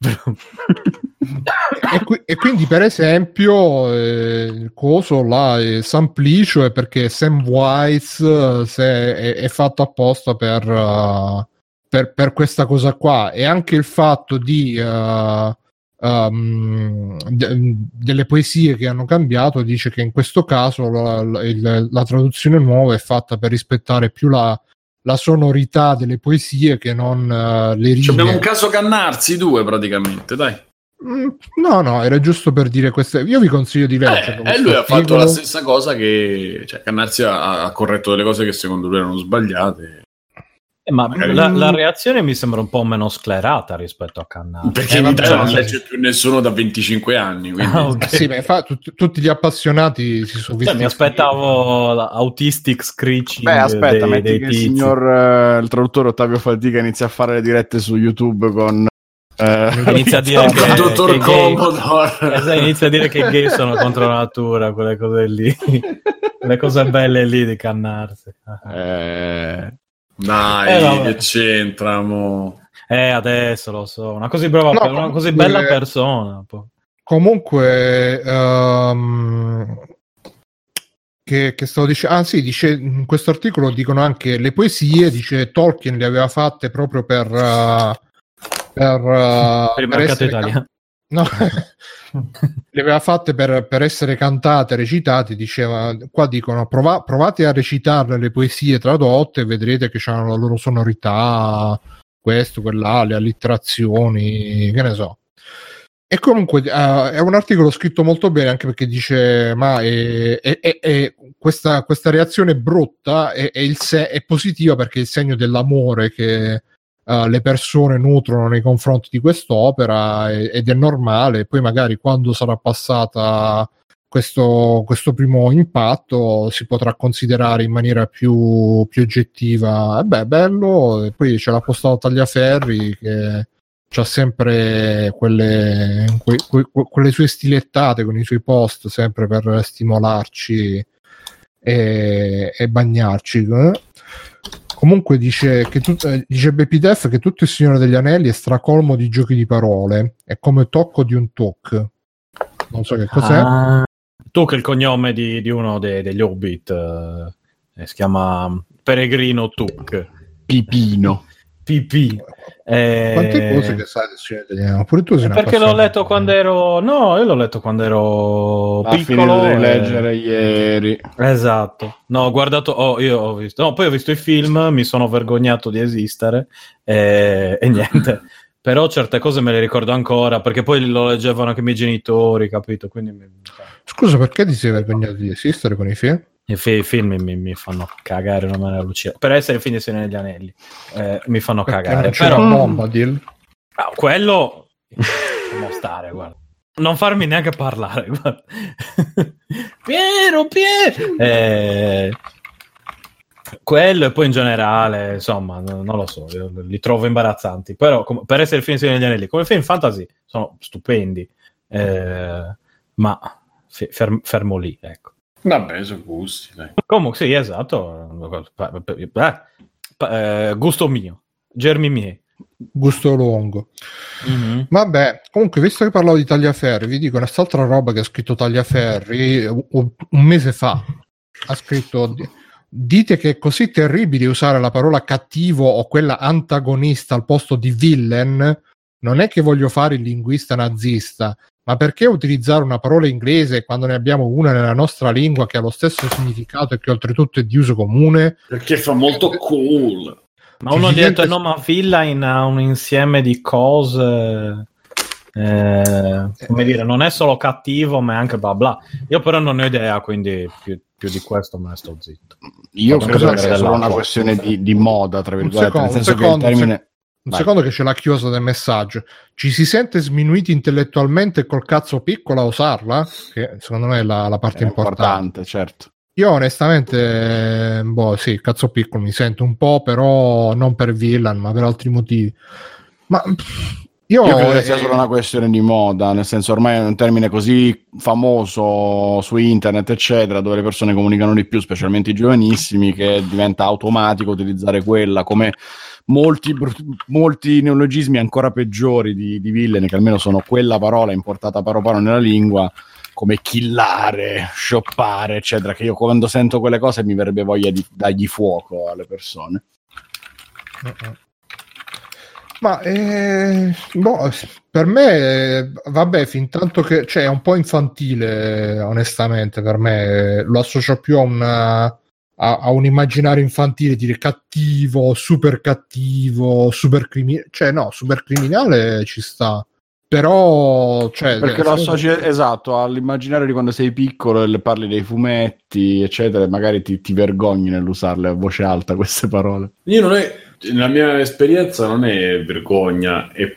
e, qui- e quindi per esempio eh, il coso là è Samplicio è perché Samwise eh, se è, è fatto apposta per, uh, per, per questa cosa qua, e anche il fatto di uh, um, de- delle poesie che hanno cambiato, dice che in questo caso la, la- il- la traduzione nuova è fatta per rispettare più la, la sonorità delle poesie che non uh, le Ci abbiamo un righe. caso Cannarsi due praticamente, dai. Mm, No, no, era giusto per dire queste. Io vi consiglio di leggerlo. Eh, e questo lui ha fatto articolo. la stessa cosa che... Cioè, Cannarsi ha, ha corretto delle cose che secondo lui erano sbagliate. Eh, ma Magari- la, la reazione mi sembra un po' meno sclerata rispetto a Cannata. Perché Eh, in vabbè, Italia non sì. legge più nessuno da venticinque anni. Quindi... Ah, ok. Eh sì, ma fa- tut- tutti gli appassionati si sono visti. Cioè, mi aspettavo l'autistic screeching. Beh, aspetta, dei, metti dei che il tizi. signor eh, il traduttore Ottavio Faltica inizia a fare le dirette su YouTube con eh, Inizia a dire che, Il dottor che i gay, Commodore. esatto, inizia a dire che i gay sono contro la natura, quelle cose lì, le cose belle lì di Cannarsi. eh, Dai, Eh, vabbè. che c'entra, mo? Eh, adesso lo so, una così brava, No, per- una così comunque- bella persona. poi. Comunque, ehm, che, che stavo dicendo? Ah, sì, dice in questo articolo dicono anche le poesie. Dice Tolkien le aveva fatte proprio per, eh, per, eh, Per il per mercato essere italiano. No, le aveva fatte per, per essere cantate, recitate. Diceva, qua dicono prova- provate a recitarle le poesie tradotte e vedrete che hanno la loro sonorità, questo, quella, le allitterazioni, che ne so. E comunque uh, è un articolo scritto molto bene, anche perché dice ma è, è, è, è questa, questa reazione brutta è, è, il se- è positiva perché è il segno dell'amore che Uh, le persone nutrono nei confronti di quest'opera, e, ed è normale. Poi magari quando sarà passata questo, questo primo impatto si potrà considerare in maniera più, più oggettiva. E beh, bello. E poi c'è la postato Tagliaferri che c'ha sempre quelle, que, que, quelle sue stilettate con i suoi post sempre per stimolarci e, e bagnarci. Comunque dice che tu, eh, dice Bepidef che tutto il Signore degli Anelli è stracolmo di giochi di parole, è come tocco di un toc. Non so che cos'è. Ah. Tu che il cognome di, di uno dei, degli Hobbit eh, si chiama Peregrino Tuk. Pipino. Pipì. Eh, Quante cose che sai del Signore degli Anelli? Pure tu sei una perché l'ho appassionata. letto quando ero no, io l'ho letto quando ero Ha piccolo finito di e- leggere ieri. Esatto. No, ho guardato oh, io ho visto no, poi ho visto i film, mi sono vergognato di esistere e, e niente. Però certe cose me le ricordo ancora perché poi lo leggevano anche i miei genitori, capito? Quindi mi... Scusa, perché ti sei vergognato di esistere con i film? I, fi- i film mi, mi fanno cagare una maniera allucinante. Per essere film di Signore degli Anelli eh, mi fanno Perché cagare. non c'è Però una bomba, Dil? ah, quello lasciamo stare, guarda. Non farmi neanche parlare, guarda. Piero, Piero! Eh, quello e poi in generale, insomma, no- non lo so, io li trovo imbarazzanti. Però com- per essere film di Signore degli Anelli, come film fantasy, sono stupendi. Eh, ma fe- ferm- fermo lì, ecco. Vabbè, sono gusti, dai. Comunque, sì, esatto. Eh, eh, gusto mio, germi miei. Gusto lungo. Mm-hmm. Vabbè, comunque, visto che parlavo di Tagliaferri, vi dico un'altra roba che ha scritto Tagliaferri un mese fa. Ha scritto: dite che è così terribile usare la parola cattivo o quella antagonista al posto di villain. Non è che voglio fare il linguista nazista, ma perché utilizzare una parola inglese quando ne abbiamo una nella nostra lingua che ha lo stesso significato e che oltretutto è di uso comune? Perché fa molto cool. Ma uno ha detto no, ma villain ha un insieme di cose, eh, come dire, non è solo cattivo ma è anche bla bla. Io però non ne ho idea, quindi più, più di questo me ne sto zitto. Io credo che sia solo una questione di, di moda, tra virgolette, secondo, nel senso secondo, che il termine... Un Vai. secondo che c'è la chiosa del messaggio. Ci si sente sminuiti intellettualmente col cazzo piccolo a usarla? Che secondo me è la, la parte è importante. importante, certo. Io onestamente, boh, sì, cazzo piccolo mi sento un po', però non per villain, ma per altri motivi. Ma io, io credo che sia solo una questione di moda, nel senso ormai è un termine così famoso su internet, eccetera, dove le persone comunicano di più, specialmente i giovanissimi, che diventa automatico utilizzare quella come... Molti, molti neologismi ancora peggiori di, di villain, che almeno sono quella parola importata paro paro nella lingua, come killare, shoppare, eccetera, che io quando sento quelle cose mi verrebbe voglia di dargli fuoco alle persone. Uh-uh. Ma eh, boh, per me vabbè, fin tanto che cioè, è un po' infantile, onestamente, per me lo associo più a una A, a un immaginario infantile, dire cattivo, super cattivo, super criminale, cioè no, super criminale ci sta, però cioè, perché lo associ esatto all'immaginario di quando sei piccolo e le parli dei fumetti eccetera, e magari ti, ti vergogni nell'usarle a voce alta queste parole. Io non è, nella mia esperienza non è vergogna, è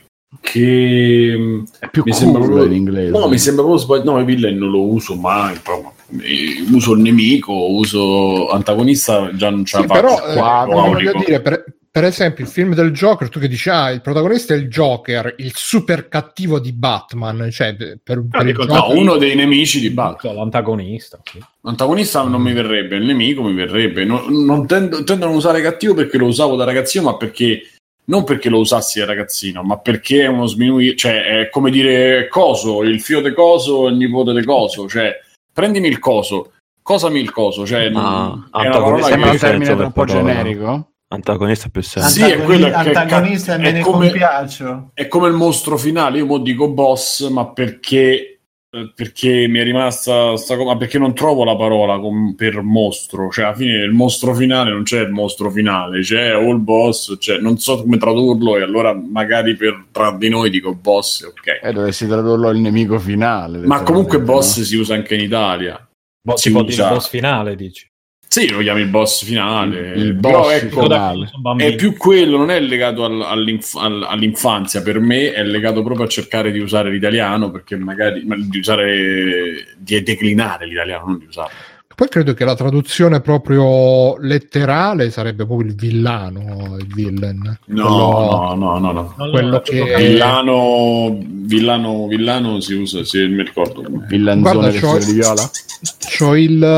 che è più mi cool sembra proprio, in inglese. No, mi sembra proprio sbagliato. No, i villain non lo uso mai proprio. Uso il nemico, uso antagonista, già non ce la sì, faccio. Però, qua, eh, no, voglio dire, per, per esempio il film del Joker, tu che dici ah il protagonista è il Joker, il super cattivo di Batman, cioè per, per no, il no, Joker, uno dei nemici di Batman, l'antagonista sì. L'antagonista non mi verrebbe, il nemico mi verrebbe. Non, non tendo, tendo a non usare cattivo perché lo usavo da ragazzino, ma perché non perché lo usassi da ragazzino, ma perché è uno sminuire, cioè è come dire coso, il figlio de coso, il nipote de coso, cioè prendimi il coso, cosami il coso, cioè ah, è una parola sembra che un termine troppo generico. Antagonista più senso. Sì, è quello che antagonista è, me ne come, compiaccio. È come il mostro finale, io mo dico boss, ma perché perché mi è rimasta sta cosa, ma perché non trovo la parola com, per mostro, cioè alla fine il mostro finale non c'è il mostro finale, c'è o il boss, cioè non so come tradurlo e allora magari per tra di noi dico boss, ok. Eh, dovessi tradurlo il nemico finale. Ma comunque boss no? Si usa anche in Italia. Bo- si può dire boss finale, dici? Sì, lo chiami il boss finale. Il, il però boss ecco, finale. È più quello, non è legato al, all'inf- all'infanzia, per me è legato proprio a cercare di usare l'italiano, perché magari di usare, di declinare l'italiano, non di usarlo. Poi credo che la traduzione proprio letterale sarebbe proprio il villano, il villain. No, quello, no, no, no, no. Quello che villano, villano, villano si usa, se mi ricordo. Villanzone vestito di viola? C'ho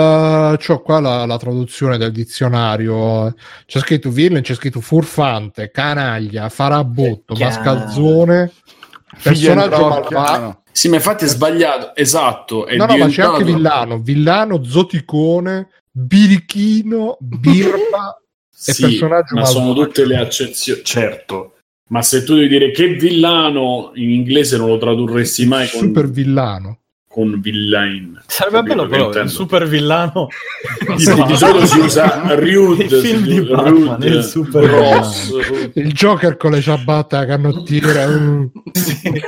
il c'ho qua la, la traduzione del dizionario. C'è scritto villain, c'è scritto furfante, canaglia, farabutto, mascalzone, personaggio malvagio. Sì, ma infatti è sbagliato, esatto. È no, no, diventato... ma c'è anche villano, villano, zoticone, birichino, birba sì, e personaggio ma malvagio. Sono tutte le accezioni, certo. Ma se tu devi dire che villano, in inglese non lo tradurresti mai con... Super villano. Con villain. Sarebbe bello però il super villano. Sì, di solito si usa Rude, il film di Batman, il super Ross, il Joker con le ciabatte a canottiera. Sì.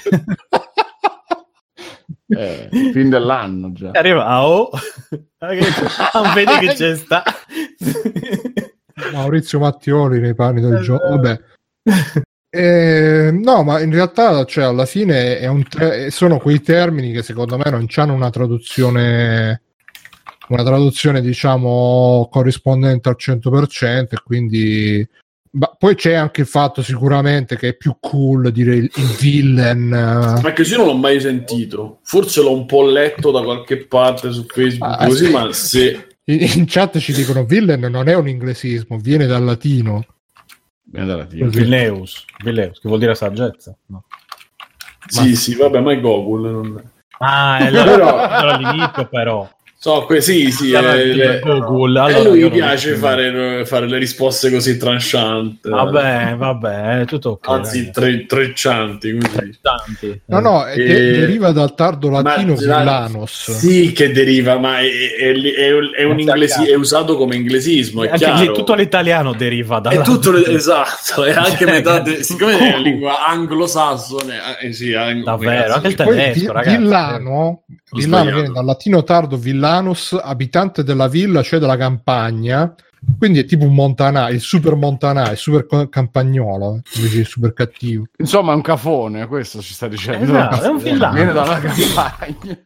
Eh, fin dell'anno già arriva a oh non vedi che c'è sta Maurizio Mattioli nei panni del gioco, vabbè. Eh, no, ma in realtà cioè, alla fine è un te- sono quei termini che secondo me non hanno una traduzione una traduzione diciamo corrispondente al cento per cento e quindi Ma poi c'è anche il fatto sicuramente che è più cool dire il, il villain. Anche se io non l'ho mai sentito, forse l'ho un po' letto da qualche parte su Facebook, ah, così, sì. Ma se... in, in chat ci dicono villain non è un inglesismo, viene dal latino. Viene dal latino. Villeus, Villeus, che vuol dire saggezza. No. Sì, ma... sì, vabbè, ma è Gogol. Non... Ah, è però... l'inizio però. So, que- sì, sì, allora, eh, le... Google, allora, lui gli piace fare, fare le risposte così tranchant. Vabbè, vabbè, è tutto ok. Anzi, tre, treccianti, così. Treccianti. No, no, e... de- deriva dal tardo latino ma, villanos. Sì, che deriva, ma è, è, è, è un inglesi- è usato come inglesismo, è anche chiaro. Lì, tutto l'italiano deriva da. È tutto le... esatto, è anche metà, de- siccome è una lingua anglosassone, eh, sì, ang- davvero, anche il poi tedesco, vi- ragazzi. Villano, villano viene dal latino tardo villanus, abitante della villa, cioè della campagna, quindi è tipo un montanà, il super montanà, il super campagnolo, invece il super cattivo. Insomma è un cafone, questo ci sta dicendo. Esatto, è un villano. Viene dalla campagna.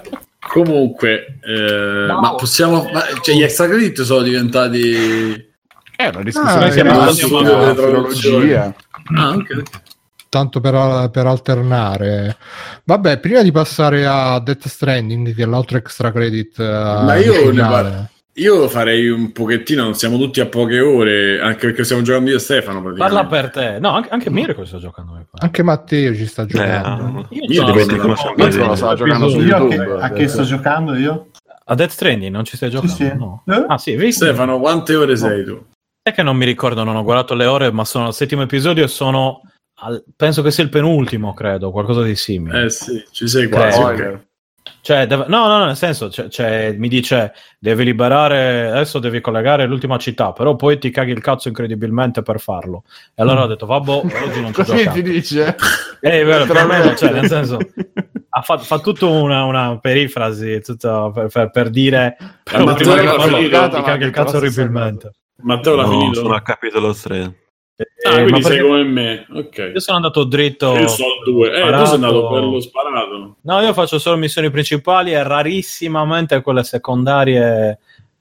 Comunque eh, no. ma possiamo ma, cioè gli extra credit sono diventati è una discussione ah, che studio delle filologia. Ah, okay. Tanto per, per alternare. Vabbè, prima di passare a Death Stranding, che è l'altro extra credit, ma io ne par- io farei un pochettino, non siamo tutti a poche ore, anche perché stiamo giocando io e Stefano. Parla per te. No, anche, anche Mirko sta giocando. Anche Matteo ci sta giocando. Eh, io dipende come sono io stavo giocando su YouTube. Che, a che sto giocando io? A Death Stranding non ci stai giocando? Sì, sì. No. Eh? Ah sì, visto? Stefano, quante ore no. sei tu? È che non mi ricordo, non ho guardato le ore, ma sono al settimo episodio e sono al, penso che sia il penultimo, credo, qualcosa di simile. Eh sì, ci sei quasi. Okay. Cioè, deve, no, no, nel senso, cioè, cioè, mi dice devi liberare, adesso devi collegare l'ultima città, però poi ti caghi il cazzo incredibilmente per farlo. E allora mm. ho detto, vabbè, oggi non ci così giocato. ti dice? Eh, vero, per me, cioè, nel senso, ha fatto fa tutta una, una perifrasi tutta per, per, per dire per l'ultima città ti caghi il cazzo orribilmente. Matteo l'ha no, finito? Sono a capitolo tre. Ah, eh, quindi sei come me, ok. Io sono andato dritto. Io sono due. Eh, tu sei andato bello sparato. No, io faccio solo missioni principali e rarissimamente quelle secondarie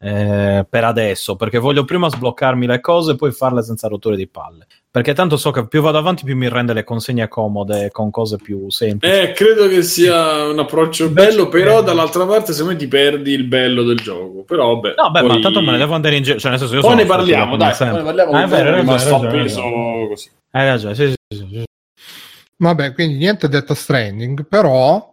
eh, per adesso, perché voglio prima sbloccarmi le cose e poi farle senza rotture di palle. Perché tanto so che più vado avanti più mi rende le consegne comode con cose più semplici. Eh, credo che sia un approccio bello, però dall'altra parte secondo me ti perdi il bello del gioco. Però vabbè. No, beh, poi... ma tanto me ne devo andare in giro. Cioè, nel senso, io poi sono ne parliamo, dai. Poi ne parliamo. Ah, è vero, è rimasto vero, appeso così. Hai ragione, sì, sì, sì, sì. Vabbè, quindi niente Death Stranding, però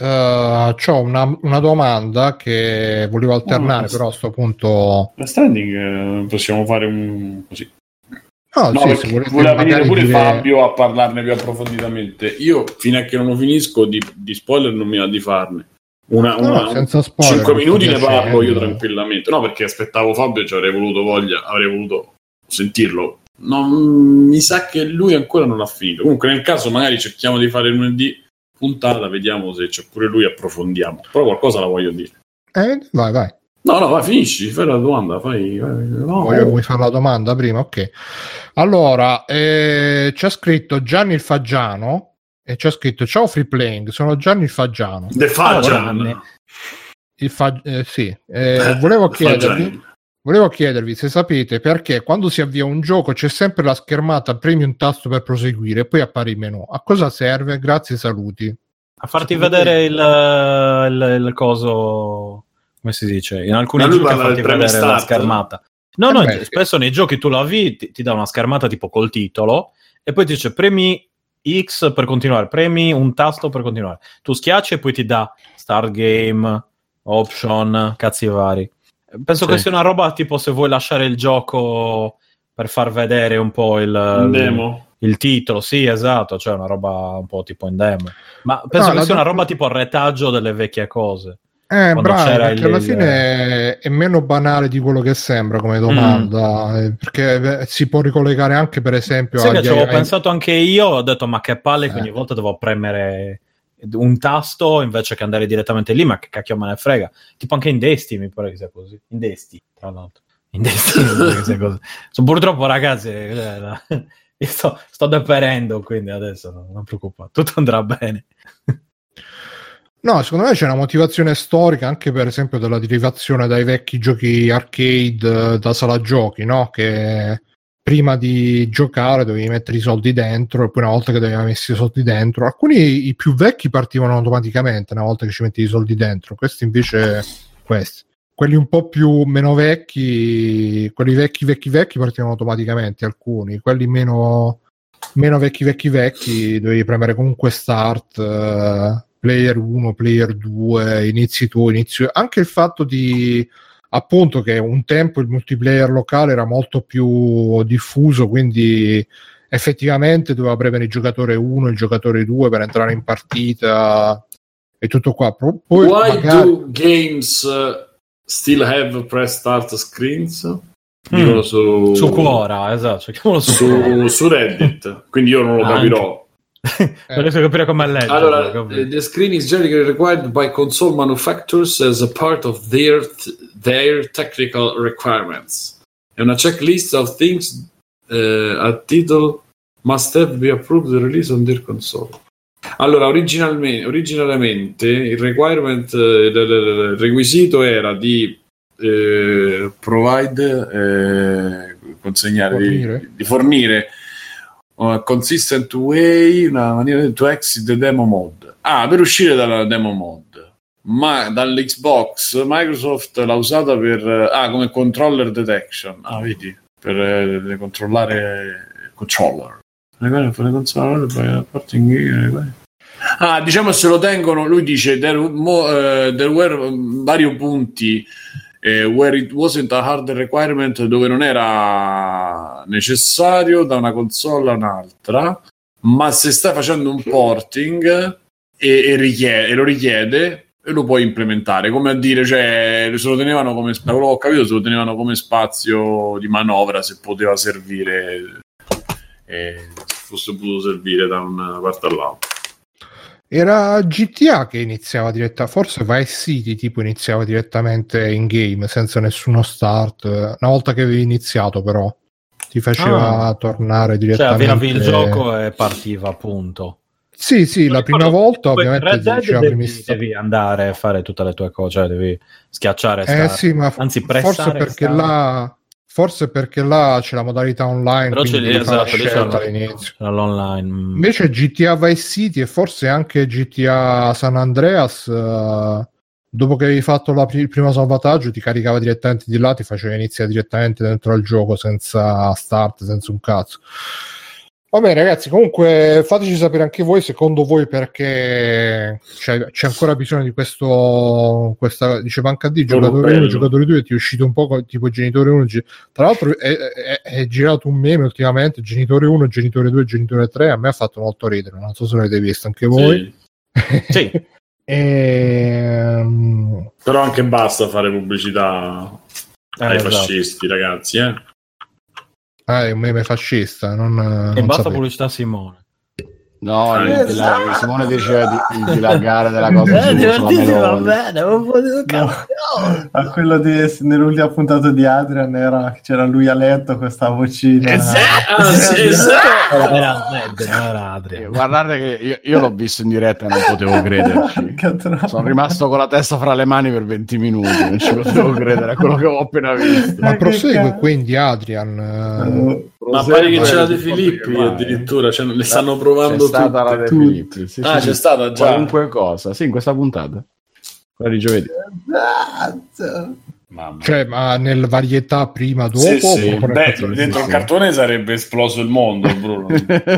uh, c'ho una, una domanda che volevo alternare, oh, però a sto punto... Death Stranding eh, possiamo fare un... così. No, no, sì, se voleva venire pure dire... Fabio a parlarne più approfonditamente. Io, fino a che non lo finisco, di, di spoiler non mi va di farne. Una, una, no, senza spoiler, cinque minuti ne parlo io tranquillamente. No, perché aspettavo Fabio e ci avrei voluto voglia, avrei voluto sentirlo. Non, mi sa che lui ancora non l'ha finito. Comunque, nel caso, magari cerchiamo di fare lunedì puntata, vediamo se c'è pure lui, approfondiamo. Però qualcosa la voglio dire. Eh, vai, vai. No, no, vai, finisci, fai la domanda. Fai, no. Vuoi, vuoi fare la domanda prima? Ok. Allora, eh, c'è scritto Gianni il Faggiano e c'è scritto ciao Free Playing, sono Gianni il Faggiano. De Faggiano. Il fa- eh, sì, eh, volevo chiedervi volevo chiedervi se sapete perché quando si avvia un gioco c'è sempre la schermata premi un tasto per proseguire e poi appare il menu. A cosa serve? Grazie, saluti. A farti Secondo vedere il, il, il coso, come si dice? In alcuni giochi a farti vedere start. La schermata. No, eh no, beh, spesso nei giochi tu la avvii, ti, ti dà una schermata tipo col titolo e poi ti dice premi X per continuare, premi un tasto per continuare. Tu schiacci e poi ti dà start game, option, cazzi vari. Penso sì. Che sia una roba tipo se vuoi lasciare il gioco per far vedere un po' il, demo. il, il titolo, sì, esatto, cioè una roba un po' tipo in demo. Ma penso no, che sia do... una roba tipo retaggio delle vecchie cose. Eh, bravo, perché il, alla fine il... è meno banale di quello che sembra come domanda, mm. perché si può ricollegare anche per esempio sì, agli... che ci avevo pensato anche io, ho detto ma che palle, eh. che ogni volta devo premere un tasto invece che andare direttamente lì, ma che cacchio me ne frega, tipo anche in Destiny mi pare che sia così, in Destiny tra l'altro, in Destiny che sia così. So, purtroppo ragazzi io sto, sto deperendo, quindi adesso non, non preoccupate, tutto andrà bene. No, secondo me c'è una motivazione storica anche per esempio della derivazione dai vecchi giochi arcade da sala giochi, no? Che prima di giocare dovevi mettere i soldi dentro e poi una volta che dovevi messi i soldi dentro, alcuni i più vecchi partivano automaticamente una volta che ci metti i soldi dentro, questi invece questi quelli un po' più meno vecchi, quelli vecchi vecchi vecchi partivano automaticamente, alcuni quelli meno meno vecchi vecchi vecchi dovevi premere comunque start, uh, player uno, player due, inizi tu, inizio anche il fatto di appunto che un tempo il multiplayer locale era molto più diffuso, quindi effettivamente doveva premere il giocatore uno, il giocatore due per entrare in partita e tutto qua. Poi Why magari... do games uh, still have press start screens? Mm. Su... su Quora, esatto, su, su, su Reddit, quindi io non lo capirò. Non riesco a capire come leggere. Allora, the screen is generally required by console manufacturers as a part of their their technical requirements. È una checklist of things uh, a title must have be approved the release on their console. Allora, originalmente, originariamente il requirement, il, il requisito era di eh, provide, eh, consegnare, fornire. Di, di fornire a consistent way, una maniera to exit the demo mode. Ah, per uscire dalla demo mode. Ma dall'Xbox Microsoft l'ha usata per ah, come controller detection. Ah, vedi, per eh, controllare il controller. Ah, diciamo se lo tengono, lui dice there, mo, uh, there were vari punti eh, where it wasn't a hard requirement, dove non era necessario da una console a un'altra, ma se stai facendo un porting e, e, richiede, e lo richiede e lo puoi implementare, come a dire, cioè se lo tenevano come, da quello che ho capito, se lo tenevano come spazio di manovra, se poteva servire, eh, se fosse potuto servire da una parte all'altra. Era G T A che iniziava direttamente, forse Vice City tipo iniziava direttamente in game senza nessuno start, una volta che avevi iniziato però ti faceva ah. tornare direttamente, cioè avviavi il gioco e partiva appunto. Sì sì, la prima volta ovviamente ti diceva devi, devi andare a fare tutte le tue cose, cioè devi schiacciare eh start. sì, ma anzi forse perché start. là Forse perché là c'è la modalità online, però quindi c'è, esatto, la scelta all'inizio. L'online. Invece G T A Vice City e forse anche G T A San Andreas, uh, dopo che avevi fatto la, il primo salvataggio ti caricava direttamente di là, ti faceva iniziare direttamente dentro al gioco senza start, senza un cazzo. Vabbè ragazzi, comunque fateci sapere anche voi, secondo voi perché c'è, c'è ancora bisogno di questo, questa, diceva anche di giocatore uno, giocatore due, ti è uscito un po' tipo genitore uno, tra l'altro è, è, è girato un meme ultimamente, genitore uno, genitore due, genitore tre, a me ha fatto molto ridere, non so se l'avete visto anche voi. Sì. Sì. e, um... però anche basta fare pubblicità eh, ai esatto. fascisti ragazzi, eh. Ah, è un meme fascista, non, e non basta sapevo. pubblicità Simone. No, il dilag- Simone diceva di, di dilagare della cosa eh, sulla Meloni. Va bene, non potevo No. A quello di, nell'ultima puntata di Adrian era, c'era lui a letto con questa vocina. Esatto, esatto. Era, era, era Adrian. Guardate che io, io l'ho visto in diretta e non potevo crederci. Sono rimasto con la testa fra le mani per venti minuti, non ci potevo credere a quello che ho appena visto. Ma prosegue quindi Adrian. Uh, Ma pare che c'era De Filippi addirittura, cioè, le stanno provando c'è stata la De Filippi, sì, ah sì, c'è sì. stata già Qualunque cosa, sì, in questa puntata quella di giovedì. Mamma. Cioè, ma nel varietà prima, dopo? Sì, sì. Oppure Beh, cazzo, dentro sì, il cartone sarebbe esploso il mondo, Bruno.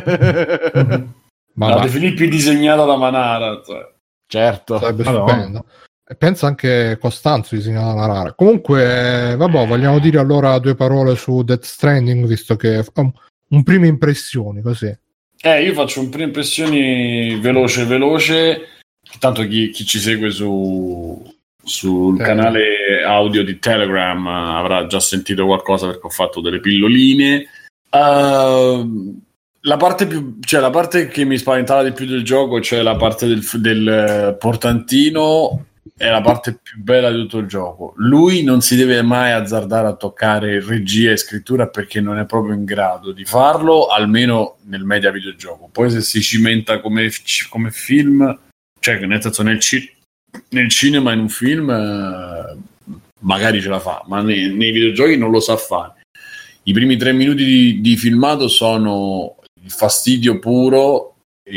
ma la va, De Filippi disegnata da Manara, cioè. Certo. sarebbe stupendo. E penso anche Costanzo disegnava Marara. Comunque, vabbè, vogliamo dire allora due parole su Death Stranding, visto che um, un prime impressioni, così. Eh, io faccio un prime impressioni veloce veloce, tanto chi, chi ci segue su sul Telegram. canale audio di Telegram avrà già sentito qualcosa perché ho fatto delle pilloline. Uh, la parte più, cioè la parte che mi spaventava di più del gioco, cioè la parte del, del portantino, è la parte più bella di tutto il gioco. Lui non si deve mai azzardare a toccare regia e scrittura perché non è proprio in grado di farlo, almeno nel media videogioco. Poi se si cimenta come, come film, cioè nel senso nel, ci, nel cinema, in un film, eh, magari ce la fa, ma nei, nei videogiochi non lo sa fare. i primi tre minuti di, di filmato sono il fastidio puro,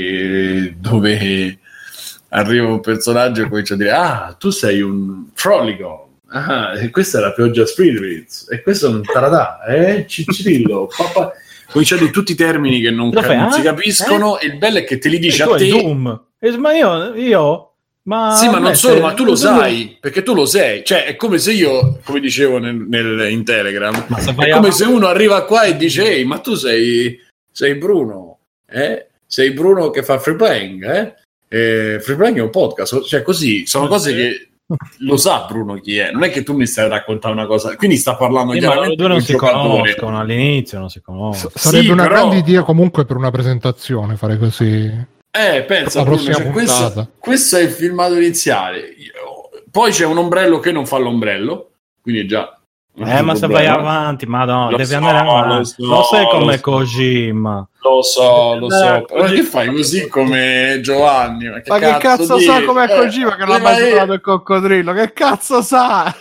e dove arriva un personaggio e comincia a dire ah, tu sei un frolico, ah, e questa è la pioggia Spirits, e questo è un taradà, eh, Ciccirillo, papà. Comincia a dire tutti i termini che non, fai, non ah? si capiscono, eh? E il bello è che te li dice e a te. Doom. E, ma io, io ma sì, ma non beh, solo, se... ma tu lo sai, perché tu lo sei. Cioè, è come se io, come dicevo nel, nel, in Telegram, ma se è come a... se uno arriva qua e dice ehi, ma tu sei, sei Bruno, eh? Sei Bruno che fa Free Playing, eh? E Free Playing è un podcast, cioè così, sono cose che lo sa Bruno chi è, non è che tu mi stai a raccontare una cosa, quindi sta parlando sì, chiaramente ma due non si giocatore. conoscono all'inizio, non si conoscono. Sarebbe sì, una però... grande idea comunque per una presentazione fare così. Eh, pensa, la Bruno, prossima cioè, puntata. questo, questo è il filmato iniziale. Poi c'è un ombrello che non fa l'ombrello, quindi già. Eh, ma se vai avanti, madonna, Lo devi so, andare avanti. lo so, Lo sai come lo so. Kojima. Lo so, lo so. Eh, Ma che fai così come Giovanni? Ma che Ma cazzo, che cazzo di... sa com'è eh, Kojima che non ha eh, mai ma giocato io... il coccodrillo? Che cazzo sa?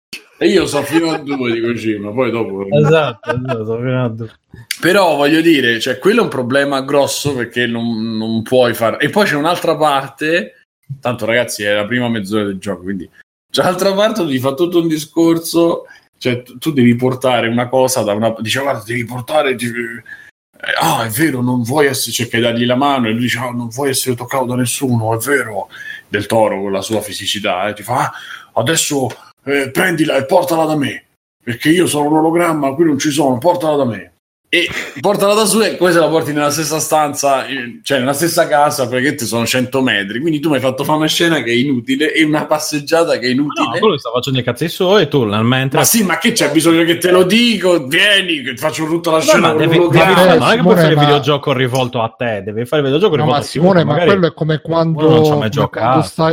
E io so fino a due di Kojima, poi dopo... Esatto, esatto, fino a due. Però voglio dire, cioè, quello è un problema grosso perché non, non puoi fare. E poi c'è un'altra parte, tanto ragazzi è la prima mezz'ora del gioco, quindi c'è l'altra parte dove ti fa tutto un discorso, cioè tu, tu devi portare una cosa da una... Dice guarda, devi portare... Devi... Eh, ah, è vero, non vuoi essere... Cerca di dargli la mano e lui dice ah, non vuoi essere toccato da nessuno, è vero. Del Toro con la sua fisicità, eh, ti fa ah, adesso eh, prendila e portala da me, perché io sono un ologramma, qui non ci sono, portala da me. E portala da su e poi se la porti nella stessa stanza, cioè nella stessa casa, perché sono cento metri, quindi tu mi hai fatto fare una scena che è inutile e una passeggiata che è inutile. No, lui sta facendo i cazzi suoi e tu mentre... Ma sì, ma che c'è bisogno che te lo dico? Vieni, che ti faccio tutta la scena. No, devi, devi ma- fare, non è che Simone, puoi fare ma- il videogioco rivolto a te, devi fare il videogioco No, rivolto ma a Simone, chiunque, ma quello è come quando, uno non ci ha mai come quando giocato. stai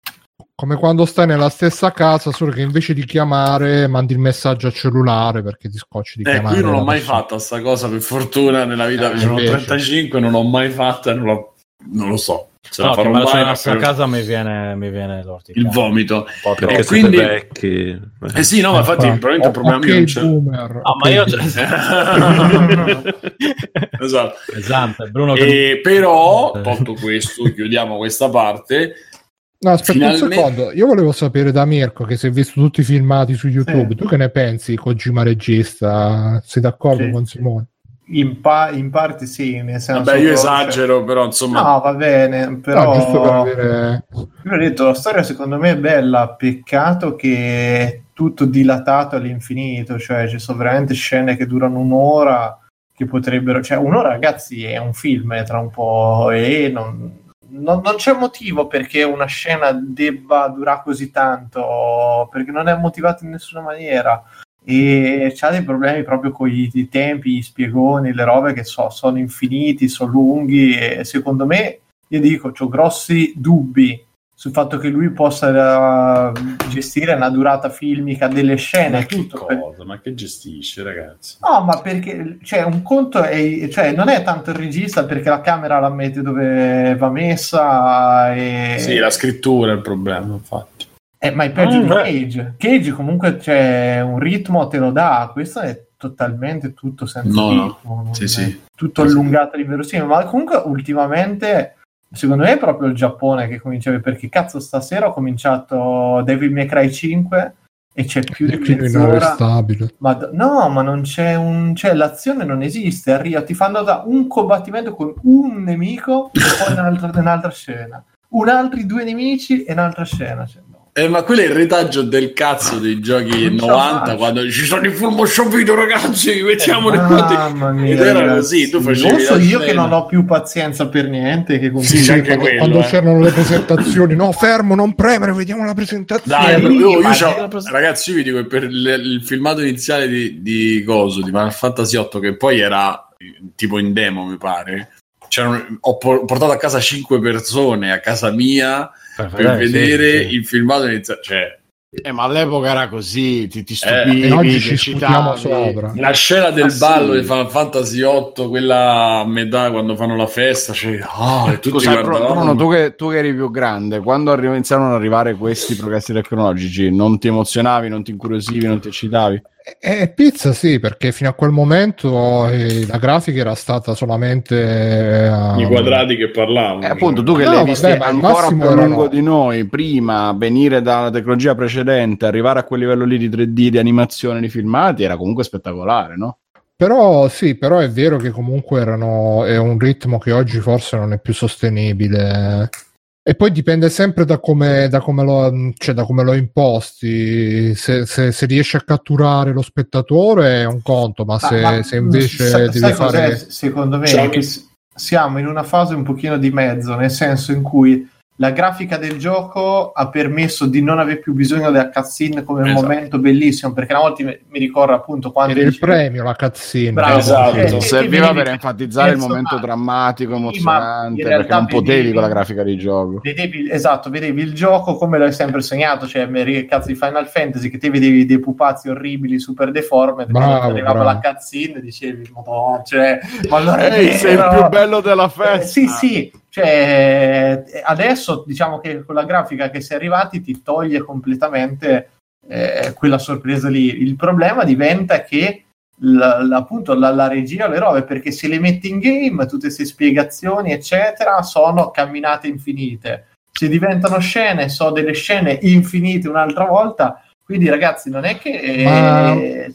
come quando stai nella stessa casa, solo che invece di chiamare mandi il messaggio al cellulare perché ti scocci di Eh, chiamare. qui non l'ho la mai persona. fatta sta cosa, per fortuna nella vita, Eh, sono invece. trentacinque, non l'ho mai fatta, non, l'ho... non lo so. Se No, la farò che me la mai, c'è ma nella sua per- casa mi viene, mi viene l'orticaria. il vomito. Un po' Perché E siete quindi- vecchi. Eh sì, no, ma infatti Infatti. probabilmente il problema Ok, mio non c'è. boomer. Ah, Ok, ma io... boomer. Esatto. Esatto, Bruno che... E però, tolto questo, chiudiamo questa parte. No, aspetta Finalmente- un secondo. Io volevo sapere da Mirko, che si è visto tutti i filmati su YouTube, Sì. tu che ne pensi, Kojima regista? Sei d'accordo Sì. con Simone? In, pa- in parte sì, nel senso Vabbè, io che- esagero, però insomma... No, va bene, però No, giusto per avere... io ho detto, la storia secondo me è bella, peccato che è tutto dilatato all'infinito, cioè ci sono veramente scene che durano un'ora, che potrebbero, cioè un'ora ragazzi è un film eh, tra un po' e non, non, non c'è motivo perché una scena debba durare così tanto, perché non è motivata in nessuna maniera. E c'ha dei problemi proprio con i, i tempi, gli spiegoni, le robe che so, sono infiniti, sono lunghi e secondo me, io dico, ho grossi dubbi sul fatto che lui possa uh, gestire una durata filmica delle scene. Ma che tutto per- cosa? Ma che gestisce, ragazzi? No, ma perché cioè, un conto è, cioè, non è tanto il regista perché la camera la mette dove va messa e... Sì, la scrittura è il problema, infatti. Eh, ma è peggio Ah, di beh. Cage. Cage comunque c'è un ritmo, te lo dà. Questo è totalmente tutto senza No, no. ritmo. non Sì, è- sì. Tutto allungato all'inverosimile. Ma comunque ultimamente, secondo me è proprio il Giappone che comincia, perché cazzo stasera ho cominciato Devil May Cry cinque e c'è più di Il film mezz'ora. inarrestabile. Ma d- no, ma non c'è un... cioè l'azione non esiste. Arriva, ti fanno da un combattimento con un nemico e poi un'altra, un'altra scena. Un altri due nemici e un'altra scena. Cioè, no. Eh, ma quello è il retaggio del cazzo dei giochi Non ce la novanta, faccio. quando ci sono i full motion video, ragazzi, mettiamoli Mamma mia, ed era ragazzi. così, tu facevi non so la io scena. che non ho più pazienza per niente, che Sì, continui- c'è anche quando, quello, quando eh. c'erano le presentazioni, no, fermo, non premere, vediamo la presentazione. Dai, Sì, io, io ma- c'ho- ragazzi, io vi dico che per il, il filmato iniziale di, di Coso, di Final Fantasy otto, che poi era tipo in demo, mi pare, c'erano, ho po- portato a casa cinque persone a casa mia per Eh, vedere sì, sì. il filmato iniziale, cioè Eh, ma all'epoca era così, ti, ti Eh, stupivi, e oggi ti ci sputiamo eccitavi. sopra. la scena del Ah, sì. ballo di Final Fantasy otto, quella a metà quando fanno la festa, cioè, ah, e tutti Scusa, Bru- guardavano. Bruno, tu che, tu che eri più grande, quando arri- iniziarono ad arrivare questi progressi tecnologici, non ti emozionavi, non ti incuriosivi, non ti eccitavi? Eh, pizza sì, perché fino a quel momento eh, la grafica era stata solamente uh, i quadrati che parlavano. Eh, appunto, tu che no, l'hai visto vabbè, ancora più a erano... lungo di noi, prima venire dalla tecnologia precedente, arrivare a quel livello lì di tre D, di animazione, di filmati, era comunque spettacolare, no? Però sì, però è vero che comunque erano è un ritmo che oggi forse non è più sostenibile. E poi dipende sempre da come, da come, lo, cioè da come lo imposti. Se, se, se riesci a catturare lo spettatore è un conto, ma, ma se, ma, se invece sai, devi sai fare... Secondo me cioè, che siamo in una fase un pochino di mezzo, nel senso in cui la grafica del gioco ha permesso di non avere più bisogno della cutscene come esatto. un momento bellissimo, perché una volta mi, mi ricordo appunto quando era il premio la cutscene. Bravo, esatto. eh, serviva per enfatizzare il momento drammatico, emozionante, perché non potevi vedevi, con la grafica di gioco. Vedevi, esatto, vedevi il gioco come l'hai sempre sognato, cioè il cazzo di Final Fantasy, che te vedevi dei pupazzi orribili, super deformed, quando arrivava la cutscene dicevi, oh, cioè, ma allora Ehi, sei il più bello della festa. Eh, sì, sì. Cioè, adesso diciamo che con la grafica che si è arrivati ti toglie completamente eh, quella sorpresa lì. Il problema diventa che la, la, appunto la, la regia le robe, perché se le metti in game tutte queste spiegazioni eccetera sono camminate infinite, se diventano scene so delle scene infinite un'altra volta, quindi ragazzi non è che Ma... eh,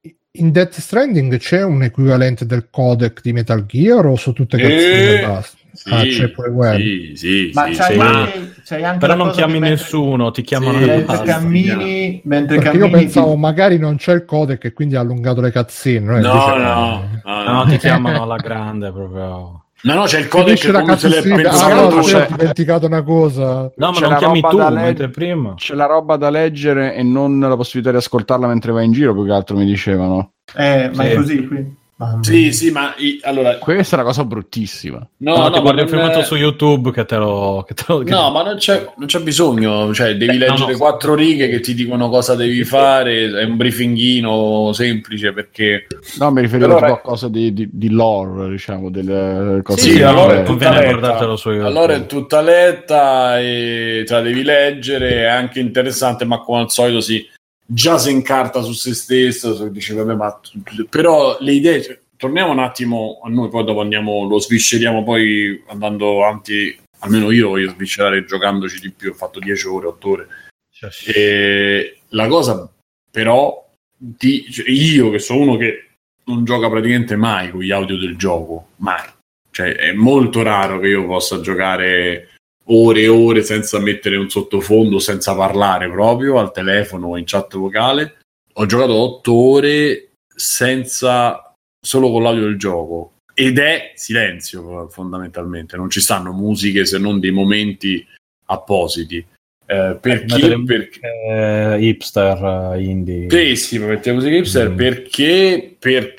in Death Stranding c'è un equivalente del codec di Metal Gear o sono tutte cazzine e basta? Sì, ah, c'è pure web. Sì, sì, ma sì, c'hai sì. anche, c'hai anche però non cosa chiami mentre, nessuno, ti chiamano sì, le mentre basta. cammini, mentre perché cammini io pensavo ti... magari non c'è il codec e quindi ha allungato le cazzine. No, invece, no, eh, no, no, no, ti chiamano alla grande proprio. No, no, c'è il codec la come se l'è pensato. ah, no, c'è... ho dimenticato una cosa. No, ma c'è non chiami tu, le... mentre prima. C'è la roba da leggere e non la possibilità di ascoltarla mentre vai in giro, più che altro mi dicevano. Eh, ma sì. è così qui. Sì, sì, ma i, allora questa è una cosa bruttissima. No, no, no, ti guardi il filmato è... su YouTube che te lo, che te lo che... No, ma non c'è, non c'è bisogno, cioè devi Beh, leggere no, no. quattro righe che ti dicono cosa devi fare, è un briefinghino semplice perché no, mi riferivo allora... a qualcosa di, di, di lore, diciamo, delle cose. Sì, sì, allora è conviene tutta guardartelo su YouTube. Allora è tutta letta e te la devi leggere, è anche interessante, ma come al solito si già si incarta su se stesso, dice vabbè, ma però le idee, cioè, torniamo un attimo a noi, poi dopo andiamo, lo svisceriamo poi andando avanti, almeno io voglio sviscerare giocandoci di più, ho fatto dieci ore, otto ore. Cioè, sì. E la cosa però, di, cioè, io che sono uno che non gioca praticamente mai con gli audio del gioco, mai. Cioè è molto raro che io possa giocare ore e ore senza mettere un sottofondo, senza parlare proprio al telefono o in chat vocale. Ho giocato otto ore senza... solo con l'audio del gioco ed è silenzio fondamentalmente, non ci stanno musiche se non dei momenti appositi eh, perché, eh, perché eh, hipster indie sì, sì, mettiamo musica hipster mm. perché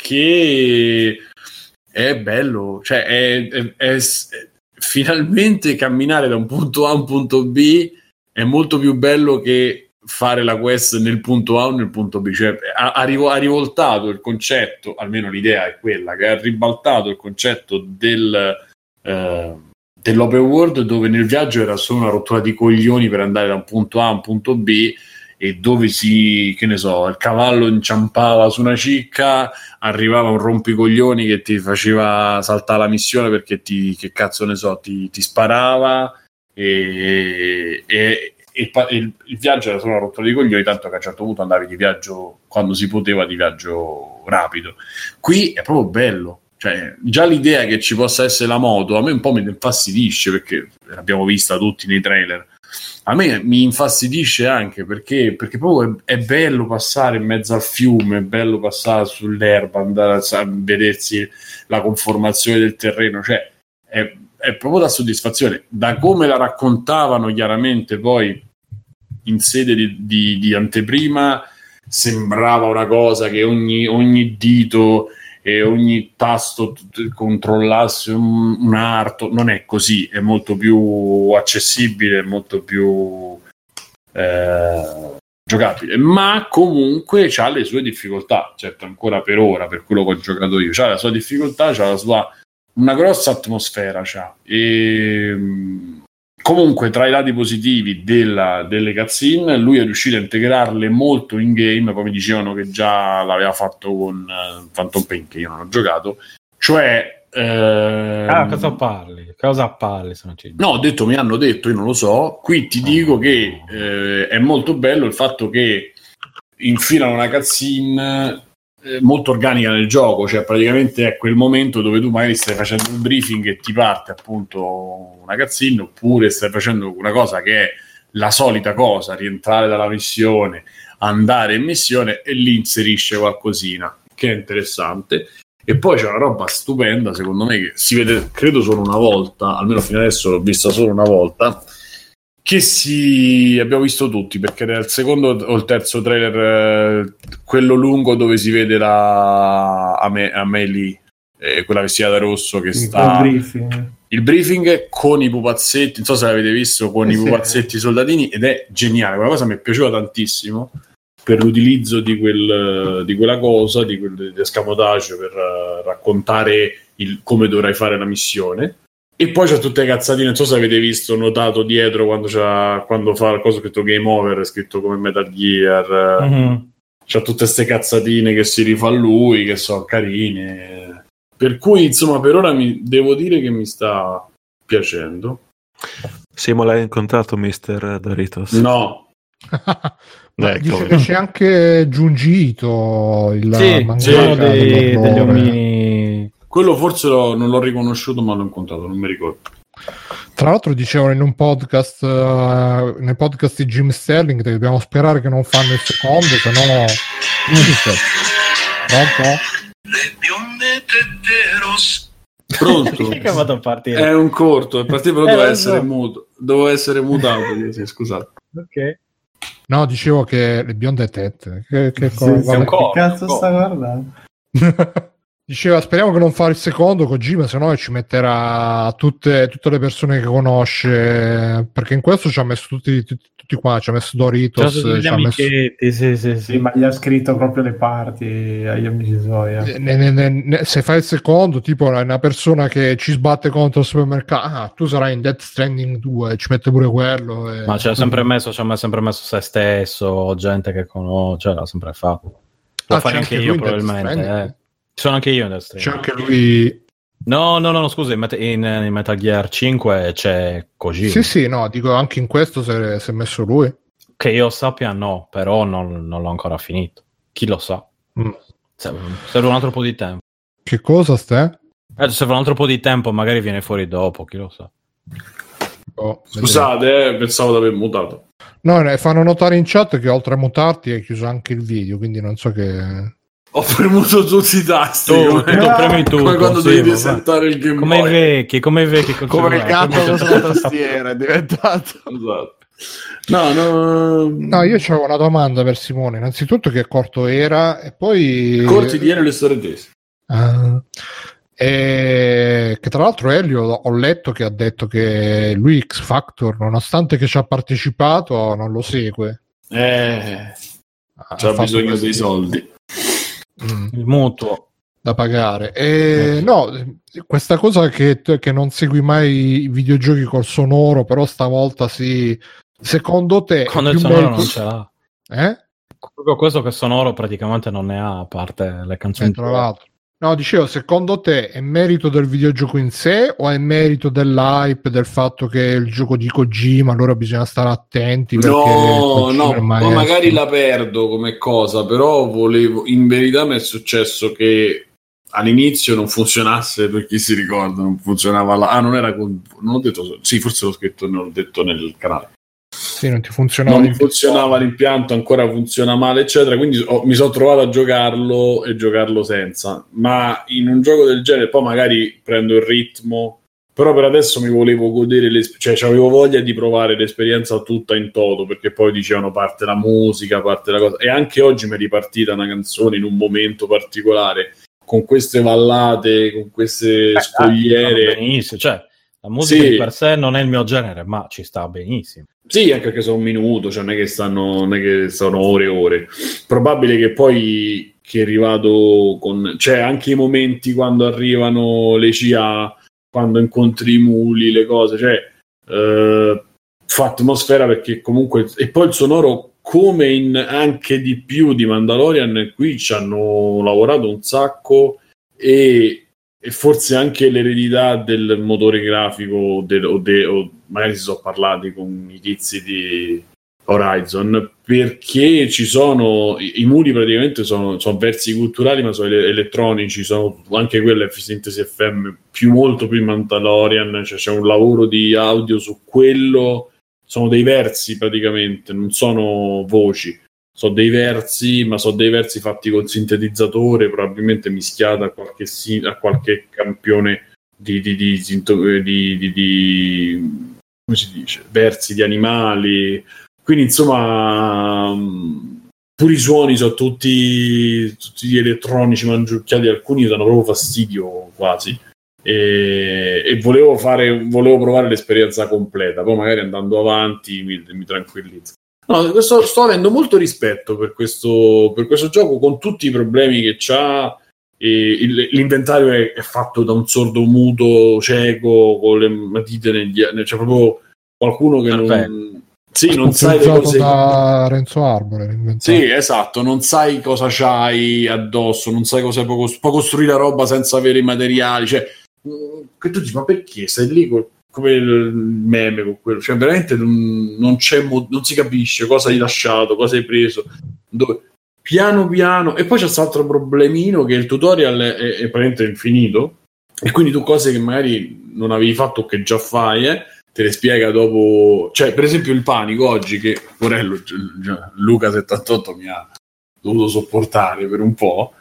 perché è bello, cioè è, è, è, è finalmente camminare da un punto A a un punto B è molto più bello che fare la quest nel punto A o nel punto B, cioè ha, ha, rivo- ha rivoltato il concetto, almeno l'idea è quella, che ha ribaltato il concetto del, eh, dell'open world, dove nel viaggio era solo una rottura di coglioni per andare da un punto A a un punto B, e dove si, che ne so, il cavallo inciampava su una cicca, arrivava un rompicoglioni che ti faceva saltare la missione perché ti, che cazzo ne so, ti, ti sparava e... e Il, il, il viaggio era solo una rottura di coglioni, tanto che a un certo punto andavi di viaggio quando si poteva, di viaggio rapido. Qui è proprio bello, cioè già l'idea che ci possa essere la moto a me un po' mi infastidisce, perché l'abbiamo vista tutti nei trailer. A me mi infastidisce anche perché, perché proprio è, è bello passare in mezzo al fiume, è bello passare sull'erba, andare a, a vedersi la conformazione del terreno, cioè è è proprio da soddisfazione, da come la raccontavano chiaramente poi in sede di, di, di anteprima sembrava una cosa che ogni, ogni dito e ogni tasto t- controllasse un, un arto, non è così, è molto più accessibile, molto più eh, giocabile, ma comunque c'ha le sue difficoltà, certo ancora per ora, per quello che ho giocato io, c'ha la sua difficoltà, c'ha la sua una grossa atmosfera c'ha e comunque tra i lati positivi della, delle cutscene, lui è riuscito a integrarle molto in game. Poi mi dicevano che già l'aveva fatto con uh, Phantom Pain, che io non ho giocato, cioè ehm... ah, cosa parli? Cosa parli? Se non ci... no, ho detto, mi hanno detto, io non lo so. Qui ti dico che eh, è molto bello il fatto che infilano una cutscene molto organica nel gioco, cioè praticamente è quel momento dove tu magari stai facendo un briefing e ti parte appunto una cutscene, oppure stai facendo una cosa che è la solita cosa, rientrare dalla missione, andare in missione, e lì inserisce qualcosina che è interessante. E poi c'è una roba stupenda, secondo me, che si vede credo solo una volta, almeno fino adesso l'ho vista solo una volta, che si abbiamo visto tutti, perché era il secondo o il terzo trailer, eh, quello lungo dove si vede la Ame- Amelie, eh, quella vestita da rosso che sta il briefing. il briefing con i pupazzetti, non so se l'avete visto, con eh i sì. pupazzetti soldatini, ed è geniale. Quella cosa mi è piaciuta tantissimo per l'utilizzo di, quel, di quella cosa, di quel di escamotage per uh, raccontare il, come dovrai fare la missione. E poi c'è tutte le cazzatine, non so se avete visto, notato dietro quando, c'ha, quando fa il coso scritto Game Over, è scritto come Metal Gear, mm-hmm. C'ha tutte queste cazzatine che si rifà lui, che sono carine. Per cui, insomma, per ora mi, devo dire che mi sta piacendo. Simo, l'hai incontrato mister Doritos? No. Beh, dice che c'è anche Giungito, il sì, c'è dei, degli omini. Quello forse l'ho, non l'ho riconosciuto, ma l'ho incontrato, non mi ricordo. Tra l'altro dicevano in un podcast, uh, nel podcast di Jim Sterling, che dobbiamo sperare che non fanno il secondo, se no... Pronto? Le bionde tetteros. Pronto? Che vado a partire? È un corto, è partito, però eh, doveva essere muto. Dovevo essere mutato, sì, scusate. Ok. No, dicevo che le bionde tette. Che, che, sì, cosa, sì, che cazzo sta guardando? Diceva, speriamo che non fa il secondo Kojima, se no ci metterà tutte, tutte le persone che conosce, perché in questo ci ha messo tutti, tutti, tutti qua, ci ha messo Doritos, ci ha messo... sì, sì, sì, sì. Sì, ma gli ha scritto proprio le parti agli amici suoi. Eh. Ne, ne, ne, se fai il secondo, tipo è una persona che ci sbatte contro il supermercato, ah, tu sarai in Death Stranding due, ci mette pure quello. E... Ma ci ha sempre messo, ci ha sempre messo se stesso, gente che conosce, cioè l'ha sempre fatto. Lo ah, fai anche io probabilmente, eh. Sono anche io in Death Stranding. C'è anche lui. No, no, no, scusa, in, in, in Metal Gear cinque c'è Kojima. Sì, sì, no, dico anche in questo si è messo lui. Che io sappia no, però non, non l'ho ancora finito. Chi lo sa? Mm. Serve, serve un altro po' di tempo. Che cosa stai? Eh, serve un altro po' di tempo, magari viene fuori dopo, chi lo sa. Oh, scusate, eh, pensavo di aver mutato. No, ne fanno notare in chat che oltre a mutarti hai chiuso anche il video, quindi non so che... Ho premuto tutti i tasti, oh, come, no, premi tutto, come quando sì, devi settare il Game come Boy. I vecchi, come i vecchi, come il gatto sulla tastiera è diventato. Esatto. No, no, no, io c'avevo una domanda per Simone. Innanzitutto, che corto era, e poi corti di Elio le storie tese. Uh, e che tra l'altro Elio ho letto che ha detto che lui X Factor, nonostante che ci ha partecipato, non lo segue. Eh, c'ha bisogno dei soldi. Mm. Il mutuo da pagare. E no, questa cosa che, che non segui mai i videogiochi col sonoro, però stavolta sì. Secondo te quando il sonoro merito... non ce l'ha, eh? Proprio questo che sonoro praticamente non ne ha, a parte le canzoni. Eh, tra l'altro. No, dicevo, secondo te è merito del videogioco in sé o è merito dell'hype, del fatto che è il gioco di Kojima, allora bisogna stare attenti? No, no, ma magari la perdo come cosa, però volevo, in verità mi è successo che all'inizio non funzionasse, per chi si ricorda, non funzionava la... Ah, non era con... non ho detto, sì, forse l'ho scritto, non l'ho detto nel canale. Sì, non ti funzionava, non funzionava l'impianto, ancora funziona male, eccetera. Quindi ho, mi sono trovato a giocarlo e giocarlo senza. Ma in un gioco del genere, poi magari prendo il ritmo. Però per adesso mi volevo godere, le, cioè avevo voglia di provare l'esperienza tutta in toto, perché poi dicevano parte la musica, parte la cosa. E anche oggi mi è ripartita una canzone in un momento particolare, con queste vallate, con queste eh, scogliere. Benissimo, cioè. La musica sì. Di per sé non è il mio genere, ma ci sta benissimo. Sì, anche perché sono un minuto, cioè non è che stanno, non è che sono ore e ore. Probabile che poi che è arrivato con... Cioè anche i momenti quando arrivano le C A, quando incontri i muli, le cose, cioè eh, fa atmosfera, perché comunque, e poi il sonoro, come in anche di più di Mandalorian, qui ci hanno lavorato un sacco, e, e forse anche l'eredità del motore grafico del, o, de, o magari si sono parlati con i tizi di Horizon, perché ci sono i, i muri praticamente sono, sono versi culturali, ma sono ele- elettronici, sono anche quelle Fantasy F M più molto più in Mandalorian, cioè c'è un lavoro di audio su quello, sono dei versi praticamente, non sono voci, sono dei versi, ma sono dei versi fatti con sintetizzatore, probabilmente mischiata a qualche, a qualche campione di, di, di, di, di, di, di come si dice, versi di animali. Quindi insomma, pure i suoni sono tutti, tutti elettronici mangiucchiati, alcuni danno proprio fastidio quasi, e, e volevo fare volevo provare l'esperienza completa, poi magari andando avanti mi, mi tranquillizzo. No, questo, sto avendo molto rispetto per questo, per questo gioco, con tutti i problemi che c'ha. E il, l'inventario è, è fatto da un sordo muto cieco con le matite negli, c'è proprio qualcuno che Perfetto. non sì, non sai le cose da Renzo Arbore. sì, esatto, non sai cosa c'hai addosso, non sai cosa puoi, costru- puoi costruire la roba senza avere i materiali, cioè che tu dici, ma perché stai lì col, come il meme con quello, cioè veramente non, non c'è mo- non si capisce cosa hai lasciato, cosa hai preso, dove piano piano. E poi c'è questo altro problemino, che il tutorial è, è, è praticamente infinito, e quindi tu cose che magari non avevi fatto o che già fai eh, te le spiega dopo. Cioè, per esempio il panico oggi, che Porello Luca settantotto mi ha dovuto sopportare per un po',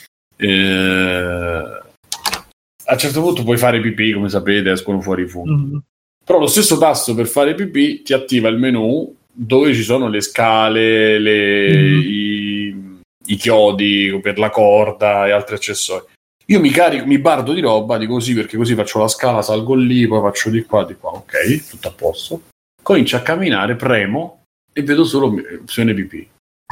eh, a un certo punto puoi fare pipì, come sapete, escono fuori i funghi. Mm-hmm. Però lo stesso tasto per fare pipì ti attiva il menu dove ci sono le scale, le, mm-hmm. i, i chiodi per la corda e altri accessori. Io mi carico, mi bardo di roba, dico così, perché così faccio la scala, salgo lì, poi faccio di qua, di qua, ok, tutto a posto. Comincio a camminare, premo e vedo solo opzione pipì.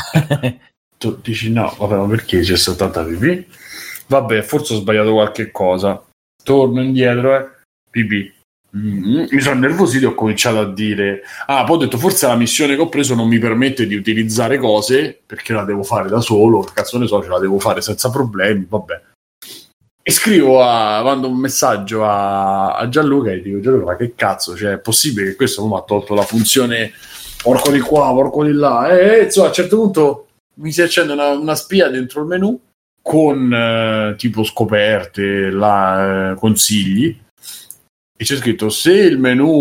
Tu dici no, vabbè, ma perché c'è soltanto pipì? Vabbè, forse ho sbagliato qualche cosa. Torno indietro, eh, pipì. Mm-hmm. Mi sono nervosito e ho cominciato a dire ah, poi ho detto forse la missione che ho preso non mi permette di utilizzare cose, perché la devo fare da solo, che cazzo ne so, ce la devo fare senza problemi, vabbè. E scrivo a, mando un messaggio a, a Gianluca e dico: Gianluca, ma che cazzo, cioè, è possibile che questo mi ha tolto la funzione porco di qua, porco di là? E insomma, a un certo punto mi si accende una, una spia dentro il menu con eh, tipo scoperte, la, eh, consigli, e c'è scritto: se il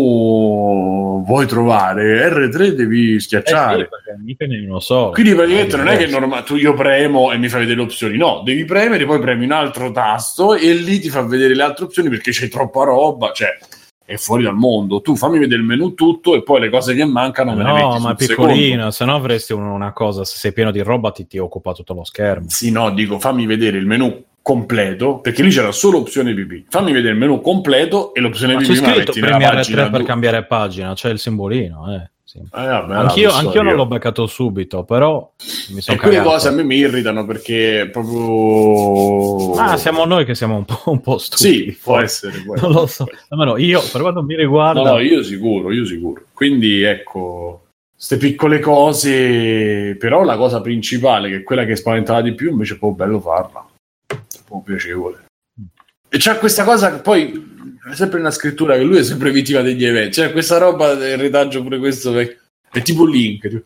menu vuoi trovare erre tre devi schiacciare. Eh sì, non lo so. Quindi praticamente eh, non è che norma- tu io premo e mi fai vedere le opzioni, no, devi premere, poi premi un altro tasto e lì ti fa vedere le altre opzioni, perché c'è troppa roba, cioè è fuori dal mondo. Tu fammi vedere il menu tutto e poi le cose che mancano me no, le metti ma è piccolino, se no avresti una cosa, se sei pieno di roba ti, ti occupa tutto lo schermo. Sì, no, dico fammi vedere il menu completo, perché lì c'era solo opzione pipì. Fammi vedere il menu completo e l'opzione ma pipì. C'è scritto premi erre tre per du- cambiare pagina, c'è il simbolino, eh. Sì. Eh, vabbè, anch'io, so anch'io io. non l'ho beccato subito, però mi sono e quelle cagato. cose a me mi irritano, perché proprio ah siamo noi che siamo un po', un po' stupidi. Sì, può essere, può non lo so, almeno io per quanto mi riguarda. No, no, io sicuro, io sicuro. Quindi ecco, queste piccole cose. Però la cosa principale, che è quella che spaventava di più, invece è proprio bello farla, è proprio piacevole. E c'è questa cosa che poi è sempre una scrittura, che lui è sempre vittima degli eventi, c'è questa roba del retaggio, pure questo è, è tipo Link,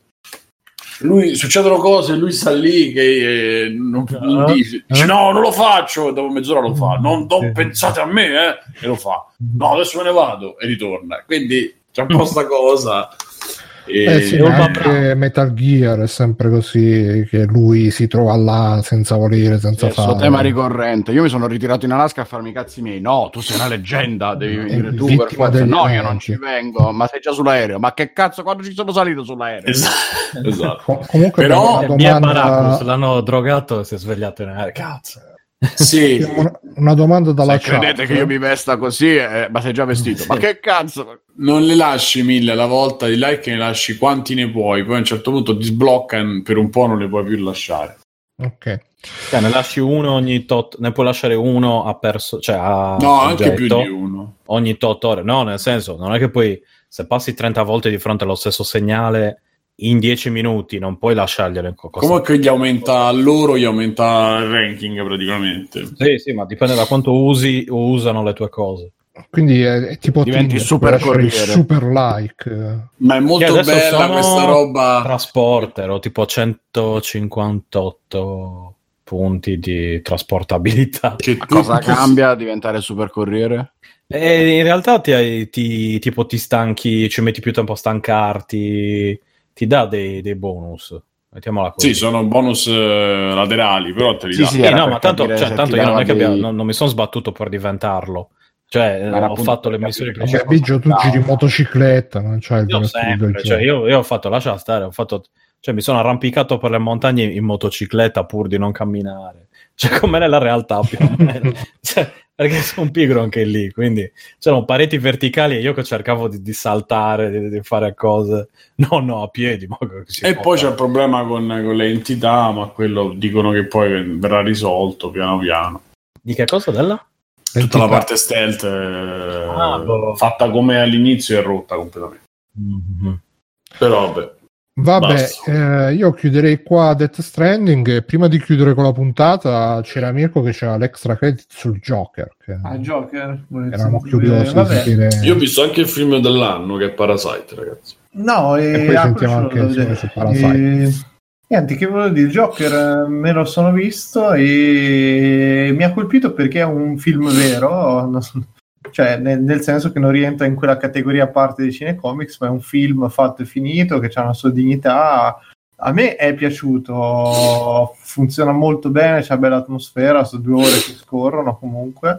lui succedono cose, lui sta lì che eh, non, non dice, dice no, non lo faccio, dopo mezz'ora lo fa, non, non pensate a me, eh, e lo fa, no, adesso me ne vado, e ritorna. Quindi c'è un po' sta cosa. E eh sì, anche Metal Gear è sempre così, che lui si trova là senza volere, senza sì, fare. È tema ricorrente. Io mi sono ritirato in Alaska a farmi i cazzi miei. No, tu sei una leggenda, devi venire tu per forza. No, io non ci vengo, ma sei già sull'aereo. Ma che cazzo, quando ci sono salito sull'aereo? Esatto. esatto. Com- comunque però domanda... Baracus, l'hanno drogato e si è svegliato in aereo. Cazzo. Sì. Una, una domanda dalla Se credete chat. che io mi vesta così, eh, ma sei già vestito. Sì. Ma che cazzo? Non le lasci mille alla volta di like, ne lasci quanti ne puoi, poi a un certo punto ti sbloccano, per un po' non le puoi più lasciare. Ok. Cioè, ne lasci uno ogni tot, ne puoi lasciare uno a perso, cioè a no, oggetto, anche più di uno ogni tot ore. No, nel senso, non è che poi se passi trenta volte di fronte allo stesso segnale in dieci minuti non puoi lasciarglielo. Comunque gli aumenta loro, gli aumenta il ranking praticamente. Sì, sì, ma dipende da quanto usi o usano le tue cose. Quindi è, è tipo diventi Tinder, super corriere, super like. Ma è molto bella questa roba. Trasporter, ho tipo centocinquantotto punti di trasportabilità. Che tu, cosa tu... cambia a diventare super corriere? E in realtà ti, ti, tipo ti stanchi, ci metti più tempo a stancarti, ti dà dei, dei bonus. Mettiamola così. Sì, sono bonus eh, laterali, però te li sì, dà. Sì, eh, no, ma tanto, cioè, tanto io non è che abbia, non, non mi sono sbattuto per diventarlo. Cioè, ho fatto le missioni principali. Biggio, tu giri in motocicletta, non c'hai il io sempre, cioè, io, io ho fatto, lascia stare, ho fatto, cioè, mi sono arrampicato per le montagne in motocicletta pur di non camminare. Cioè, come nella realtà più o meno. Cioè, perché sono pigro anche lì, quindi c'erano pareti verticali e io che cercavo di, di saltare, di, di fare cose, no, no, a piedi. Ma e poi c'è il problema con, con le entità, ma quello dicono che poi verrà risolto piano piano. Di che cosa della? Tutta la parte stealth eh, ah, boh. fatta come all'inizio è rotta completamente. Mm-hmm. Però vabbè. Vabbè, eh, io chiuderei qua Death Stranding. Prima di chiudere con la puntata c'era Mirko che c'era l'extra credit sul Joker. Che ah, Joker? Eravamo curiosi di sentire... Io ho visto anche il film dell'anno che è Parasite, ragazzi. No, e, e poi sentiamo anche su Parasite. E... Niente, che volevo dire, Joker me lo sono visto e mi ha colpito perché è un film vero, cioè nel, nel senso che non rientra in quella categoria a parte dei cinecomics, ma è un film fatto e finito che ha una sua dignità. A me è piaciuto, funziona molto bene, c'è bella atmosfera, sono due ore che scorrono comunque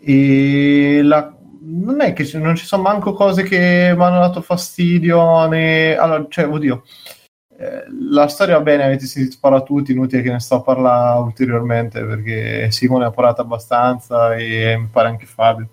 e la, non è che non ci sono manco cose che mi hanno dato fastidio né, allora, cioè oddio la storia va bene, avete sentito parlare tutti, inutile che ne sto a parlare ulteriormente perché Simone ha parlato abbastanza e mi pare anche Fabio.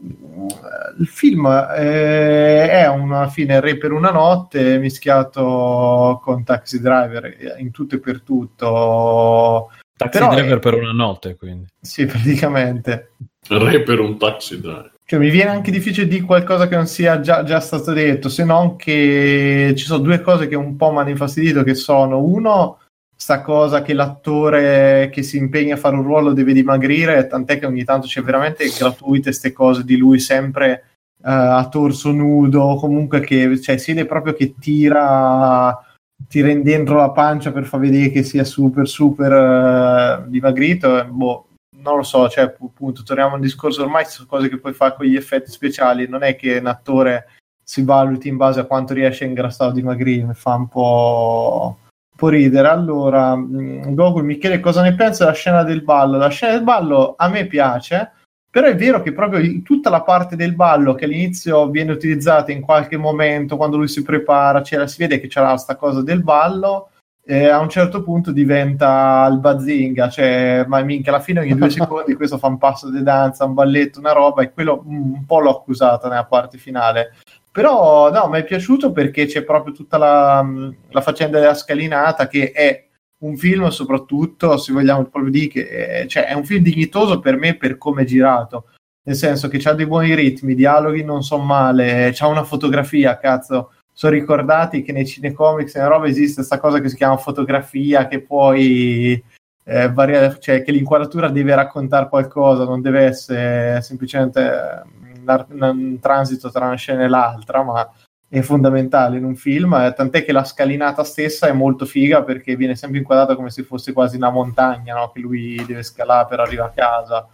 Il film eh, è una fine Re per una notte mischiato con Taxi Driver in tutto e per tutto. Taxi Però Driver è... per una notte, quindi sì, praticamente Re per un Taxi Driver. Cioè, mi viene anche difficile di qualcosa che non sia già, già stato detto, se non che ci sono due cose che un po' mi hanno infastidito, che sono uno, sta cosa che l'attore che si impegna a fare un ruolo deve dimagrire, tant'è che ogni tanto c'è veramente gratuite ste cose di lui sempre uh, a torso nudo, comunque che cioè, si vede proprio che tira tira in dentro la pancia per far vedere che sia super super uh, dimagrito, e, boh, non lo so, cioè appunto torniamo al discorso, ormai sono cose che puoi fare con gli effetti speciali, non è che un attore si valuti in base a quanto riesce a ingrassare o dimagrire, mi fa un po', un po' ridere. Allora, Goku mi chiede cosa ne pensa della scena del ballo. La scena del ballo a me piace, però è vero che proprio tutta la parte del ballo che all'inizio viene utilizzata in qualche momento, quando lui si prepara, c'era, si vede che c'era sta cosa del ballo, e a un certo punto diventa il Bazinga, cioè ma minchia, alla fine ogni due secondi questo fa un passo di danza, un balletto, una roba, e quello un po' l'ho accusata nella parte finale. Però no, mi è piaciuto perché c'è proprio tutta la, la faccenda della scalinata, che è un film, soprattutto se vogliamo proprio dire che è, cioè, è un film dignitoso per me per come è girato, nel senso che c'ha dei buoni ritmi, i dialoghi non sono male, c'ha una fotografia, cazzo. Sono ricordati che nei cinecomics e nella roba esiste questa cosa che si chiama fotografia, che poi eh, varia, cioè che l'inquadratura deve raccontare qualcosa, non deve essere semplicemente un, un transito tra una scena e l'altra, ma è fondamentale in un film, eh, tant'è che la scalinata stessa è molto figa perché viene sempre inquadrata come se fosse quasi una montagna, no? Che lui deve scalare per arrivare a casa.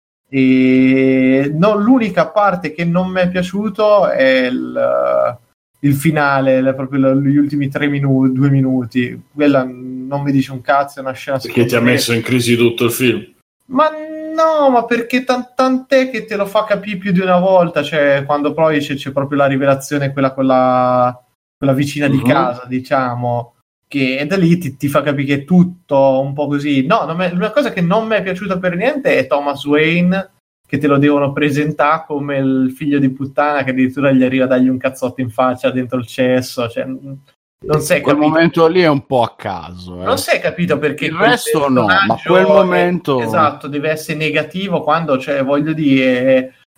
E no, l'unica parte che non mi è piaciuto è il il finale, proprio gli ultimi tre minuti, due minuti, quella non mi dice un cazzo, è una scena perché ti ha messo in crisi tutto il film. Ma no, ma perché t- tant'è che te lo fa capire più di una volta, cioè quando poi c'è, c'è proprio la rivelazione, quella con la, quella vicina uh-huh. di casa, diciamo, che e da lì ti, ti fa capire che è tutto un po' così. No, non una cosa che non mi è piaciuta per niente è Thomas Wayne, che te lo devono presentare come il figlio di puttana che addirittura gli arriva a dargli un cazzotto in faccia dentro il cesso, cioè non si è quel capito. momento lì è un po' a caso, eh. Non si è capito perché il resto no, ma quel momento è, esatto, deve essere negativo quando, cioè voglio dire,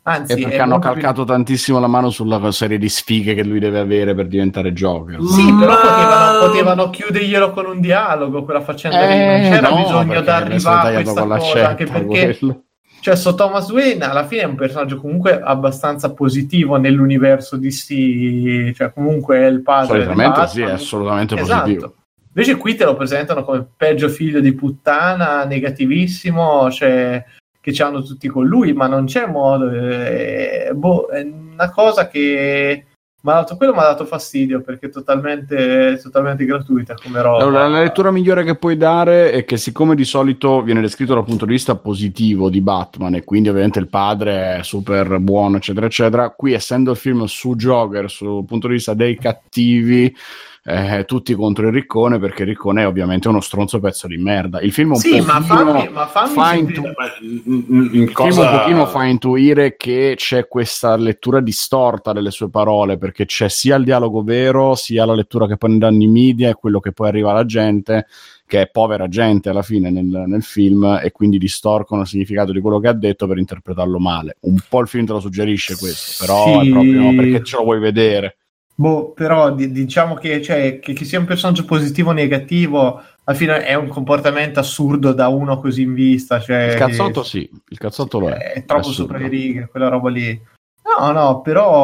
Anzi, è perché è hanno molto calcato più... tantissimo la mano sulla serie di sfighe che lui deve avere per diventare Joker. Sì, però potevano, potevano chiuderglielo con un dialogo, quella faccenda lì. Eh, Non c'era no, bisogno perché d'arrivare a tagliato questa con cosa, l'accetta, anche perché quello. cioè, so Thomas Wayne alla fine è un personaggio comunque abbastanza positivo nell'universo D C, cioè comunque è il padre di Solitamente Batman. sì, è assolutamente Esatto. positivo. Invece qui te lo presentano come peggio figlio di puttana, negativissimo, cioè che ci hanno tutti con lui, ma non c'è modo. Eh, boh, è una cosa che mi ha dato quello, mi ha dato fastidio perché è totalmente, totalmente gratuita come roba. Allora, la lettura migliore che puoi dare è che, siccome di solito viene descritto dal punto di vista positivo di Batman, e quindi ovviamente il padre è super buono, eccetera, eccetera, qui, essendo il film su Joker, sul punto di vista dei cattivi, eh, tutti contro il Riccone, perché il Riccone è ovviamente uno stronzo pezzo di merda. Il film un sì, pochino ma fammi, ma fammi fa sentire... intu- il cosa... film un pochino fa intuire che c'è questa lettura distorta delle sue parole, perché c'è sia il dialogo vero, sia la lettura che poi ne danno i media e quello che poi arriva alla gente, che è povera gente alla fine nel, nel film, e quindi distorcono il significato di quello che ha detto per interpretarlo male. Un po' il film te lo suggerisce questo, però sì. è proprio perché ce lo vuoi vedere. Boh, però di- diciamo che, cioè, che, che sia un personaggio positivo o negativo, alla fine è un comportamento assurdo da uno così in vista. Cioè, Il cazzotto che, sì, il cazzotto lo è. È troppo assurdo. sopra le righe, quella roba lì. No, no,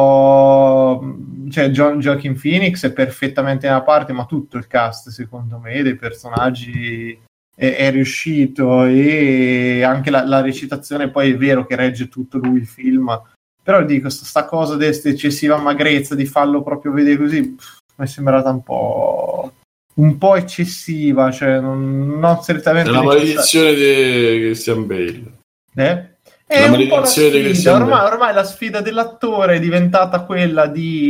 però cioè, John Joaquin Phoenix è perfettamente nella parte, ma tutto il cast, secondo me, dei personaggi è, è riuscito, e anche la, la recitazione poi è vero che regge tutto lui il film. Però dico, sta, sta cosa di questa eccessiva magrezza, di farlo proprio vedere così, pff, mi è sembrata un po' un po' eccessiva, cioè non, non strettamente è la necessaria. maledizione di Christian Bale. Eh? È La un po' la maledizione di sfida, Christian ormai, Bale. ormai la sfida dell'attore è diventata quella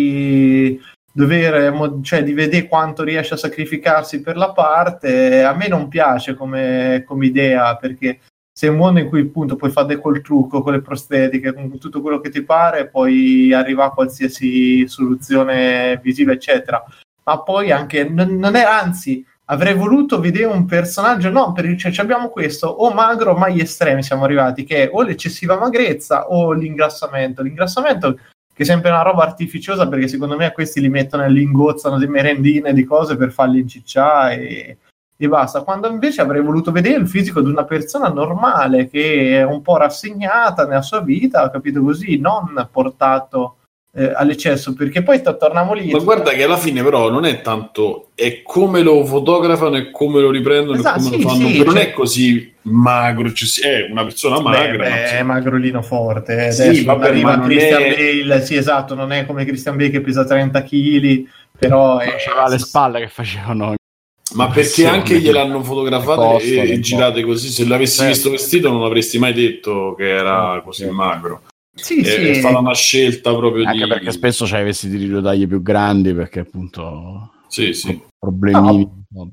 di dover, mo- cioè di vedere quanto riesce a sacrificarsi per la parte. A me non piace come, come idea, perché sei un mondo in cui appunto puoi fare col trucco, con le prostetiche, con tutto quello che ti pare, poi arriva a qualsiasi soluzione visiva, eccetera. Ma poi anche, non, non è, anzi, avrei voluto vedere un personaggio, no, per, cioè abbiamo questo, o magro o mai estremi siamo arrivati, che è o l'eccessiva magrezza o l'ingrassamento. L'ingrassamento che è sempre una roba artificiosa, perché secondo me a questi li mettono e li ingozzano di merendine, di cose per farli incicciare e... e basta, quando invece avrei voluto vedere il fisico di una persona normale che è un po' rassegnata nella sua vita, capito, così, non portato eh, all'eccesso, perché poi t- torniamo lì. Ma guarda che alla fine però non è tanto, è come lo fotografano e come lo riprendono, esatto, e come sì, lo fanno, sì, non cioè... è così magro, cioè, è una persona magra. Beh, beh, ma... è magrolino forte, sì, adesso vabbè, arriva ma Christian è... Bale, sì esatto, non è come Christian Bale che pesa trenta chili, però è... c'aveva le spalle che facevano. Ma perché anche gliel'hanno fotografato e, e girate così, se l'avessi certo. visto vestito non avresti mai detto che era così certo. magro. Sì, è, sì. è stata una scelta proprio anche di... perché spesso c'hai i vestiti di taglie più grandi, perché appunto sì, sì. problemi. No,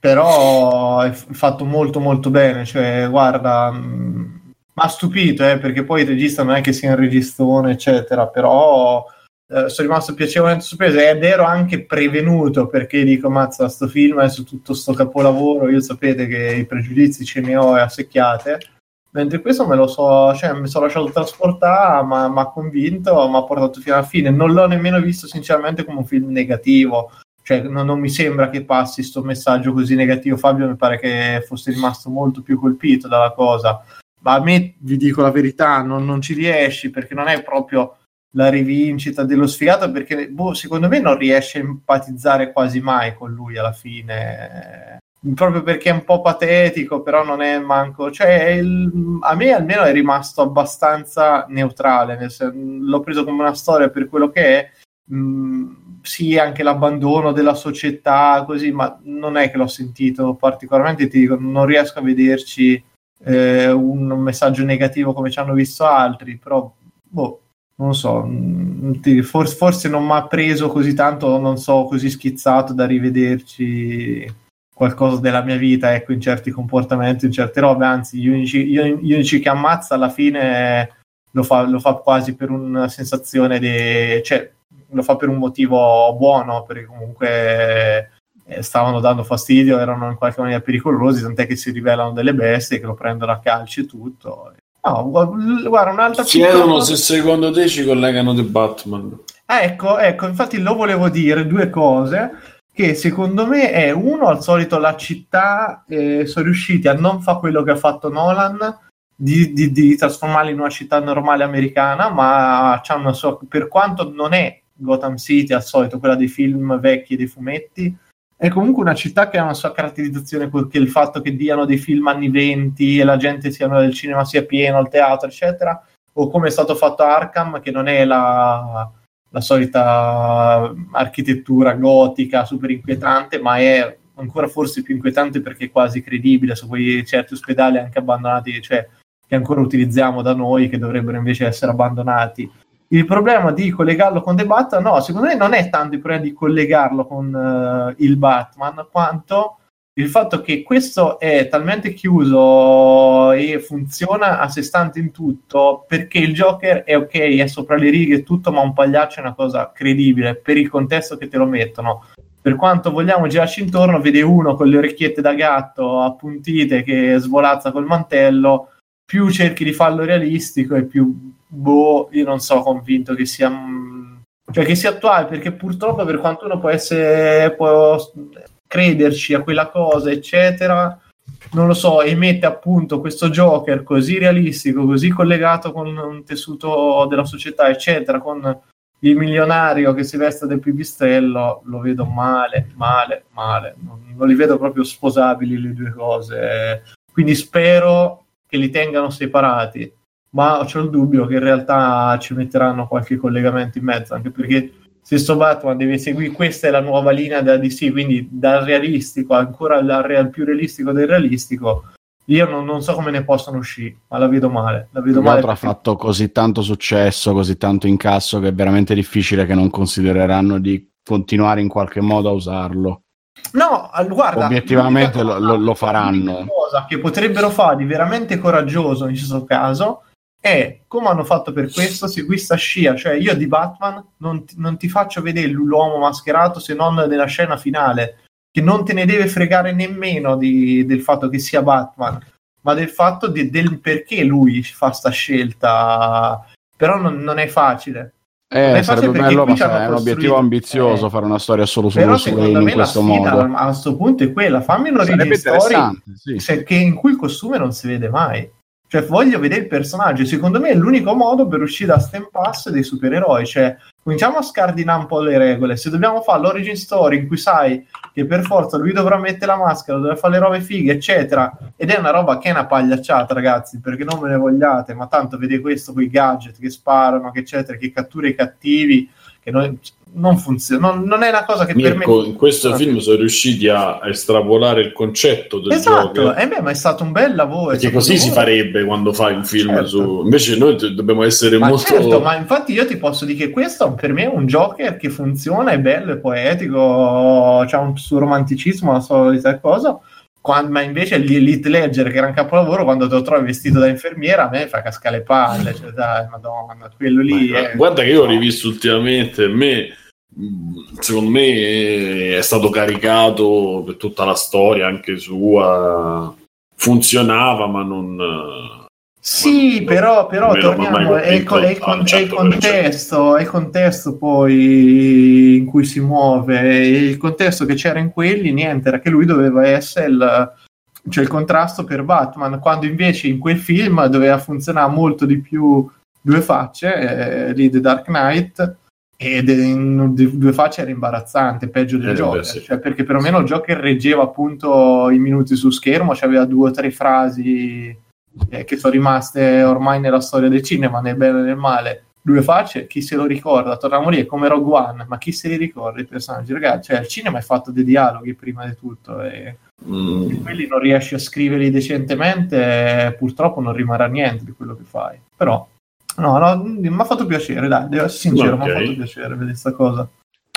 però è fatto molto molto bene, cioè guarda, mi ha stupito, eh, perché poi il regista non è che sia un registone eccetera, però eh, sono rimasto piacevolmente sorpreso ed ero anche prevenuto, perché dico mazza, sto film è su tutto sto capolavoro, io sapete che i pregiudizi ce ne ho e a secchiate, mentre questo me lo so, cioè mi sono lasciato trasportare, ma mi ha convinto, mi ha portato fino alla fine. Non l'ho nemmeno visto sinceramente come un film negativo, cioè non, non mi sembra che passi sto messaggio così negativo. Fabio mi pare che fosse rimasto molto più colpito dalla cosa, ma a me, vi dico la verità, non, non ci riesci, perché non è proprio la rivincita dello sfigato, perché boh, secondo me non riesce a empatizzare quasi mai con lui alla fine, proprio perché è un po' patetico, però non è manco, cioè il, a me almeno è rimasto abbastanza neutrale, nel senso, l'ho preso come una storia per quello che è, mh, sì, anche l'abbandono della società così, ma non è che l'ho sentito particolarmente, ti dico, non riesco a vederci eh, un messaggio negativo come ci hanno visto altri, però boh, non so, forse, forse non mi ha preso così tanto, non so, così schizzato da rivederci qualcosa della mia vita, ecco, in certi comportamenti, in certe robe, anzi gli unici, gli unici che ammazza alla fine lo fa, lo fa quasi per una sensazione di, cioè lo fa per un motivo buono, perché comunque eh, stavano dando fastidio, erano in qualche maniera pericolosi, tant'è che si rivelano delle bestie che lo prendono a calci e tutto. No, guarda, un'altra chiedono piccola... se secondo te ci collegano The Batman. Ah, ecco, ecco, infatti lo volevo dire, due cose, che secondo me è uno, al solito la città, eh, sono riusciti a non fare quello che ha fatto Nolan, di, di, di trasformarla in una città normale americana, ma c'hanno una sua, per quanto non è Gotham City al solito, quella dei film vecchi e dei fumetti, è comunque una città che ha una sua caratterizzazione, che il fatto che diano dei film anni venti e la gente sia nel cinema sia pieno, al teatro, eccetera, o come è stato fatto a Arkham, che non è la, la solita architettura gotica super inquietante, ma è ancora forse più inquietante perché è quasi credibile su quei certi ospedali anche abbandonati, cioè che ancora utilizziamo da noi, che dovrebbero invece essere abbandonati. Il problema di collegarlo con The Batman, no, secondo me non è tanto il problema di collegarlo con uh, il Batman, quanto il fatto che questo è talmente chiuso e funziona a sé stante in tutto, perché il Joker è ok, è sopra le righe e tutto, ma un pagliaccio è una cosa credibile per il contesto che te lo mettono. Per quanto vogliamo girarci intorno, vede uno con le orecchiette da gatto appuntite che svolazza col mantello, più cerchi di farlo realistico e più boh, io non so convinto che sia cioè che sia attuale, perché purtroppo per quanto uno può essere può crederci a quella cosa eccetera, non lo so, e mette appunto questo Joker così realistico, così collegato con un tessuto della società eccetera, con il milionario che si veste del pipistrello, lo vedo male male male non, non li vedo proprio sposabili le due cose, quindi spero che li tengano separati, ma c'ho il dubbio che in realtà ci metteranno qualche collegamento in mezzo, anche perché se sto Batman deve seguire, questa è la nuova linea della D C, quindi dal realistico ancora al, al più realistico del realistico, io non, non so come ne possono uscire, ma la vedo male, la vedo male perché... ha fatto così tanto successo, così tanto incasso, che è veramente difficile che non considereranno di continuare in qualche modo a usarlo. No, guarda, obiettivamente lo, lo, lo faranno. Una cosa che potrebbero fare di veramente coraggioso in questo caso è, come hanno fatto per questo, seguì sta scia, cioè io di Batman non ti, non ti faccio vedere l'uomo mascherato se non nella scena finale, che non te ne deve fregare nemmeno di, del fatto che sia Batman, ma del fatto di, del perché lui fa sta scelta, però non, non è facile. Eh, sarebbe bello, ma è un obiettivo ambizioso eh, fare una storia solo su Bruce Wayne in questo modo. A questo punto è quella, fammi una origin story sì. se, che in cui il costume non si vede mai. Cioè voglio vedere il personaggio, secondo me è l'unico modo per uscire da Stempass dei supereroi, cioè cominciamo a scardinare un po' le regole, se dobbiamo fare l'origin story in cui sai che per forza lui dovrà mettere la maschera, dovrà fare le robe fighe eccetera, ed è una roba che è una pagliacciata ragazzi, perché non me ne vogliate, ma tanto vede questo con i gadget che sparano, che eccetera, che cattura i cattivi, che non, non funziona, non, non è una cosa che Mirko, per me in questo film sono riusciti a estrapolare il concetto del esatto, gioco, eh beh, ma è stato un bel lavoro, perché così lavoro. Si farebbe quando fai un film certo. su invece noi t- dobbiamo essere ma molto certo, ma infatti io ti posso dire che questo per me è un Joker che funziona, è bello, è poetico, c'ha un suo romanticismo, la solita cosa, quando, ma invece l'Heath Ledger che era un capolavoro, quando te lo trovi vestito da infermiera a me fa cascare le palle, cioè dai, madonna, quello lì ma, è... guarda che io ho rivisto ultimamente, me secondo me è stato caricato per tutta la storia anche sua, funzionava ma non sì, ma però, però torniamo, è il, è, il, è, il contesto, è il contesto poi in cui si muove, il contesto che c'era in quelli, niente, era che lui doveva essere il, cioè il contrasto per Batman, quando invece in quel film doveva funzionare molto di più Due Facce, eh, lì The Dark Knight, ed in Due Facce era imbarazzante, peggio del eh, Joker, beh, sì. Cioè, perché perlomeno il Joker reggeva appunto i minuti su schermo, c'aveva due o tre frasi eh, che sono rimaste ormai nella storia del cinema, nel bene e nel male. Due Facce, chi se lo ricorda? Torniamo lì, è come Rogue One, ma chi se li ricorda i personaggi? Ragazzi, cioè il cinema è fatto dei dialoghi prima di tutto e mm. se quelli non riesci a scriverli decentemente, purtroppo non rimarrà niente di quello che fai. Però no, no, mi ha fatto piacere, dai, devo essere sincero, okay. Mi ha fatto piacere vedere questa cosa.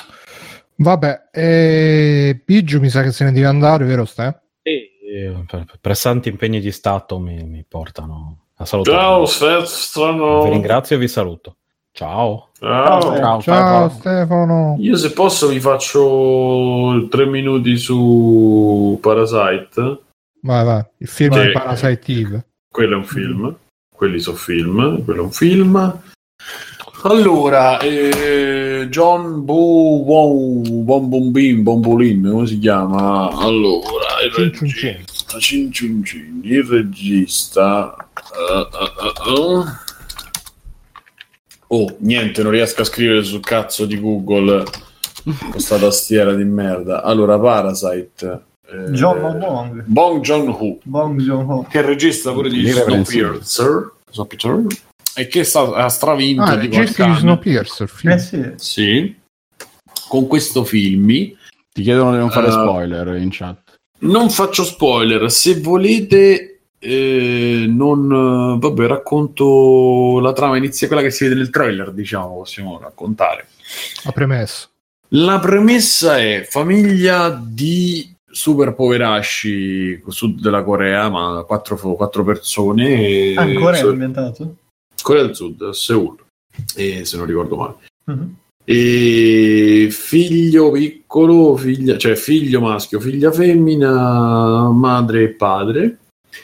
Vabbè, eh, Biggio mi sa che se ne deve andare, vero Ste? Sì, pressanti impegni di Stato mi, mi portano a salutare. Ciao Stefano. Vi ringrazio e vi saluto. Ciao. Ciao, ciao, ciao, ciao Stefano. Io se posso vi faccio tre minuti su Parasite. Vai, vai, il film di Parasite Eve. Quello è un film. quelli sono film, quello è un film. Allora, eh, John Bo Wow Bon Bombin Bombolin, come si chiama? Allora, il regista, cin cin cin, il regista. Uh, uh, uh, uh. Oh, niente, non riesco a scrivere sul cazzo di Google questa tastiera di merda. Allora, Parasite. Eh, John Bong. Bong Joon-ho. Bong Joon-ho. Che è il regista pure di Snowpiercer. Snowpiercer. E che sta, ha stravinto ah, di regista di Snowpiercer. Eh sì. Sì. Con questo film. Ti chiedono di non fare uh, spoiler in chat. Non faccio spoiler. Se volete, eh, non vabbè, racconto la trama inizia, quella che si vede nel trailer, diciamo, possiamo raccontare. La premessa. La premessa è famiglia di super poverasci sud della Corea, ma quattro, quattro persone. Ancora è ambientato? Corea del Sud, a Seoul, e se non ricordo male. Uh-huh. E figlio piccolo, figlia, cioè figlio maschio, figlia femmina, madre e padre.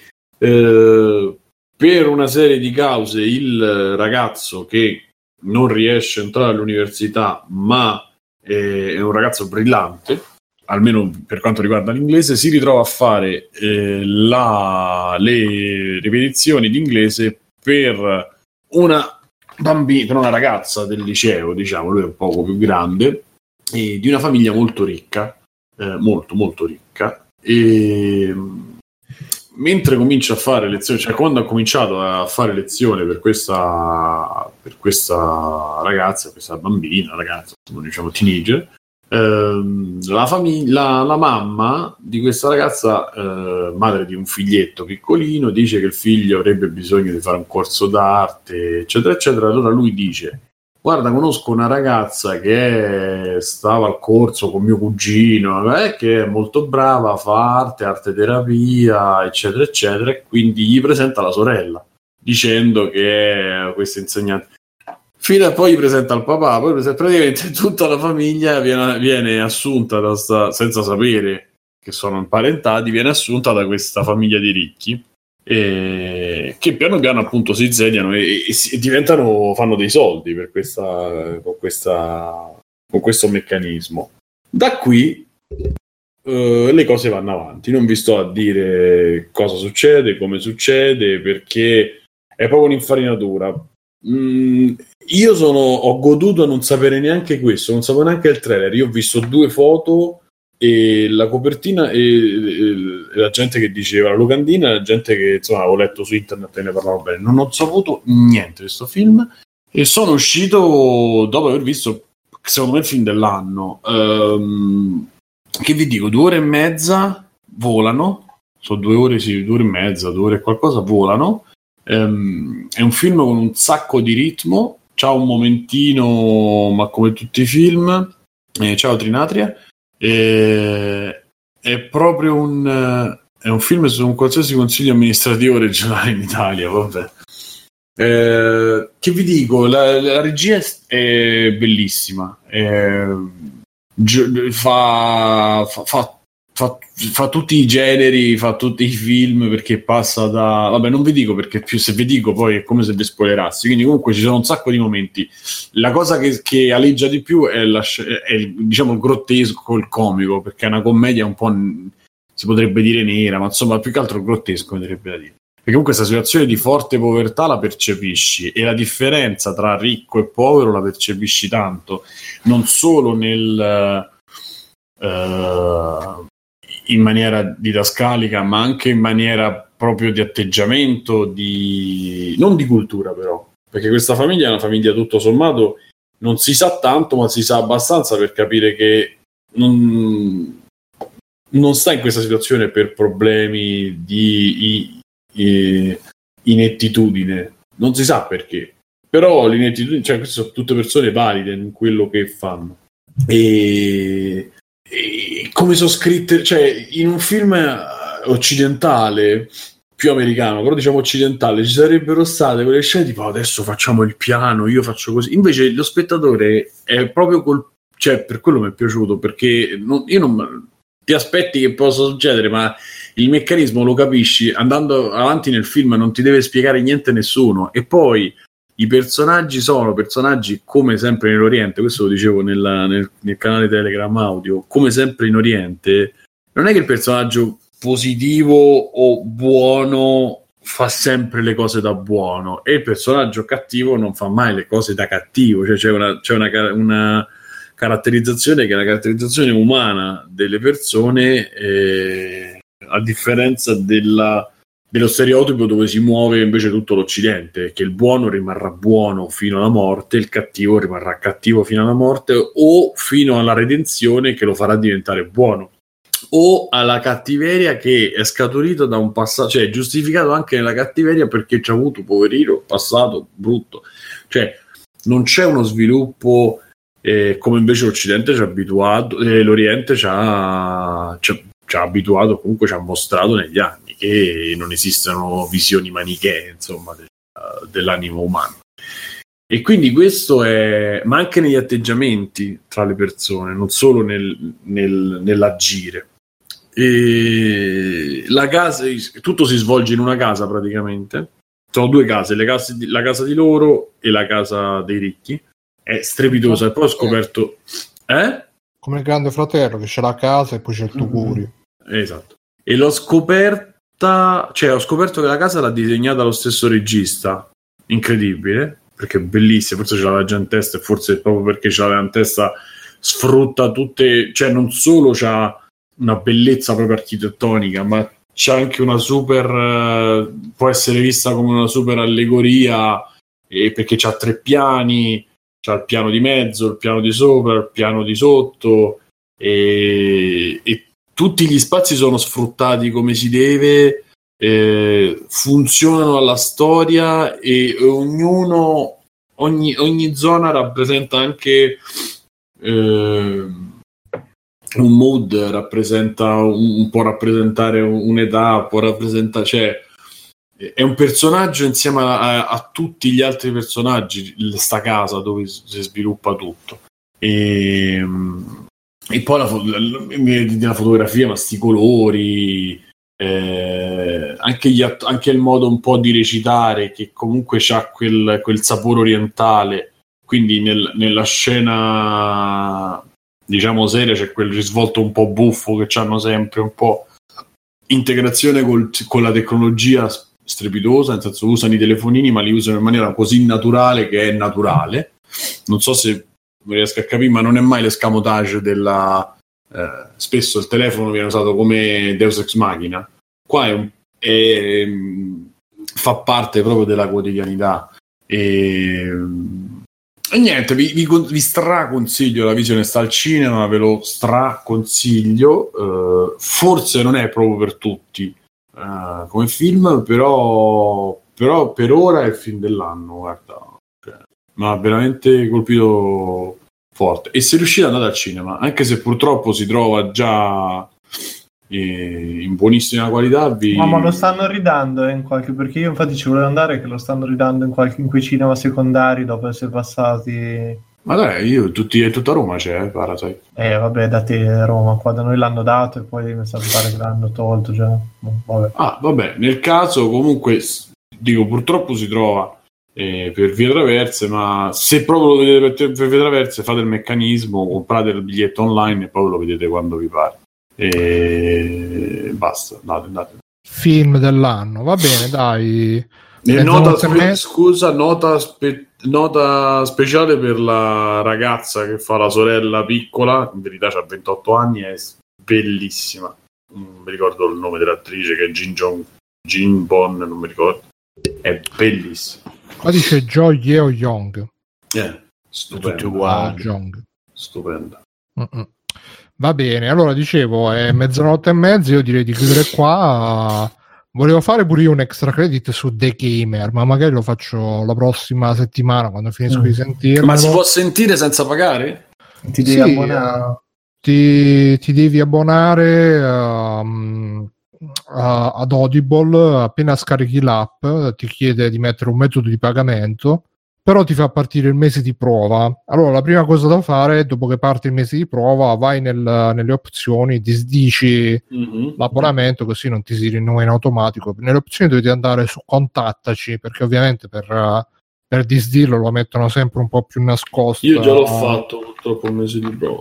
Eh, per una serie di cause il ragazzo che non riesce a entrare all'università, ma è un ragazzo brillante, almeno per quanto riguarda l'inglese, si ritrova a fare eh, la, le ripetizioni di inglese per una bambina, per una ragazza del liceo, diciamo, lui è un poco più grande, e di una famiglia molto ricca, eh, molto molto ricca, e mentre comincia a fare lezioni, cioè quando ha cominciato a fare lezione per questa per questa ragazza, questa bambina, ragazza, diciamo teenager, ehm, la famiglia, la, la mamma di questa ragazza, eh, madre di un figlietto piccolino, dice che il figlio avrebbe bisogno di fare un corso d'arte, eccetera, eccetera. Allora lui dice: guarda, conosco una ragazza che stava al corso con mio cugino, eh, che è molto brava, fa arte, arte terapia, eccetera, eccetera, e quindi gli presenta la sorella, dicendo che è questa insegnante. Fino a poi gli presenta il papà, poi presenta, praticamente tutta la famiglia viene, viene assunta, da sta, senza sapere che sono imparentati, viene assunta da questa famiglia di ricchi, e che piano piano appunto si insediano e, e, si, e diventano, fanno dei soldi per questa, con, questa, con questo meccanismo. Da qui uh, le cose vanno avanti. Non vi sto a dire cosa succede, come succede, perché è proprio un'infarinatura. Mm, io sono, ho goduto a non sapere neanche questo, non sapevo neanche il trailer. Io ho visto due foto e la copertina e, e, e la gente che diceva la locandina, la gente che insomma avevo letto su internet e ne parlavo bene. Non ho saputo niente di questo film e sono uscito dopo aver visto, secondo me, il film dell'anno. Um, che vi dico, due ore e mezza volano, sono due ore, sì, due ore e mezza, due ore e qualcosa volano. Um, è un film con un sacco di ritmo, c'ha un momentino, ma come tutti i film. Eh, ciao Trinatria. E, è proprio un è un film su un qualsiasi consiglio amministrativo regionale in Italia, vabbè. Eh, che vi dico, la, la regia è bellissima, è, fa, fa, fa, fa, fa tutti i generi, fa tutti i film, perché passa da, vabbè, non vi dico perché più se vi dico poi è come se vi spoilerassi, quindi comunque ci sono un sacco di momenti. La cosa che, che aleggia di più è, la, è il, diciamo il grottesco, il comico, perché è una commedia un po', si potrebbe dire nera, ma insomma più che altro grottesco mi direbbe da dire, perché comunque questa situazione di forte povertà la percepisci e la differenza tra ricco e povero la percepisci tanto, non solo nel uh, in maniera didascalica, ma anche in maniera proprio di atteggiamento, di non di cultura però, perché questa famiglia è una famiglia tutto sommato, non si sa tanto ma si sa abbastanza per capire che non, non sta in questa situazione per problemi di, di inettitudine, non si sa perché, però l'inettitudine, cioè queste sono tutte persone valide in quello che fanno e, e come sono scritte, cioè in un film occidentale più americano, però diciamo occidentale, ci sarebbero state quelle scene tipo adesso facciamo il piano, io faccio così, invece lo spettatore è proprio col, cioè per quello mi è piaciuto, perché non, io non ti aspetti che possa succedere, ma il meccanismo lo capisci andando avanti nel film, non ti deve spiegare niente nessuno. E poi i personaggi sono personaggi come sempre in Oriente, questo lo dicevo nella, nel, nel canale Telegram audio, come sempre in Oriente, non è che il personaggio positivo o buono fa sempre le cose da buono e il personaggio cattivo non fa mai le cose da cattivo, cioè c'è una, c'è una, una caratterizzazione che è la caratterizzazione umana delle persone, eh, a differenza della dello stereotipo dove si muove invece tutto l'Occidente, che il buono rimarrà buono fino alla morte, il cattivo rimarrà cattivo fino alla morte o fino alla redenzione che lo farà diventare buono, o alla cattiveria che è scaturito da un passato, cioè è giustificato anche nella cattiveria perché c'ha avuto, poverino, passato brutto, cioè non c'è uno sviluppo eh, come invece l'Occidente ci ha abituato, eh, l'Oriente ci ha, ci, ci ha abituato, comunque ci ha mostrato negli anni che non esistono visioni manichee, insomma, de, uh, dell'animo umano. E quindi questo è, ma anche negli atteggiamenti tra le persone, non solo nel, nel, nell'agire. E la casa, tutto si svolge in una casa praticamente. Sono due case, le case di, la casa di loro e la casa dei ricchi. È strepitosa. E poi ho scoperto, eh? Come il Grande Fratello, che c'è la casa e poi c'è il Tuguri. Mm-hmm. Esatto. E l'ho scoperto. Cioè, ho scoperto che la casa l'ha disegnata lo stesso regista, incredibile, perché è bellissima, forse ce l'aveva già in testa e forse proprio perché ce l'aveva in testa sfrutta tutte, cioè non solo c'ha una bellezza proprio architettonica, ma c'ha anche una super, eh, può essere vista come una super allegoria, eh, perché c'ha tre piani, c'ha il piano di mezzo, il piano di sopra, il piano di sotto, e, e tutti gli spazi sono sfruttati come si deve, eh, funzionano alla storia e ognuno, ogni, ogni zona rappresenta anche eh, un mood, rappresenta un, può rappresentare un'età, può rappresentare, cioè è un personaggio insieme a, a tutti gli altri personaggi, sta casa dove si sviluppa tutto. E E poi la, la, la fotografia, ma sti colori, eh, anche, gli att- anche il modo un po' di recitare, che comunque c'ha quel, quel sapore orientale. Quindi nel, nella scena, diciamo, seria c'è quel risvolto un po' buffo che c'hanno sempre, un po' integrazione col, con la tecnologia strepitosa, nel senso usano i telefonini, ma li usano in maniera così naturale che è naturale. Non so se non riesco a capire, ma non è mai l'escamotage della eh, spesso il telefono viene usato come Deus Ex Machina, qua è, un, è fa parte proprio della quotidianità e, e niente, vi, vi, vi straconsiglio la visione, sta al cinema, ve lo straconsiglio, eh, forse non è proprio per tutti eh, come film, però, però per ora è il film dell'anno, guarda, ma veramente colpito forte. E se riuscite ad andare al cinema, anche se purtroppo si trova già eh, in buonissima qualità, vi... no, ma lo stanno ridando eh, in qualche, perché io infatti ci volevo andare, che lo stanno ridando in qualche in quei cinema secondari dopo essere passati. Ma dai, io tutti, tutta Roma c'è, eh, Parasite. Eh vabbè, da te Roma, qua da noi l'hanno dato e poi mi sa pare che l'hanno tolto già. Vabbè. Ah, vabbè, nel caso comunque dico purtroppo si trova Eh, per vie traverse, ma se proprio lo vedete per, per vie traverse, fate il meccanismo, comprate il biglietto online e poi lo vedete quando vi pare e basta, andate, andate. Film dell'anno, va bene, dai. E nota spe- scusa nota, spe- nota speciale per la ragazza che fa la sorella piccola, in verità c'ha ventotto anni, è bellissima, non mi ricordo il nome dell'attrice, che è Jin Jong Jin Bon, non mi ricordo, è bellissima. Qua dice Jo Yeo Young. Eh, stupendo. Tutti uguali. Young. Stupenda. Mm-mm. Va bene, allora dicevo, è mezzanotte e mezza, io direi di chiudere qua. Volevo fare pure io un extra credit su The Gamer, ma magari lo faccio la prossima settimana quando finisco mm. di sentirlo. Ma si può sentire senza pagare? Ti devi sì, abbonare. Ti, ti devi abbonare um, a, ad Audible. Appena scarichi l'app ti chiede di mettere un metodo di pagamento, però ti fa partire il mese di prova. Allora la prima cosa da fare, dopo che parte il mese di prova, vai nel, nelle opzioni, disdici Mm-hmm. l'abbonamento, così non ti si rinnova in automatico. Nelle opzioni dovete andare su contattaci, perché ovviamente per, uh, per disdirlo lo mettono sempre un po' più nascosto. Io già l'ho fatto purtroppo un mese di prova.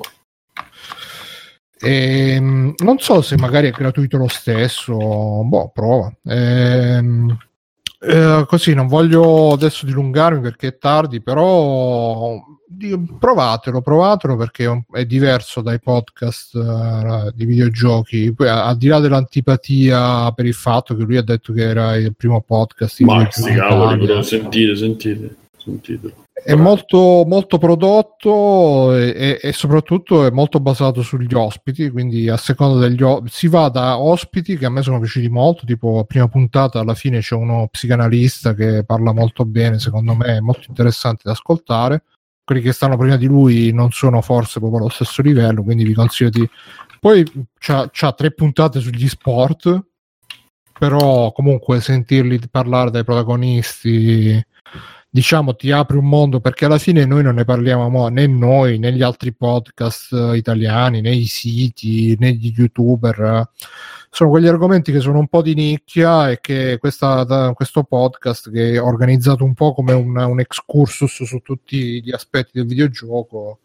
E, non so se magari è gratuito lo stesso, boh, prova. Ehm, eh, così non voglio adesso dilungarmi perché è tardi, però di- provatelo, provatelo perché è, un- è diverso dai podcast eh, di videogiochi. Poi, a- al di là dell'antipatia per il fatto che lui ha detto che era il primo podcast di Ma sti videogiochi in cavoli, Italia. però, sentite, sentite, sentite. È molto, molto prodotto e, e- e soprattutto è molto basato sugli ospiti, quindi a seconda degli o- si va da ospiti che a me sono piaciuti molto, tipo prima puntata alla fine c'è uno psicanalista che parla molto bene, secondo me è molto interessante da ascoltare. Quelli che stanno prima di lui non sono forse proprio allo stesso livello, quindi vi consiglio di... Poi c'ha, c'ha tre puntate sugli sport, però comunque sentirli parlare dai protagonisti, diciamo, ti apre un mondo, perché alla fine noi non ne parliamo mo, né noi né gli altri podcast eh, italiani, né i siti né gli youtuber, eh. Sono quegli argomenti che sono un po' di nicchia e che questa, da- questo podcast, che è organizzato un po' come un, un excursus su tutti gli aspetti del videogioco,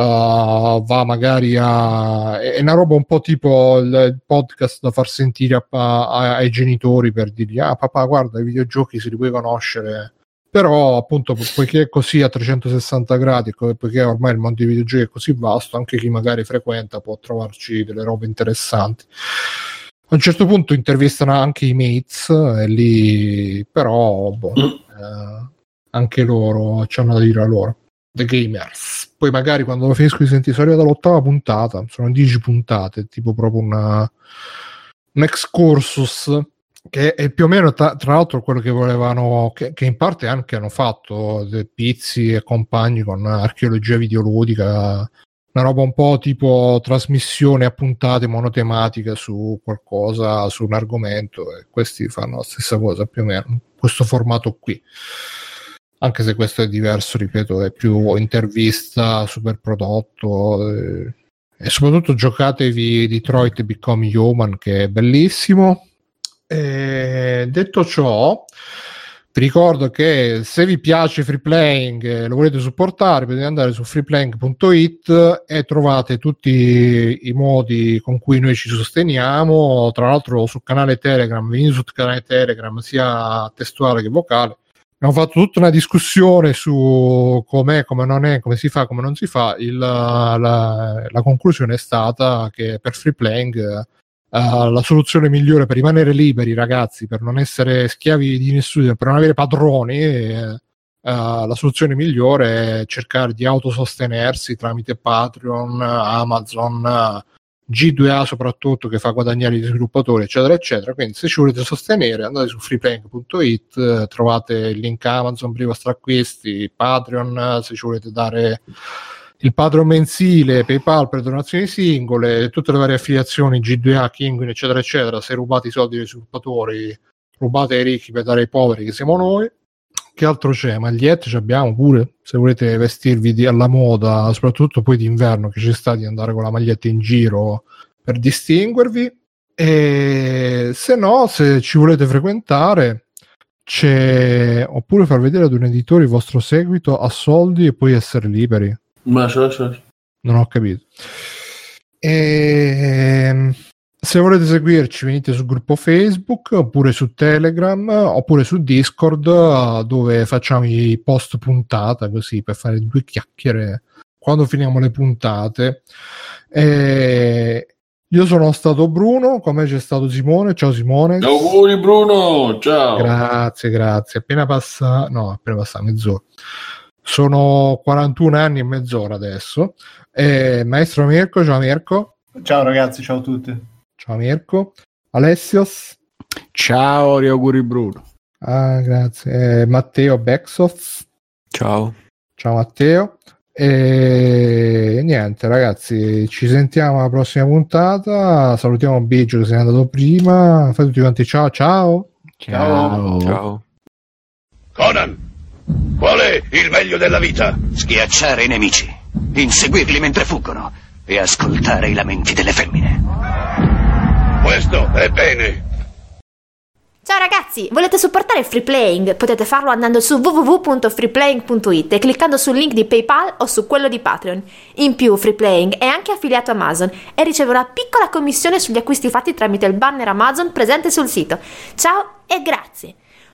Uh, va magari a... è una roba un po' tipo il, il podcast da far sentire a, a- ai genitori per dirgli: ah papà, guarda, i videogiochi se li puoi conoscere. Però appunto, po- poiché è così a trecentosessanta gradi, co- poiché ormai il mondo dei videogiochi è così vasto, anche chi magari frequenta può trovarci delle robe interessanti. A un certo punto intervistano anche i mates e lì però boh, eh, anche loro c'hanno da dire a loro, The Gamers. Poi magari quando lo finisco di sentire, sono arrivato all'ottava puntata, sono dieci puntate, tipo proprio una, un excursus che è più o meno tra, tra l'altro quello che volevano, che, che in parte anche hanno fatto De Pizzi e compagni con archeologia videoludica, una roba un po' tipo trasmissione a puntate monotematiche su qualcosa, su un argomento, e questi fanno la stessa cosa più o meno, questo formato qui. Anche se questo è diverso, ripeto, è più intervista, super prodotto, eh, e soprattutto giocatevi Detroit Become Human, che è bellissimo. E detto ciò, vi ricordo che se vi piace Free Playing e lo volete supportare, potete andare su freeplaying punto it e trovate tutti i modi con cui noi ci sosteniamo. Tra l'altro sul canale Telegram, venite sul canale Telegram sia testuale che vocale. Abbiamo fatto tutta una discussione su com'è, come non è, come si fa, come non si fa. Il, la, la conclusione è stata che per Free Playing uh, la soluzione migliore per rimanere liberi, ragazzi, per non essere schiavi di nessuno, per non avere padroni, eh, uh, la soluzione migliore è cercare di autosostenersi tramite Patreon, Amazon, G due A soprattutto, che fa guadagnare gli sviluppatori, eccetera eccetera. Quindi se ci volete sostenere, andate su freeplaying punto it, eh, trovate il link Amazon per i vostri acquisti, Patreon se ci volete dare il Patreon mensile, PayPal per donazioni singole, tutte le varie affiliazioni, G due A, Kinguin, eccetera eccetera. Se rubate i soldi dei sviluppatori, rubate ai ricchi per dare ai poveri, che siamo noi. Che altro c'è? Magliette ci abbiamo pure, se volete vestirvi di, alla moda, soprattutto poi d'inverno, che ci sta di andare con la maglietta in giro per distinguervi. E se no, se ci volete frequentare, c'è, oppure far vedere ad un editore il vostro seguito a soldi e poi essere liberi. Ma c'è, c'è. Non ho capito. E se volete seguirci, venite sul gruppo Facebook, oppure su Telegram, oppure su Discord, dove facciamo i post puntata, così per fare due chiacchiere quando finiamo le puntate. E io sono stato Bruno, con me c'è stato Simone. Ciao Simone. Auguri Bruno, ciao. Grazie, grazie. Appena passa, no, appena passa mezz'ora. Sono quarantuno anni e mezz'ora adesso. E maestro Mirko, ciao Mirko. Ciao ragazzi, ciao a tutti. Ciao Mirko. Alessios. Ciao, auguri Bruno. Ah, grazie. Eh, Matteo Bexoff. Ciao. Ciao Matteo. E niente ragazzi, ci sentiamo alla prossima puntata. Salutiamo Biggio che se n'è andato prima. Fate tutti quanti ciao ciao. Ciao. Ciao. Conan! Qual è il meglio della vita? Schiacciare i nemici, inseguirli mentre fuggono e ascoltare i lamenti delle femmine. Questo è bene. Ciao ragazzi, volete supportare Free Playing? Potete farlo andando su w w w punto free playing punto i t e cliccando sul link di PayPal o su quello di Patreon. In più, Free Playing è anche affiliato a Amazon e riceve una piccola commissione sugli acquisti fatti tramite il banner Amazon presente sul sito. Ciao e grazie!